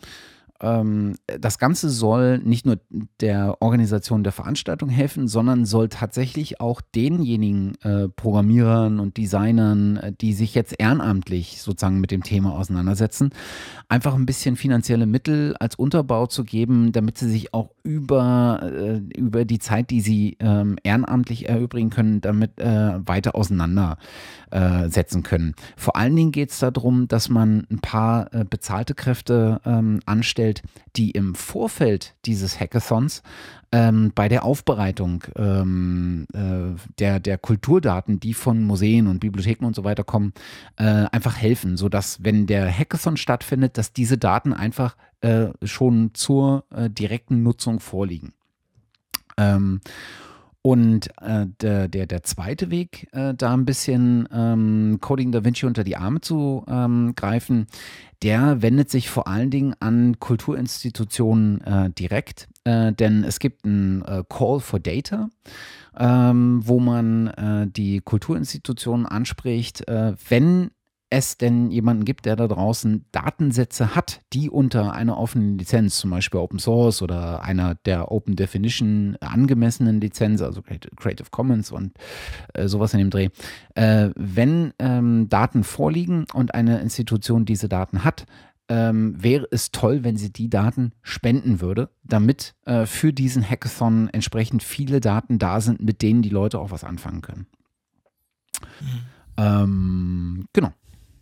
Das Ganze soll nicht nur der Organisation der Veranstaltung helfen, sondern soll tatsächlich auch denjenigen äh, Programmierern und Designern, die sich jetzt ehrenamtlich sozusagen mit dem Thema auseinandersetzen, einfach ein bisschen finanzielle Mittel als Unterbau zu geben, damit sie sich auch über, äh, über die Zeit, die sie ähm, ehrenamtlich erübrigen können, damit äh, weiter auseinandersetzen äh, können. Vor allen Dingen geht es darum, dass man ein paar äh, bezahlte Kräfte ähm, anstellt, die im Vorfeld dieses Hackathons ähm, bei der Aufbereitung ähm, äh, der, der Kulturdaten, die von Museen und Bibliotheken und so weiter kommen, äh, einfach helfen, sodass, wenn der Hackathon stattfindet, dass diese Daten einfach äh, schon zur äh, direkten Nutzung vorliegen. Ähm, Und äh, der, der, der zweite Weg, äh, da ein bisschen ähm, Coding Da Vinci unter die Arme zu ähm, greifen, der wendet sich vor allen Dingen an Kulturinstitutionen äh, direkt, äh, denn es gibt einen äh, Call for Data, ähm, wo man äh, die Kulturinstitutionen anspricht, äh, wenn es denn jemanden gibt, der da draußen Datensätze hat, die unter einer offenen Lizenz, zum Beispiel Open Source oder einer der Open Definition angemessenen Lizenz, also Creative Commons und äh, sowas in dem Dreh, äh, wenn ähm, Daten vorliegen und eine Institution diese Daten hat, ähm, wäre es toll, wenn sie die Daten spenden würde, damit äh, für diesen Hackathon entsprechend viele Daten da sind, mit denen die Leute auch was anfangen können. Mhm. Ähm, genau.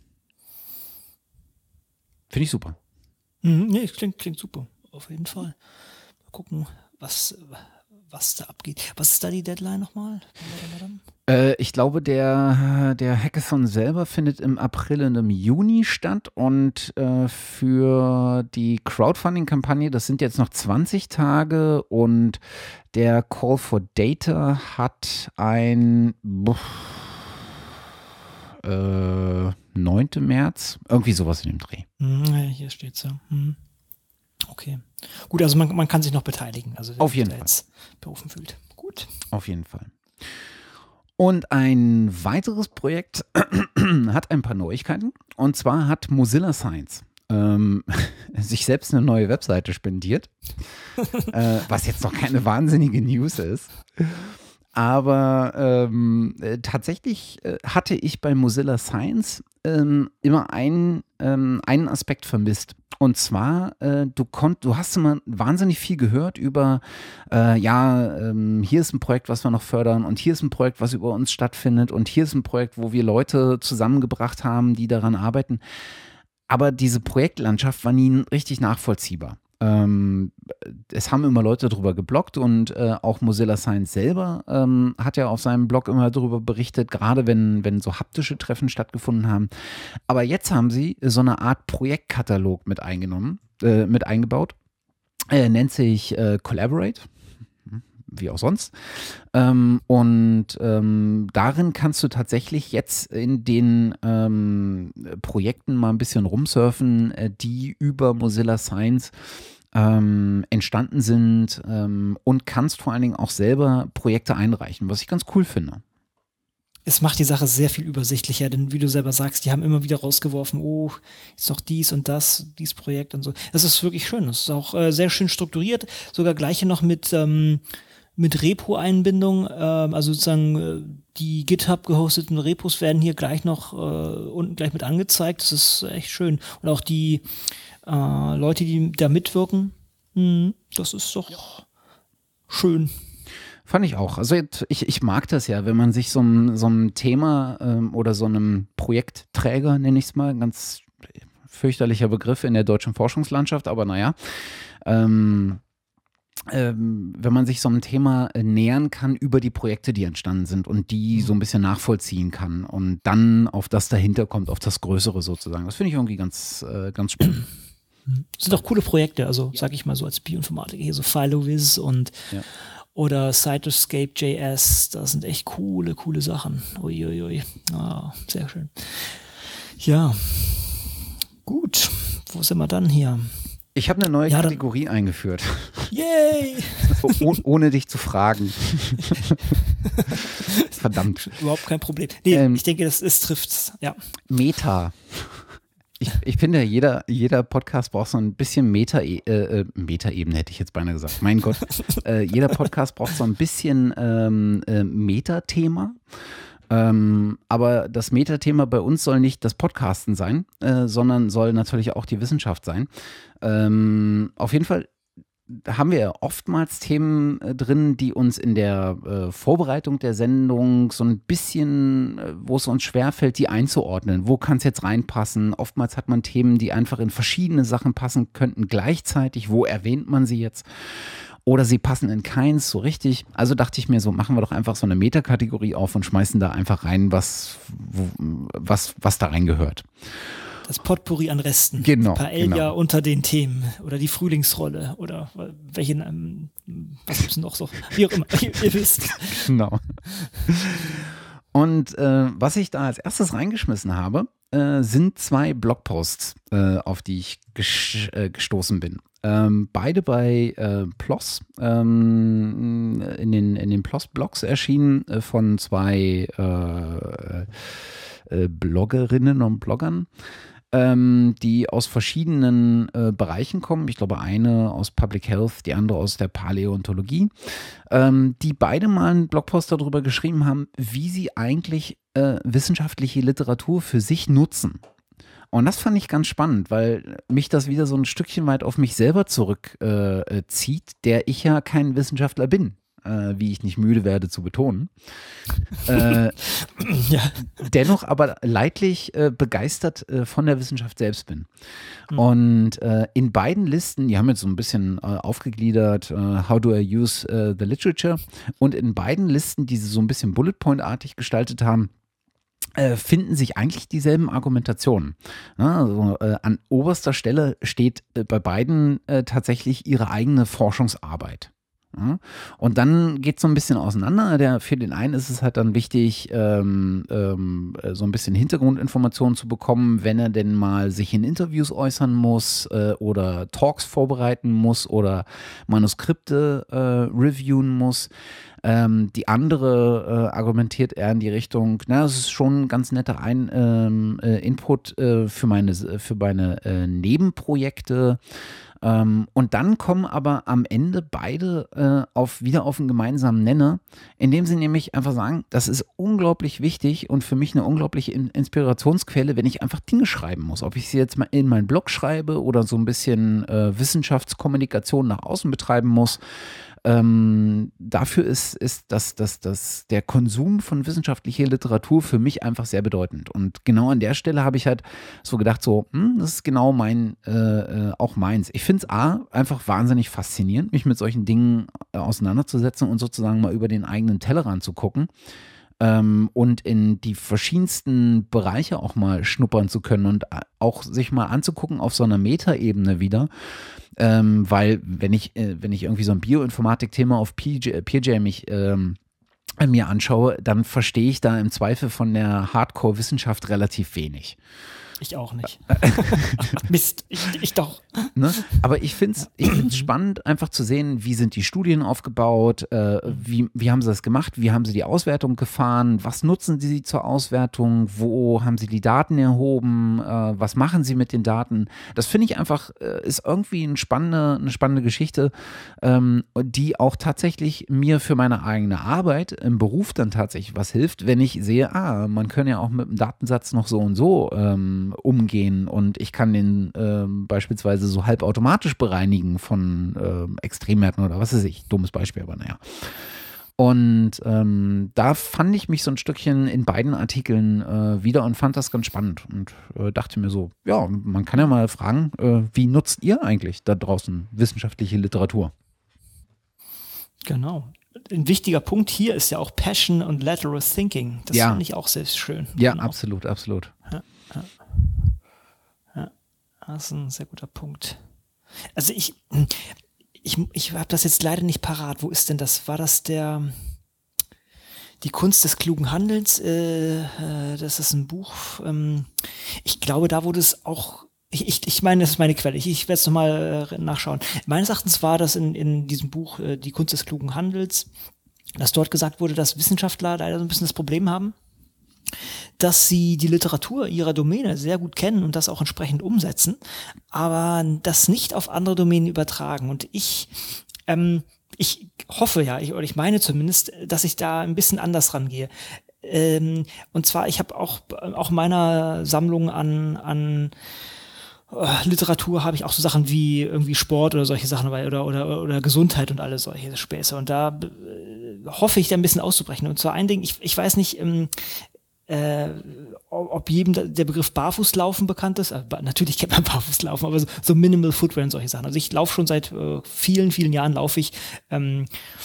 Finde ich super. Mhm, nee, klingt, klingt super. Auf jeden Fall. Mal gucken, was, was da abgeht. Was ist da die Deadline nochmal? Äh, ich glaube, der, der Hackathon selber findet im April und im Juni statt. Und äh, für die Crowdfunding-Kampagne, das sind jetzt noch zwanzig Tage. Und der Call for Data hat ein... Buch, Äh, neunten März, irgendwie sowas in dem Dreh. Ja, hier steht es ja. Hm. Okay. Gut, also man, man kann sich noch beteiligen. Also auf jeden Fall. Jetzt berufen fühlt. Gut. Auf jeden Fall. Und ein weiteres Projekt hat ein paar Neuigkeiten. Und zwar hat Mozilla Science ähm, sich selbst eine neue Webseite spendiert, äh, was jetzt noch keine wahnsinnige News ist. Aber ähm, äh, tatsächlich äh, hatte ich bei Mozilla Science ähm, immer einen, ähm, einen Aspekt vermisst. Und zwar, äh, du konnt, du hast immer wahnsinnig viel gehört über, äh, ja, ähm, hier ist ein Projekt, was wir noch fördern und hier ist ein Projekt, was über uns stattfindet und hier ist ein Projekt, wo wir Leute zusammengebracht haben, die daran arbeiten. Aber diese Projektlandschaft war nie richtig nachvollziehbar. Ähm, es haben immer Leute darüber gebloggt und äh, auch Mozilla Science selber ähm, hat ja auf seinem Blog immer darüber berichtet, gerade wenn, wenn so haptische Treffen stattgefunden haben. Aber jetzt haben sie so eine Art Projektkatalog mit eingenommen, äh, mit eingebaut. Äh, nennt sich äh, Collaborate. Wie auch sonst. Ähm, und ähm, darin kannst du tatsächlich jetzt in den ähm, Projekten mal ein bisschen rumsurfen, äh, die über Mozilla Science ähm, entstanden sind ähm, und kannst vor allen Dingen auch selber Projekte einreichen, was ich ganz cool finde. Es macht die Sache sehr viel übersichtlicher, denn wie du selber sagst, die haben immer wieder rausgeworfen, oh, ist noch dies und das, dies Projekt und so. Das ist wirklich schön. Das ist auch äh, sehr schön strukturiert, sogar gleiche noch mit ähm, mit Repo-Einbindung, äh, also sozusagen äh, die GitHub gehosteten Repos werden hier gleich noch äh, unten gleich mit angezeigt. Das ist echt schön. Und auch die äh, Leute, die da mitwirken, mh, das ist doch schön. Fand ich auch. Also ich, ich mag das ja, wenn man sich so einem so einem Thema ähm, oder so einem Projektträger, nenne ich es mal, ganz fürchterlicher Begriff in der deutschen Forschungslandschaft, aber naja, ähm, Ähm, wenn man sich so einem Thema äh, nähern kann über die Projekte, die entstanden sind und die so ein bisschen nachvollziehen kann und dann auf das dahinter kommt, auf das Größere sozusagen. Das finde ich irgendwie ganz, äh, ganz spannend. Das sind auch coole Projekte, also sage ich mal so als Bioinformatiker hier, so PhiloWiz und ja. oder Cytoscape Punkt J S, das sind echt coole, coole Sachen. Uiuiui, ah, sehr schön. Ja, gut, wo sind wir dann hier? Ich habe eine neue ja, Kategorie dann, eingeführt. Yay! oh, ohne dich zu fragen. Verdammt. Überhaupt kein Problem. Nee, ähm, ich denke, das, das trifft's. Ja. Meta. Ich, ich finde, jeder, jeder Podcast braucht so ein bisschen Meta, äh, Meta-Ebene, hätte ich jetzt beinahe gesagt. Mein Gott. äh, jeder Podcast braucht so ein bisschen ähm, äh, Meta-Thema. Ähm, aber das Metathema bei uns soll nicht das Podcasten sein, äh, sondern soll natürlich auch die Wissenschaft sein. Ähm, auf jeden Fall haben wir oftmals Themen äh, drin, die uns in der äh, Vorbereitung der Sendung so ein bisschen, äh, wo es uns schwerfällt, die einzuordnen. Wo kann es jetzt reinpassen? Oftmals hat man Themen, die einfach in verschiedene Sachen passen könnten gleichzeitig. Wo erwähnt man sie jetzt? Oder sie passen in keins so richtig. Also dachte ich mir so, machen wir doch einfach so eine Metakategorie auf und schmeißen da einfach rein, was, wo, was, was da reingehört. Das Potpourri an Resten. Genau. Paella genau. unter den Themen oder die Frühlingsrolle oder welchen, ähm, was gibt's noch so? Wie auch immer, ihr, ihr wisst. Genau. Und äh, was ich da als erstes reingeschmissen habe, äh, sind zwei Blogposts, äh, auf die ich ges- äh, gestoßen bin. Ähm, beide bei äh, P L O S, ähm, in den, in den P L O S-Blogs erschienen äh, von zwei äh, äh, Bloggerinnen und Bloggern, ähm, die aus verschiedenen äh, Bereichen kommen. Ich glaube, eine aus Public Health, die andere aus der Paläontologie, ähm, die beide mal einen Blogpost darüber geschrieben haben, wie sie eigentlich äh, wissenschaftliche Literatur für sich nutzen. Und das fand ich ganz spannend, weil mich das wieder so ein Stückchen weit auf mich selber zurückzieht, äh, der ich ja kein Wissenschaftler bin, äh, wie ich nicht müde werde zu betonen. äh, ja. Dennoch aber leidlich äh, begeistert äh, von der Wissenschaft selbst bin. Mhm. Und äh, in beiden Listen, die haben jetzt so ein bisschen äh, aufgegliedert, äh, How do I use uh, the literature? Und in beiden Listen, die sie so ein bisschen Bullet-Point-artig gestaltet haben, Äh, finden sich eigentlich dieselben Argumentationen. Ja, also, äh, an oberster Stelle steht äh, bei beiden äh, tatsächlich ihre eigene Forschungsarbeit. Ja, und dann geht es so ein bisschen auseinander. Der, für den einen ist es halt dann wichtig, ähm, ähm, so ein bisschen Hintergrundinformationen zu bekommen, wenn er denn mal sich in Interviews äußern muss äh, oder Talks vorbereiten muss oder Manuskripte äh, reviewen muss. Ähm, die andere äh, argumentiert eher in die Richtung, na, das ist schon ein ganz netter ein, ähm, äh, Input äh, für meine, für meine äh, Nebenprojekte. Ähm, und dann kommen aber am Ende beide äh, auf, wieder auf einen gemeinsamen Nenner, indem sie nämlich einfach sagen, das ist unglaublich wichtig und für mich eine unglaubliche In- Inspirationsquelle, wenn ich einfach Dinge schreiben muss. Ob ich sie jetzt mal in meinen Blog schreibe oder so ein bisschen äh, Wissenschaftskommunikation nach außen betreiben muss. Ähm, dafür ist, ist das, das, das, der Konsum von wissenschaftlicher Literatur für mich einfach sehr bedeutend. Und genau an der Stelle habe ich halt so gedacht, so, hm, das ist genau mein, äh, äh, auch meins. Ich finde es A, einfach wahnsinnig faszinierend, mich mit solchen Dingen äh, auseinanderzusetzen und sozusagen mal über den eigenen Tellerrand zu gucken. Ähm, und in die verschiedensten Bereiche auch mal schnuppern zu können und auch sich mal anzugucken auf so einer Metaebene wieder. Ähm, weil wenn ich, äh, wenn ich irgendwie so ein Bioinformatik-Thema auf Peerjam mich ähm, mir anschaue, dann verstehe ich da im Zweifel von der Hardcore-Wissenschaft relativ wenig. Ich auch nicht. Mist, ich, ich doch. Ne? Aber ich finde es ich find's spannend, einfach zu sehen, wie sind die Studien aufgebaut, äh, wie, wie haben sie das gemacht, wie haben sie die Auswertung gefahren, was nutzen sie zur Auswertung, wo haben sie die Daten erhoben, äh, was machen sie mit den Daten. Das finde ich einfach, äh, ist irgendwie eine spannende, eine spannende Geschichte, ähm, die auch tatsächlich mir für meine eigene Arbeit im Beruf dann tatsächlich was hilft, wenn ich sehe, ah, man kann ja auch mit dem Datensatz noch so und so ähm, umgehen und ich kann den ähm, beispielsweise so halbautomatisch bereinigen von ähm, Extremwerten oder was weiß ich, dummes Beispiel, aber naja. Und ähm, da fand ich mich so ein Stückchen in beiden Artikeln äh, wieder und fand das ganz spannend und äh, dachte mir so, ja, man kann ja mal fragen, äh, wie nutzt ihr eigentlich da draußen wissenschaftliche Literatur? Genau. Ein wichtiger Punkt hier ist ja auch Passion und Lateral Thinking. Das ja. finde ich auch sehr schön. Ja, genau. absolut, absolut. Ja, ja. Ja, das ist ein sehr guter Punkt. Also ich, ich, ich habe das jetzt leider nicht parat. Wo ist denn das? War das der Die Kunst des klugen Handelns? Äh, äh, das ist ein Buch. Ähm, ich glaube, da wurde es auch Ich, ich, ich meine, das ist meine Quelle. Ich, ich werde es nochmal äh, nachschauen. Meines Erachtens war das in, in diesem Buch äh, Die Kunst des klugen Handels, dass dort gesagt wurde, dass Wissenschaftler leider so ein bisschen das Problem haben, dass sie die Literatur ihrer Domäne sehr gut kennen und das auch entsprechend umsetzen, aber das nicht auf andere Domänen übertragen. Und ich, ähm, ich hoffe ja, ich, oder ich meine zumindest, dass ich da ein bisschen anders rangehe. Ähm, und zwar, ich habe auch, auch meiner Sammlung an, an Literatur habe ich auch so Sachen wie irgendwie Sport oder solche Sachen dabei oder, oder, oder Gesundheit und alle solche Späße. Und da äh, hoffe ich, da ein bisschen auszubrechen. Und zwar ein Ding, ich, ich weiß nicht, ähm, äh, ob jedem der Begriff Barfußlaufen bekannt ist. Äh, natürlich kennt man Barfußlaufen, aber so, so Minimal Footwear und solche Sachen. Also ich laufe schon seit äh, vielen, vielen Jahren, laufe ich ähm,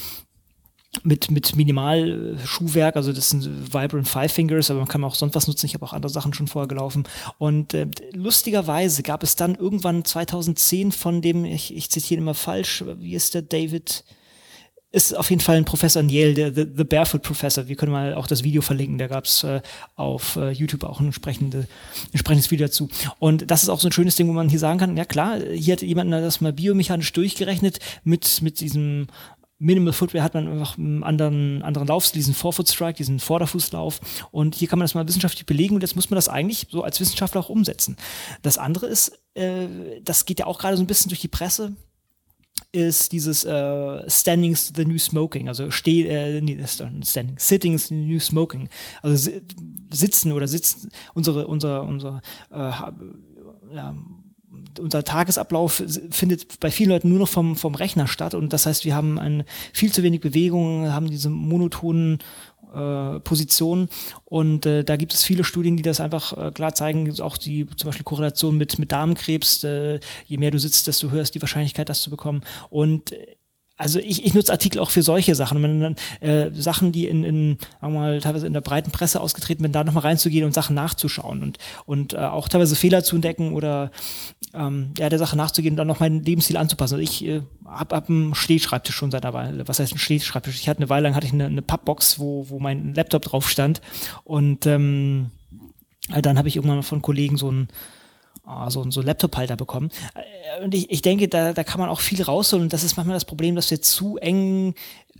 mit mit Minimal-Schuhwerk, also das sind Vibram Five Fingers, aber man kann auch sonst was nutzen. Ich habe auch andere Sachen schon vorher gelaufen. Und äh, lustigerweise gab es dann irgendwann zweitausendzehn von dem, ich, ich zitiere immer falsch, wie ist der David, ist auf jeden Fall ein Professor in Yale, der The, The Barefoot Professor. Wir können mal auch das Video verlinken, da gab es äh, auf äh, YouTube auch ein entsprechende, entsprechendes Video dazu. Und das ist auch so ein schönes Ding, wo man hier sagen kann, ja klar, hier hat jemand das mal biomechanisch durchgerechnet mit mit diesem Minimal Footwear hat man einfach einen anderen, anderen Laufstil, diesen Forefoot Strike, diesen Vorderfußlauf. Und hier kann man das mal wissenschaftlich belegen und jetzt muss man das eigentlich so als Wissenschaftler auch umsetzen. Das andere ist, äh, das geht ja auch gerade so ein bisschen durch die Presse, ist dieses äh, Standing's the New Smoking, also steh, äh, nee, Standing, Sitting's the New Smoking. Also si- sitzen oder sitzen, unsere, unser, unser, äh, ja, unser Tagesablauf findet bei vielen Leuten nur noch vom, vom Rechner statt und das heißt, wir haben ein, viel zu wenig Bewegung, haben diese monotonen äh, Positionen und äh, da gibt es viele Studien, die das einfach äh, klar zeigen, auch die zum Beispiel Korrelation mit, mit Darmkrebs, äh, je mehr du sitzt, desto höher ist die Wahrscheinlichkeit, das zu bekommen und äh, Also ich, ich nutze Artikel auch für solche Sachen. Wenn dann äh, Sachen, die in, in sagen wir mal, teilweise in der breiten Presse ausgetreten werden, da nochmal reinzugehen und Sachen nachzuschauen und, und äh, auch teilweise Fehler zu entdecken oder ähm, ja, der Sache nachzugehen und dann noch meinen Lebensstil anzupassen. Also ich äh, habe hab einen Stehschreibtisch schon seit einer Weile. Was heißt ein Stehschreibtisch? Ich hatte eine Weile lang hatte ich eine, eine Pappbox, wo, wo mein Laptop drauf stand. Und ähm, dann habe ich irgendwann mal von Kollegen so ein Oh, so, so einen Laptop-Halter bekommen. Und ich, ich denke, da, da kann man auch viel rausholen. Und das ist manchmal das Problem, dass wir zu eng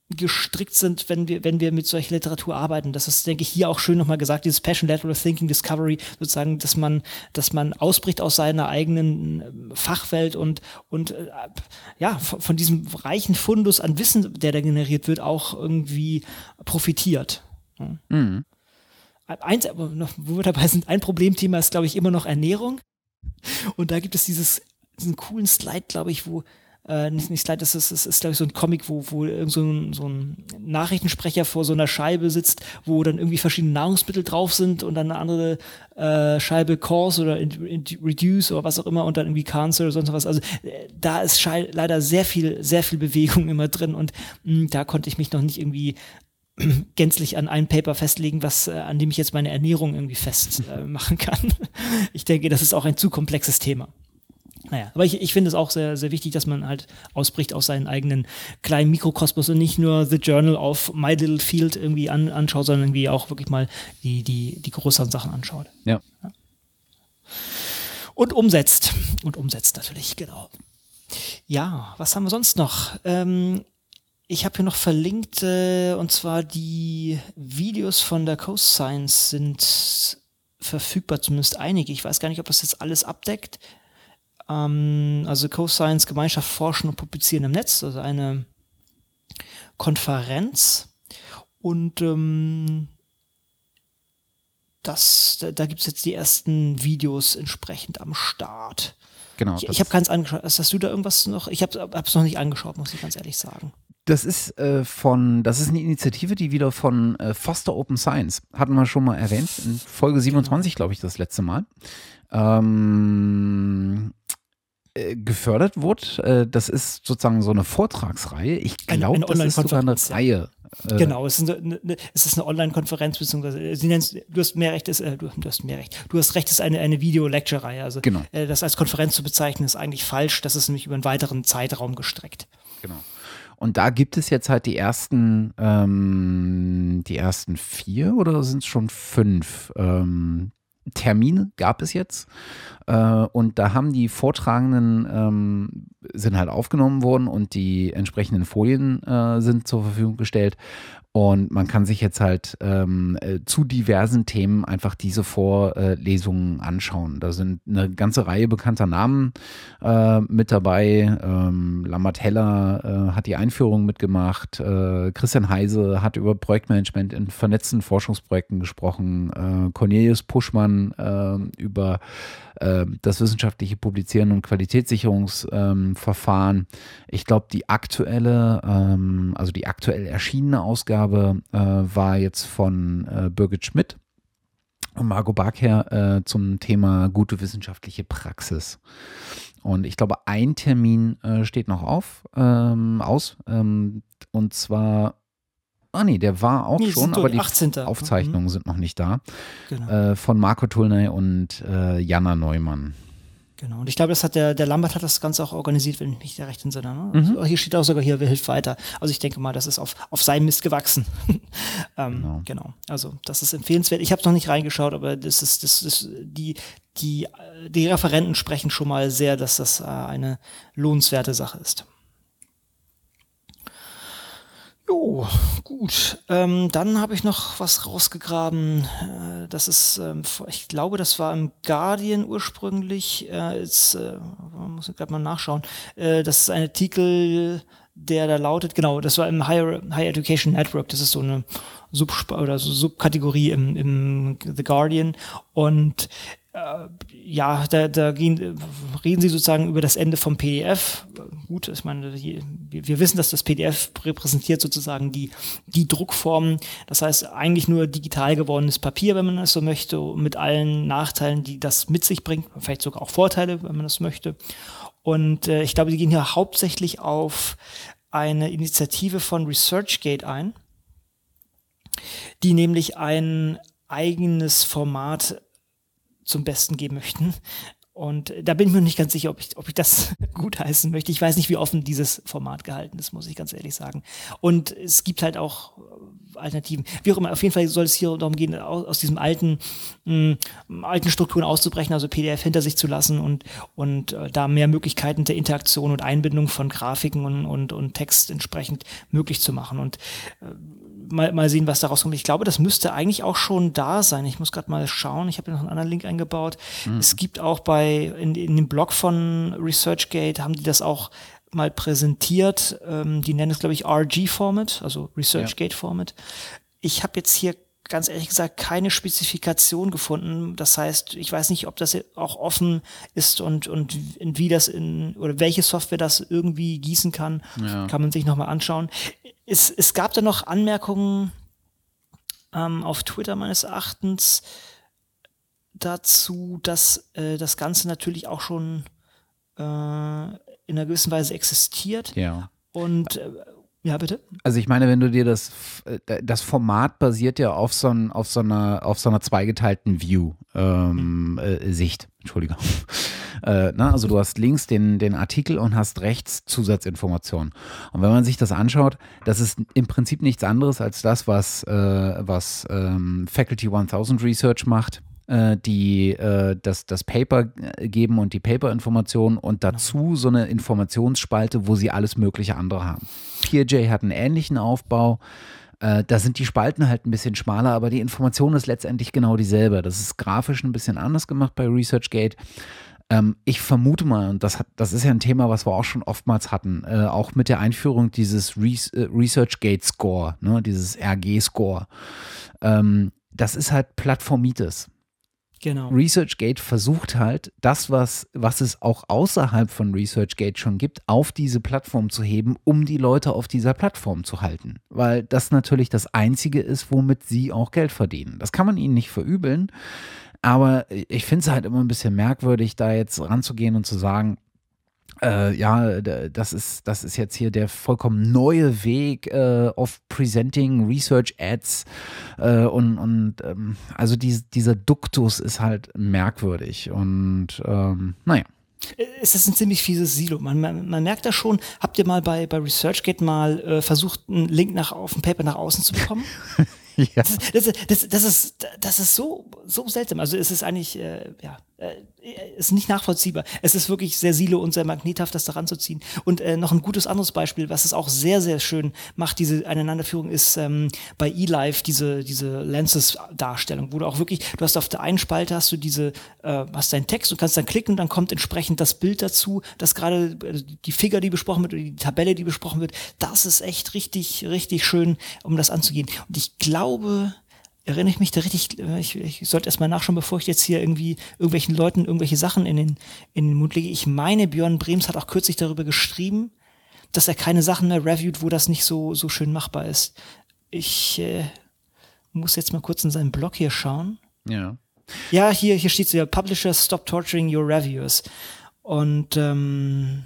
gestrickt sind, wenn wir, wenn wir mit solcher Literatur arbeiten. Das ist, denke ich, hier auch schön nochmal gesagt, dieses Passion, Lateral Thinking, Discovery, sozusagen, dass man, dass man ausbricht aus seiner eigenen Fachwelt und, und äh, ja, von, von diesem reichen Fundus an Wissen, der da generiert wird, auch irgendwie profitiert. Ja. Mhm. Eins, aber noch, wo wir dabei sind, ein Problemthema ist, glaube ich, immer noch Ernährung. Und da gibt es dieses, diesen coolen Slide, glaube ich, wo Äh, nicht, nicht Slide, das ist, das ist glaube ich, so ein Comic, wo, wo irgend so ein, so ein Nachrichtensprecher vor so einer Scheibe sitzt, wo dann irgendwie verschiedene Nahrungsmittel drauf sind und dann eine andere äh, Scheibe Course oder in, in Reduce oder was auch immer und dann irgendwie Cancer oder sonst was. Also äh, da ist schei- leider sehr viel, sehr viel Bewegung immer drin und mh, da konnte ich mich noch nicht irgendwie gänzlich an ein Paper festlegen, was, äh, an dem ich jetzt meine Ernährung irgendwie fest äh, machen kann. Ich denke, das ist auch ein zu komplexes Thema. Naja, aber ich, ich finde es auch sehr, sehr wichtig, dass man halt ausbricht aus seinen eigenen kleinen Mikrokosmos und nicht nur The Journal auf My Little Field irgendwie an, anschaut, sondern irgendwie auch wirklich mal die, die, die größeren Sachen anschaut. Ja. Ja. Und umsetzt. Und umsetzt natürlich, genau. Ja, was haben wir sonst noch? Ähm, ich habe hier noch verlinkt, äh, und zwar die Videos von der Coast Science sind verfügbar, zumindest einige. Ich weiß gar nicht, ob das jetzt alles abdeckt. Also Coast Science Gemeinschaft Forschen und Publizieren im Netz, also eine Konferenz. Und ähm, das, da, da gibt es jetzt die ersten Videos entsprechend am Start. Genau. Ich, ich habe keins angeschaut. Hast du da irgendwas noch? Ich habe es noch nicht angeschaut, muss ich ganz ehrlich sagen. Das ist äh, von, das ist eine Initiative, die wieder von äh, Foster Open Science, hatten wir schon mal erwähnt, in Folge siebenundzwanzig, glaube ich, das letzte Mal. Ähm, gefördert wurde. Das ist sozusagen so eine Vortragsreihe. Ich glaube, das ist sogar eine Reihe. Genau, es ist eine, eine, es ist eine Online-Konferenz, beziehungsweise sie nennen es, du hast mehr Recht, ist, äh, du, du hast mehr Recht. Du hast Recht, es ist eine, eine Video-Lecture-Reihe. Also genau. äh, das als Konferenz zu bezeichnen, ist eigentlich falsch. Das ist nämlich über einen weiteren Zeitraum gestreckt. Genau. Und da gibt es jetzt halt die ersten, ähm, die ersten vier oder sind es schon fünf ähm, Termine gab es jetzt. Äh, und da haben die Vortragenden ähm, sind halt aufgenommen worden und die entsprechenden Folien äh, sind zur Verfügung gestellt. Und man kann sich jetzt halt ähm, äh, zu diversen Themen einfach diese Vorlesungen anschauen. Da sind eine ganze Reihe bekannter Namen äh, mit dabei. Ähm, Lambert Heller äh, hat die Einführung mitgemacht. Äh, Christian Heise hat über Projektmanagement in vernetzten Forschungsprojekten gesprochen. Äh, Cornelius Puschmann äh, über äh, das wissenschaftliche Publizieren und Qualitätssicherungsverfahren. Ähm, ich glaube, die aktuelle, ähm, also die aktuell erschienene Ausgabe äh, war jetzt von äh, Birgit Schmidt und Margot Barker äh, zum Thema gute wissenschaftliche Praxis. Und ich glaube, ein Termin äh, steht noch auf, ähm, aus. Ähm, und zwar, ah nee, der war auch nee, schon, aber die achtzehnten Aufzeichnungen mhm. sind noch nicht da. Genau. Äh, von Marco Tulnay und äh, Jana Neumann. Genau, und ich glaube, das hat der, der Lambert hat das Ganze auch organisiert, wenn ich mich da recht entsinne. Ne? Mhm. Also hier steht auch sogar hier, wer hilft weiter. Also ich denke mal, das ist auf, auf seinem Mist gewachsen. ähm, genau. genau. Also das ist empfehlenswert. Ich habe noch nicht reingeschaut, aber das ist, das ist die, die, die Referenten sprechen schon mal sehr, dass das äh, eine lohnenswerte Sache ist. Jo, gut. Ähm, dann habe ich noch was rausgegraben. Äh, das ist, ähm, ich glaube, das war im Guardian ursprünglich. Äh, jetzt, äh, muss ich gerade mal nachschauen. Äh, das ist ein Artikel, der da lautet, genau, das war im Higher, Higher Education Network. Das ist so eine Sub- oder so Subkategorie im, im The Guardian. Und äh, ja, da, da gehen, reden sie sozusagen über das Ende vom P D F. Gut, ich meine, wir, wir wissen, dass das P D F repräsentiert sozusagen die, die Druckform. Das heißt, eigentlich nur digital gewordenes Papier, wenn man es so möchte, mit allen Nachteilen, die das mit sich bringt. Vielleicht sogar auch Vorteile, wenn man das möchte. Und äh, ich glaube, sie gehen hier hauptsächlich auf eine Initiative von ResearchGate ein, die nämlich ein eigenes Format zum Besten geben möchten. Und da bin ich mir nicht ganz sicher, ob ich, ob ich das gutheißen möchte. Ich weiß nicht, wie offen dieses Format gehalten ist, muss ich ganz ehrlich sagen. Und es gibt halt auch Alternativen. Wie auch immer, auf jeden Fall soll es hier darum gehen, aus, aus diesem alten, mh, alten Strukturen auszubrechen, also P D F hinter sich zu lassen und, und äh, da mehr Möglichkeiten der Interaktion und Einbindung von Grafiken und, und, und Text entsprechend möglich zu machen. Und äh, mal, mal sehen, was daraus kommt. Ich glaube, das müsste eigentlich auch schon da sein. Ich muss gerade mal schauen. Ich habe noch einen anderen Link eingebaut. Mhm. Es gibt auch bei, in, in dem Blog von ResearchGate haben die das auch mal präsentiert. Ähm, die nennen es, glaube ich, R G-Format, also ResearchGate-Format. Ich habe jetzt hier ganz ehrlich gesagt keine Spezifikation gefunden. Das heißt, ich weiß nicht, ob das auch offen ist und, und wie das in, oder welche Software das irgendwie gießen kann. Ja. Kann man sich nochmal anschauen. Es, es gab da noch Anmerkungen ähm, auf Twitter meines Erachtens dazu, dass äh, das Ganze natürlich auch schon äh, in einer gewissen Weise existiert. Ja. Und äh, ja, bitte? Also ich meine, wenn du dir das, das Format basiert ja auf so, ein, auf so, einer, auf so einer zweigeteilten View, ähm, äh, Sicht, Entschuldigung. Äh, na, also du hast links den, den Artikel und hast rechts Zusatzinformationen. Und wenn man sich das anschaut, das ist im Prinzip nichts anderes als das, was, äh, was ähm, Faculty tausend Research macht, äh, die äh, das, das Paper geben und die Paper-Informationen und dazu so eine Informationsspalte, wo sie alles mögliche andere haben. Peerjay hat einen ähnlichen Aufbau. Äh, da sind die Spalten halt ein bisschen schmaler, aber die Information ist letztendlich genau dieselbe. Das ist grafisch ein bisschen anders gemacht bei ResearchGate. Ähm, ich vermute mal, und das, hat, das ist ja ein Thema, was wir auch schon oftmals hatten, äh, auch mit der Einführung dieses Re- äh, ResearchGate-Score, ne, dieses R G-Score. Ähm, das ist halt Plattformitis. Genau. ResearchGate versucht halt, das, was, was es auch außerhalb von ResearchGate schon gibt, auf diese Plattform zu heben, um die Leute auf dieser Plattform zu halten. Weil das natürlich das Einzige ist, womit sie auch Geld verdienen. Das kann man ihnen nicht verübeln, aber ich finde es halt immer ein bisschen merkwürdig, da jetzt ranzugehen und zu sagen, Äh, ja, das ist, das ist jetzt hier der vollkommen neue Weg äh, of presenting Research Ads äh, und, und ähm, also die, dieser Duktus ist halt merkwürdig und ähm, naja. Es ist ein ziemlich fieses Silo. Man, man, man merkt das schon. Habt ihr mal bei, bei ResearchGate mal äh, versucht, einen Link nach, auf dem Paper nach außen zu bekommen? Ja. Das, das, das, das, ist, das ist so, so seltsam. Also es ist eigentlich, äh, ja, äh, ist nicht nachvollziehbar. Es ist wirklich sehr silo und sehr magnethaft, das da ranzuziehen. Und äh, noch ein gutes anderes Beispiel, was es auch sehr, sehr schön macht, diese Aneinanderführung, ist ähm, bei eLive diese, diese Lenses-Darstellung, wo du auch wirklich, du hast auf der einen Spalte hast du diese, äh, hast deinen Text und kannst dann klicken und dann kommt entsprechend das Bild dazu, das gerade, also die Figure, die besprochen wird, oder die Tabelle, die besprochen wird, das ist echt richtig, richtig schön, um das anzugehen. Und ich glaube, erinnere ich mich da richtig, ich, ich sollte erstmal nachschauen, bevor ich jetzt hier irgendwie irgendwelchen Leuten irgendwelche Sachen in den, in den Mund lege. Ich meine, Björn Brems hat auch kürzlich darüber geschrieben, dass er keine Sachen mehr reviewt, wo das nicht so, so schön machbar ist. Ich äh, muss jetzt mal kurz in seinen Blog hier schauen. Ja. Ja, hier, hier steht so ja, Publishers stop torturing your reviewers. Und ähm,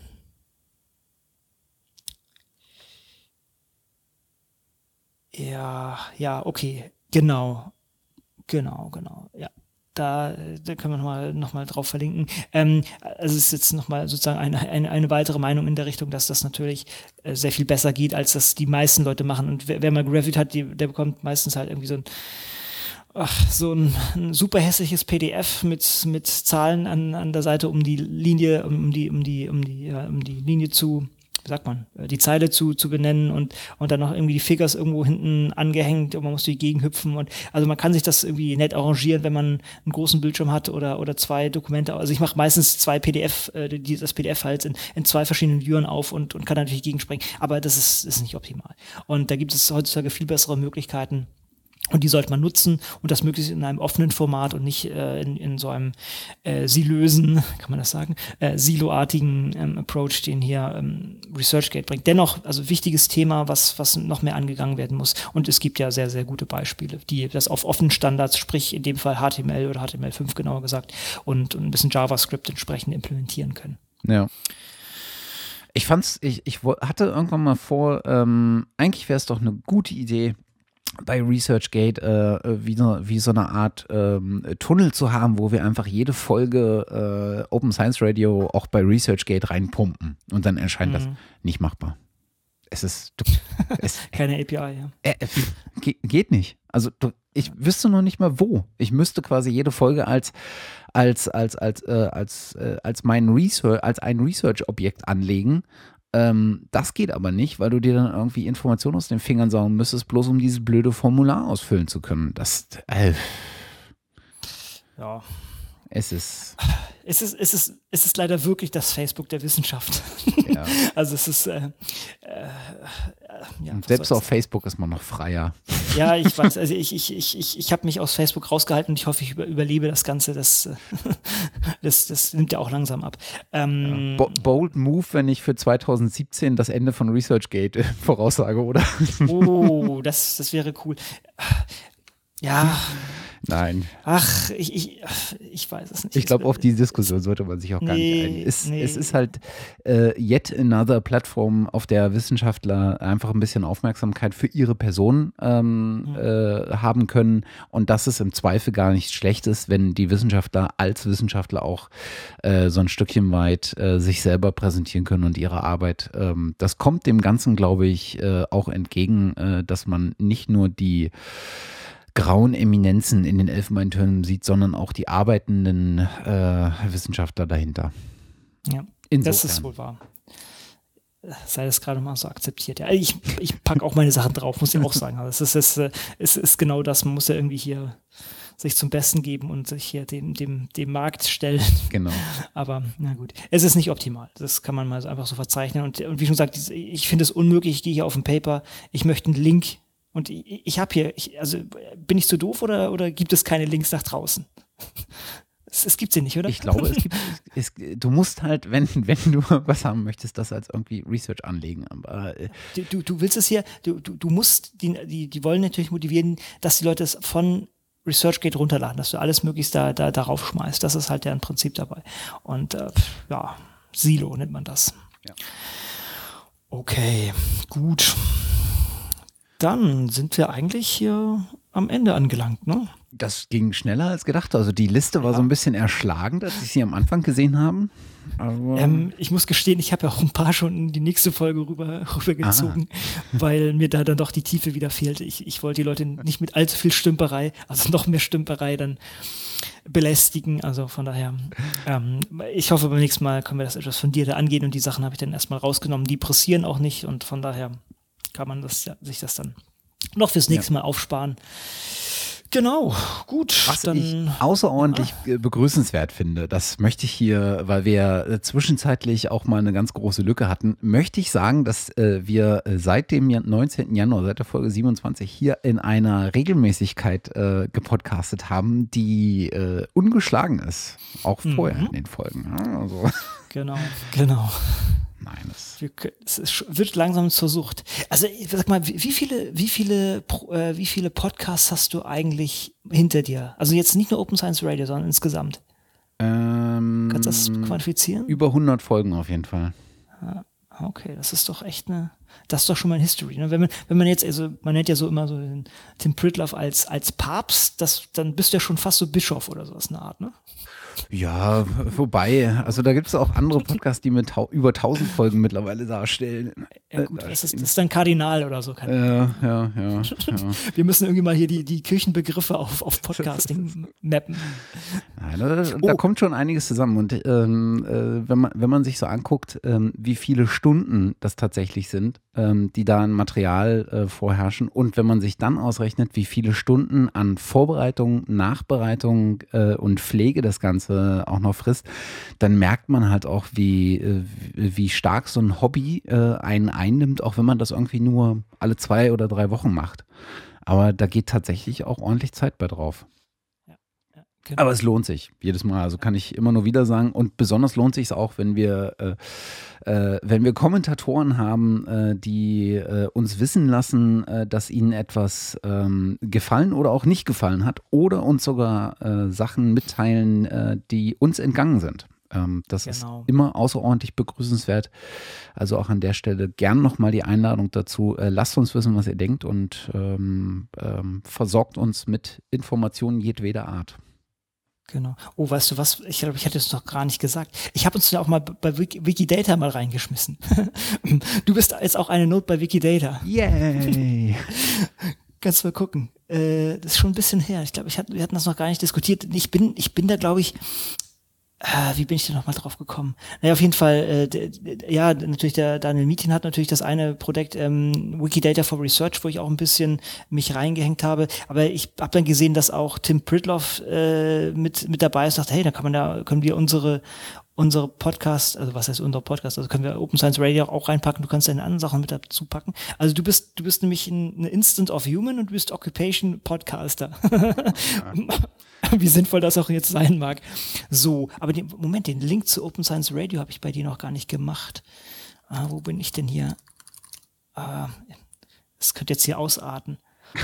ja, ja, okay. Genau, genau, genau, ja. Da, da können wir nochmal noch mal drauf verlinken. Ähm, also es ist jetzt nochmal sozusagen eine, eine, eine weitere Meinung in der Richtung, dass das natürlich äh, sehr viel besser geht, als das die meisten Leute machen. Und wer, wer mal gereviewt hat, die, der bekommt meistens halt irgendwie so ein, ach, so ein, ein super hässliches P D F mit, mit Zahlen an, an der Seite, um die Linie, um die, um die, um die, ja, um die Linie zu, wie sagt man, die Zeile zu, zu benennen und, und dann noch irgendwie die Figures irgendwo hinten angehängt und man muss durch die Gegend hüpfen und also man kann sich das irgendwie nett arrangieren, wenn man einen großen Bildschirm hat oder, oder zwei Dokumente. Also ich mache meistens zwei P D F, äh, die, das P D F halt in, in zwei verschiedenen Viewern auf und, und kann natürlich gegenspringen, aber das ist, ist nicht optimal. Und da gibt es heutzutage viel bessere Möglichkeiten. Und die sollte man nutzen und das möglichst in einem offenen Format und nicht äh, in, in so einem äh, silösen, kann man das sagen, äh, siloartigen ähm, Approach, den hier ähm, ResearchGate bringt. Dennoch, also wichtiges Thema, was, was noch mehr angegangen werden muss. Und es gibt ja sehr, sehr gute Beispiele, die das auf offenen Standards, sprich in dem Fall H T M L oder H T M L fünf genauer gesagt, und, und ein bisschen JavaScript entsprechend implementieren können. Ja. Ich fand's, ich, ich hatte irgendwann mal vor, ähm, eigentlich wäre es doch eine gute Idee, bei ResearchGate äh, wie, so, wie so eine Art ähm, Tunnel zu haben, wo wir einfach jede Folge äh, Open Science Radio auch bei ResearchGate reinpumpen und dann erscheint mhm. das nicht machbar. es ist, du, es, Keine A P I, ja. äh, äh, ge- geht nicht. Also du, ich wüsste noch nicht mal wo. Ich müsste quasi jede Folge als als als als äh, als äh, als mein Research als ein Research-Objekt anlegen. Ähm, das geht aber nicht, weil du dir dann irgendwie Informationen aus den Fingern saugen müsstest, bloß um dieses blöde Formular ausfüllen zu können. Das, äh, Ja. es ist, Es ist, es, ist, es ist leider wirklich das Facebook der Wissenschaft. ja. Also es ist, äh, äh, ja, Und was selbst soll auf ich Facebook ist man noch freier. sagen? Ja, ich weiß, also ich, ich, ich, ich, ich habe mich aus Facebook rausgehalten und ich hoffe, ich über, überlebe das Ganze. Das, äh, das, das nimmt ja auch langsam ab. Ähm, Bo- bold Move, wenn ich für zwanzig siebzehn das Ende von ResearchGate äh, voraussage, oder? Oh, das, das wäre cool. Ja, Nein. ach, ich, ich, ich weiß es nicht. Ich glaube, auf diese Diskussion sollte man sich auch gar Nee, nicht ein. Es, nee. es ist halt äh, yet another Plattform, auf der Wissenschaftler einfach ein bisschen Aufmerksamkeit für ihre Person ähm, Mhm. äh, haben können und dass es im Zweifel gar nicht schlecht ist, wenn die Wissenschaftler als Wissenschaftler auch äh, so ein Stückchen weit äh, sich selber präsentieren können und ihre Arbeit. Ähm, das kommt dem Ganzen, glaube ich, äh, auch entgegen, äh, dass man nicht nur die grauen Eminenzen in den Elfenbeintürmen sieht, sondern auch die arbeitenden äh, Wissenschaftler dahinter. Ja, Insofern. das ist wohl wahr. Sei das gerade mal so akzeptiert. Ja, ich ich packe auch meine Sachen drauf, muss ich auch sagen. Also es ist, es, ist, es ist genau das, man muss ja irgendwie hier sich zum Besten geben und sich hier dem, dem, dem Markt stellen. Genau. Aber na gut, es ist nicht optimal. Das kann man mal so einfach so verzeichnen. Und, und wie schon gesagt, diese- ich finde es unmöglich, ich gehe hier auf ein Paper, ich möchte einen Link und ich, ich habe hier, ich, also bin ich zu doof oder, oder gibt es keine Links nach draußen? Es, es gibt sie nicht, oder? Ich glaube, es gibt, es, du musst halt, wenn, wenn du was haben möchtest, das als irgendwie Research anlegen. Aber äh, Du, du, du willst es hier, du, du, du musst, die, die, die wollen natürlich motivieren, dass die Leute es von ResearchGate runterladen, dass du alles möglichst da, da darauf schmeißt. Das ist halt deren Prinzip dabei. Und äh, ja, Silo nennt man das. Ja. Okay, gut. Dann sind wir eigentlich hier am Ende angelangt, ne? das ging schneller als gedacht. Also die Liste war Ja. so ein bisschen erschlagend, als ich sie am Anfang gesehen habe. Aber Ähm, ich muss gestehen, ich habe ja auch ein paar schon in die nächste Folge rüber, rübergezogen, weil mir da dann doch die Tiefe wieder fehlte. Ich, ich wollte die Leute nicht mit allzu viel Stümperei, also noch mehr Stümperei dann belästigen. Also von daher, ähm, ich hoffe, beim nächsten Mal können wir das etwas fundierter angehen und die Sachen habe ich dann erstmal rausgenommen. Die pressieren auch nicht und von daher kann man das, ja, sich das dann noch fürs nächste Mal aufsparen. Genau, gut. was dann, ich außerordentlich äh, begrüßenswert finde, das möchte ich hier, weil wir äh, zwischenzeitlich auch mal eine ganz große Lücke hatten, möchte ich sagen, dass äh, wir äh, seit dem Jan- neunzehnten Januar, seit der Folge siebenundzwanzig hier in einer Regelmäßigkeit äh, gepodcastet haben, die äh, ungeschlagen ist. Auch vorher Mhm. in den Folgen. Ja, also, Genau, genau. nein, das Wir können- Es ist, wird langsam zur Sucht. Also sag mal, wie wie viele, wie viele, Pro- äh, wie viele Podcasts hast du eigentlich hinter dir? Also jetzt nicht nur Open Science Radio, sondern insgesamt. ähm, Kannst du das quantifizieren? über hundert Folgen auf jeden Fall. Okay, das ist doch echt eine, das ist doch schon mal ein History. Ne? Wenn man, wenn man jetzt, also man nennt ja so immer so den Tim Pritloff als, als Papst, das, dann bist du ja schon fast so Bischof oder sowas in der Art, ne? Ja, wobei, also da gibt es auch andere Podcasts, die mit tau über tausend Folgen mittlerweile darstellen. Ja gut, das ist, das ist dann Kardinal oder so. Keine Ja, ja, ja, ja. Wir müssen irgendwie mal hier die, die Kirchenbegriffe auf, auf Podcasting mappen. Nein, da, da Oh. kommt schon einiges zusammen. Und ähm, äh, wenn, man, wenn man sich so anguckt, ähm, wie viele Stunden das tatsächlich sind, ähm, die da an Material äh, vorherrschen, und wenn man sich dann ausrechnet, wie viele Stunden an Vorbereitung, Nachbereitung äh, und Pflege das Ganze auch noch frisst, dann merkt man halt auch, wie, äh, wie stark so ein Hobby äh, einen einnimmt, auch wenn man das irgendwie nur alle zwei oder drei Wochen macht. Aber da geht tatsächlich auch ordentlich Zeit bei drauf. Genau. Aber es lohnt sich jedes Mal, also kann ich immer nur wieder sagen. Und besonders lohnt sich es auch, wenn wir, äh, äh, wenn wir Kommentatoren haben, äh, die äh, uns wissen lassen, äh, dass ihnen etwas ähm, gefallen oder auch nicht gefallen hat, oder uns sogar äh, Sachen mitteilen, äh, die uns entgangen sind. Ähm, das Genau. ist immer außerordentlich begrüßenswert. Also auch an der Stelle gern nochmal die Einladung dazu. Äh, lasst uns wissen, was ihr denkt, und ähm, ähm, versorgt uns mit Informationen jedweder Art. Genau. Oh, weißt du was? Ich glaube, ich hatte es noch gar nicht gesagt. Ich habe uns ja auch mal bei Wiki, Wikidata mal reingeschmissen. Du bist jetzt auch eine Note bei Wikidata. Yay! Kannst mal gucken. Äh, das ist schon ein bisschen her. Ich glaube, ich hat, wir hatten das noch gar nicht diskutiert. Ich bin, ich bin da, glaube ich, äh, wie bin ich denn nochmal drauf gekommen? Naja, auf jeden Fall, äh, d- d- ja, natürlich der Daniel Mietin hat natürlich das eine Projekt ähm, Wikidata for Research, wo ich auch ein bisschen mich reingehängt habe. Aber ich habe dann gesehen, dass auch Tim Pritloff äh, mit mit dabei ist. Dachte, hey, da kann man da können wir unsere unsere Podcast, also was heißt unser Podcast, also können wir Open Science Radio auch reinpacken, du kannst deine anderen Sachen mit dazu packen. Also du bist, du bist nämlich ein, ein Instant of Human und du bist Occupation Podcaster. Wie sinnvoll das auch jetzt sein mag. So, aber den, Moment, den Link zu Open Science Radio habe ich bei dir noch gar nicht gemacht. Ah, wo bin ich denn hier? Ah, das könnte jetzt hier ausarten.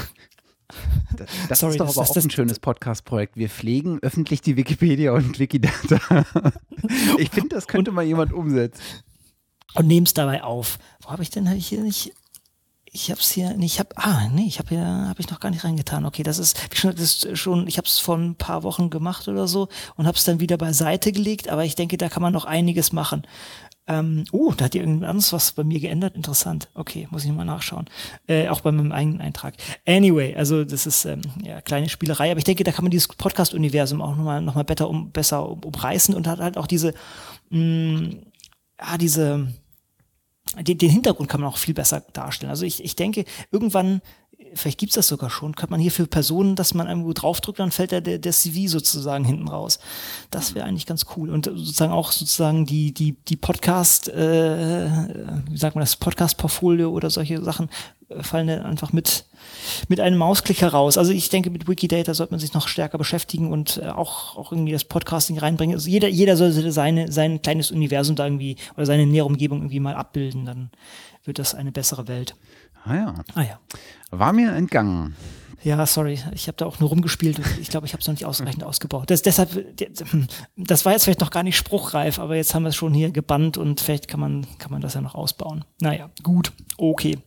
Das, das Sorry, ist doch das- aber das- auch das- ein schönes Podcast-Projekt. Wir pflegen öffentlich die Wikipedia und Wikidata. Ich finde, das könnte mal jemand umsetzen. Und nehmen es dabei auf. Wo habe ich denn hab ich hier nicht? Ich habe es hier, nee, ich habe, ah, nee, ich habe hier, habe ich noch gar nicht reingetan. Okay, das ist, wie schon, das ist schon, ich habe es vor ein paar Wochen gemacht oder so und habe es dann wieder beiseite gelegt. Aber ich denke, da kann man noch einiges machen. Ähm, oh, da hat irgendwas anderes was bei mir geändert. Interessant. Okay, muss ich mal nachschauen. Äh, auch bei meinem eigenen Eintrag. Anyway, also das ist ähm, ja kleine Spielerei, aber ich denke, da kann man dieses Podcast-Universum auch nochmal noch mal besser, um, besser um, umreißen und hat halt auch diese, mh, ja, diese, den, den Hintergrund kann man auch viel besser darstellen. Also ich, ich denke, irgendwann, vielleicht gibt's das sogar schon, kann man hier für Personen, dass man irgendwo draufdrückt, dann fällt der, der, der C V sozusagen hinten raus. Das wäre eigentlich ganz cool. Und sozusagen auch sozusagen die, die, die Podcast, äh, wie sagt man das, Podcast-Portfolio oder solche Sachen äh, fallen dann einfach mit, mit einem Mausklick heraus. Also ich denke, mit Wikidata sollte man sich noch stärker beschäftigen und äh, auch, auch irgendwie das Podcasting reinbringen. Also jeder, jeder sollte seine, sein kleines Universum da irgendwie oder seine nähere Umgebung irgendwie mal abbilden, dann wird das eine bessere Welt. Ah ja. Ah ja. War mir entgangen. Ja, sorry, ich habe da auch nur rumgespielt und ich glaube, ich habe es noch nicht ausreichend ausgebaut. Das, deshalb, das war jetzt vielleicht noch gar nicht spruchreif, aber jetzt haben wir es schon hier gebannt und vielleicht kann man, kann man das ja noch ausbauen. Naja, gut, okay.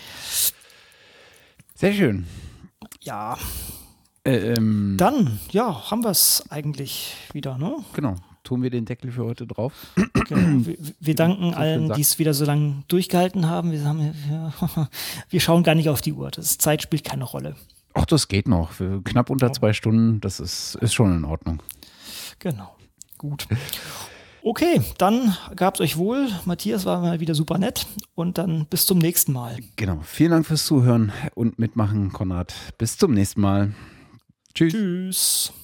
Sehr schön. Ja, Äh, ähm, dann, ja, haben wir es eigentlich wieder, ne? genau. Tun wir den Deckel für heute drauf. Genau. Wir, wir danken So allen, gesagt. die es wieder so lange durchgehalten haben. Wir, haben ja, wir schauen gar nicht auf die Uhr. Das Zeit spielt keine Rolle. Ach, das geht noch. Für knapp unter zwei Stunden, das ist, ist schon in Ordnung. Genau. Gut. Okay, dann gab's euch wohl. Matthias war mal wieder super nett und dann bis zum nächsten Mal. Genau. Vielen Dank fürs Zuhören und Mitmachen, Konrad. Bis zum nächsten Mal. Tschüss. Tschüss.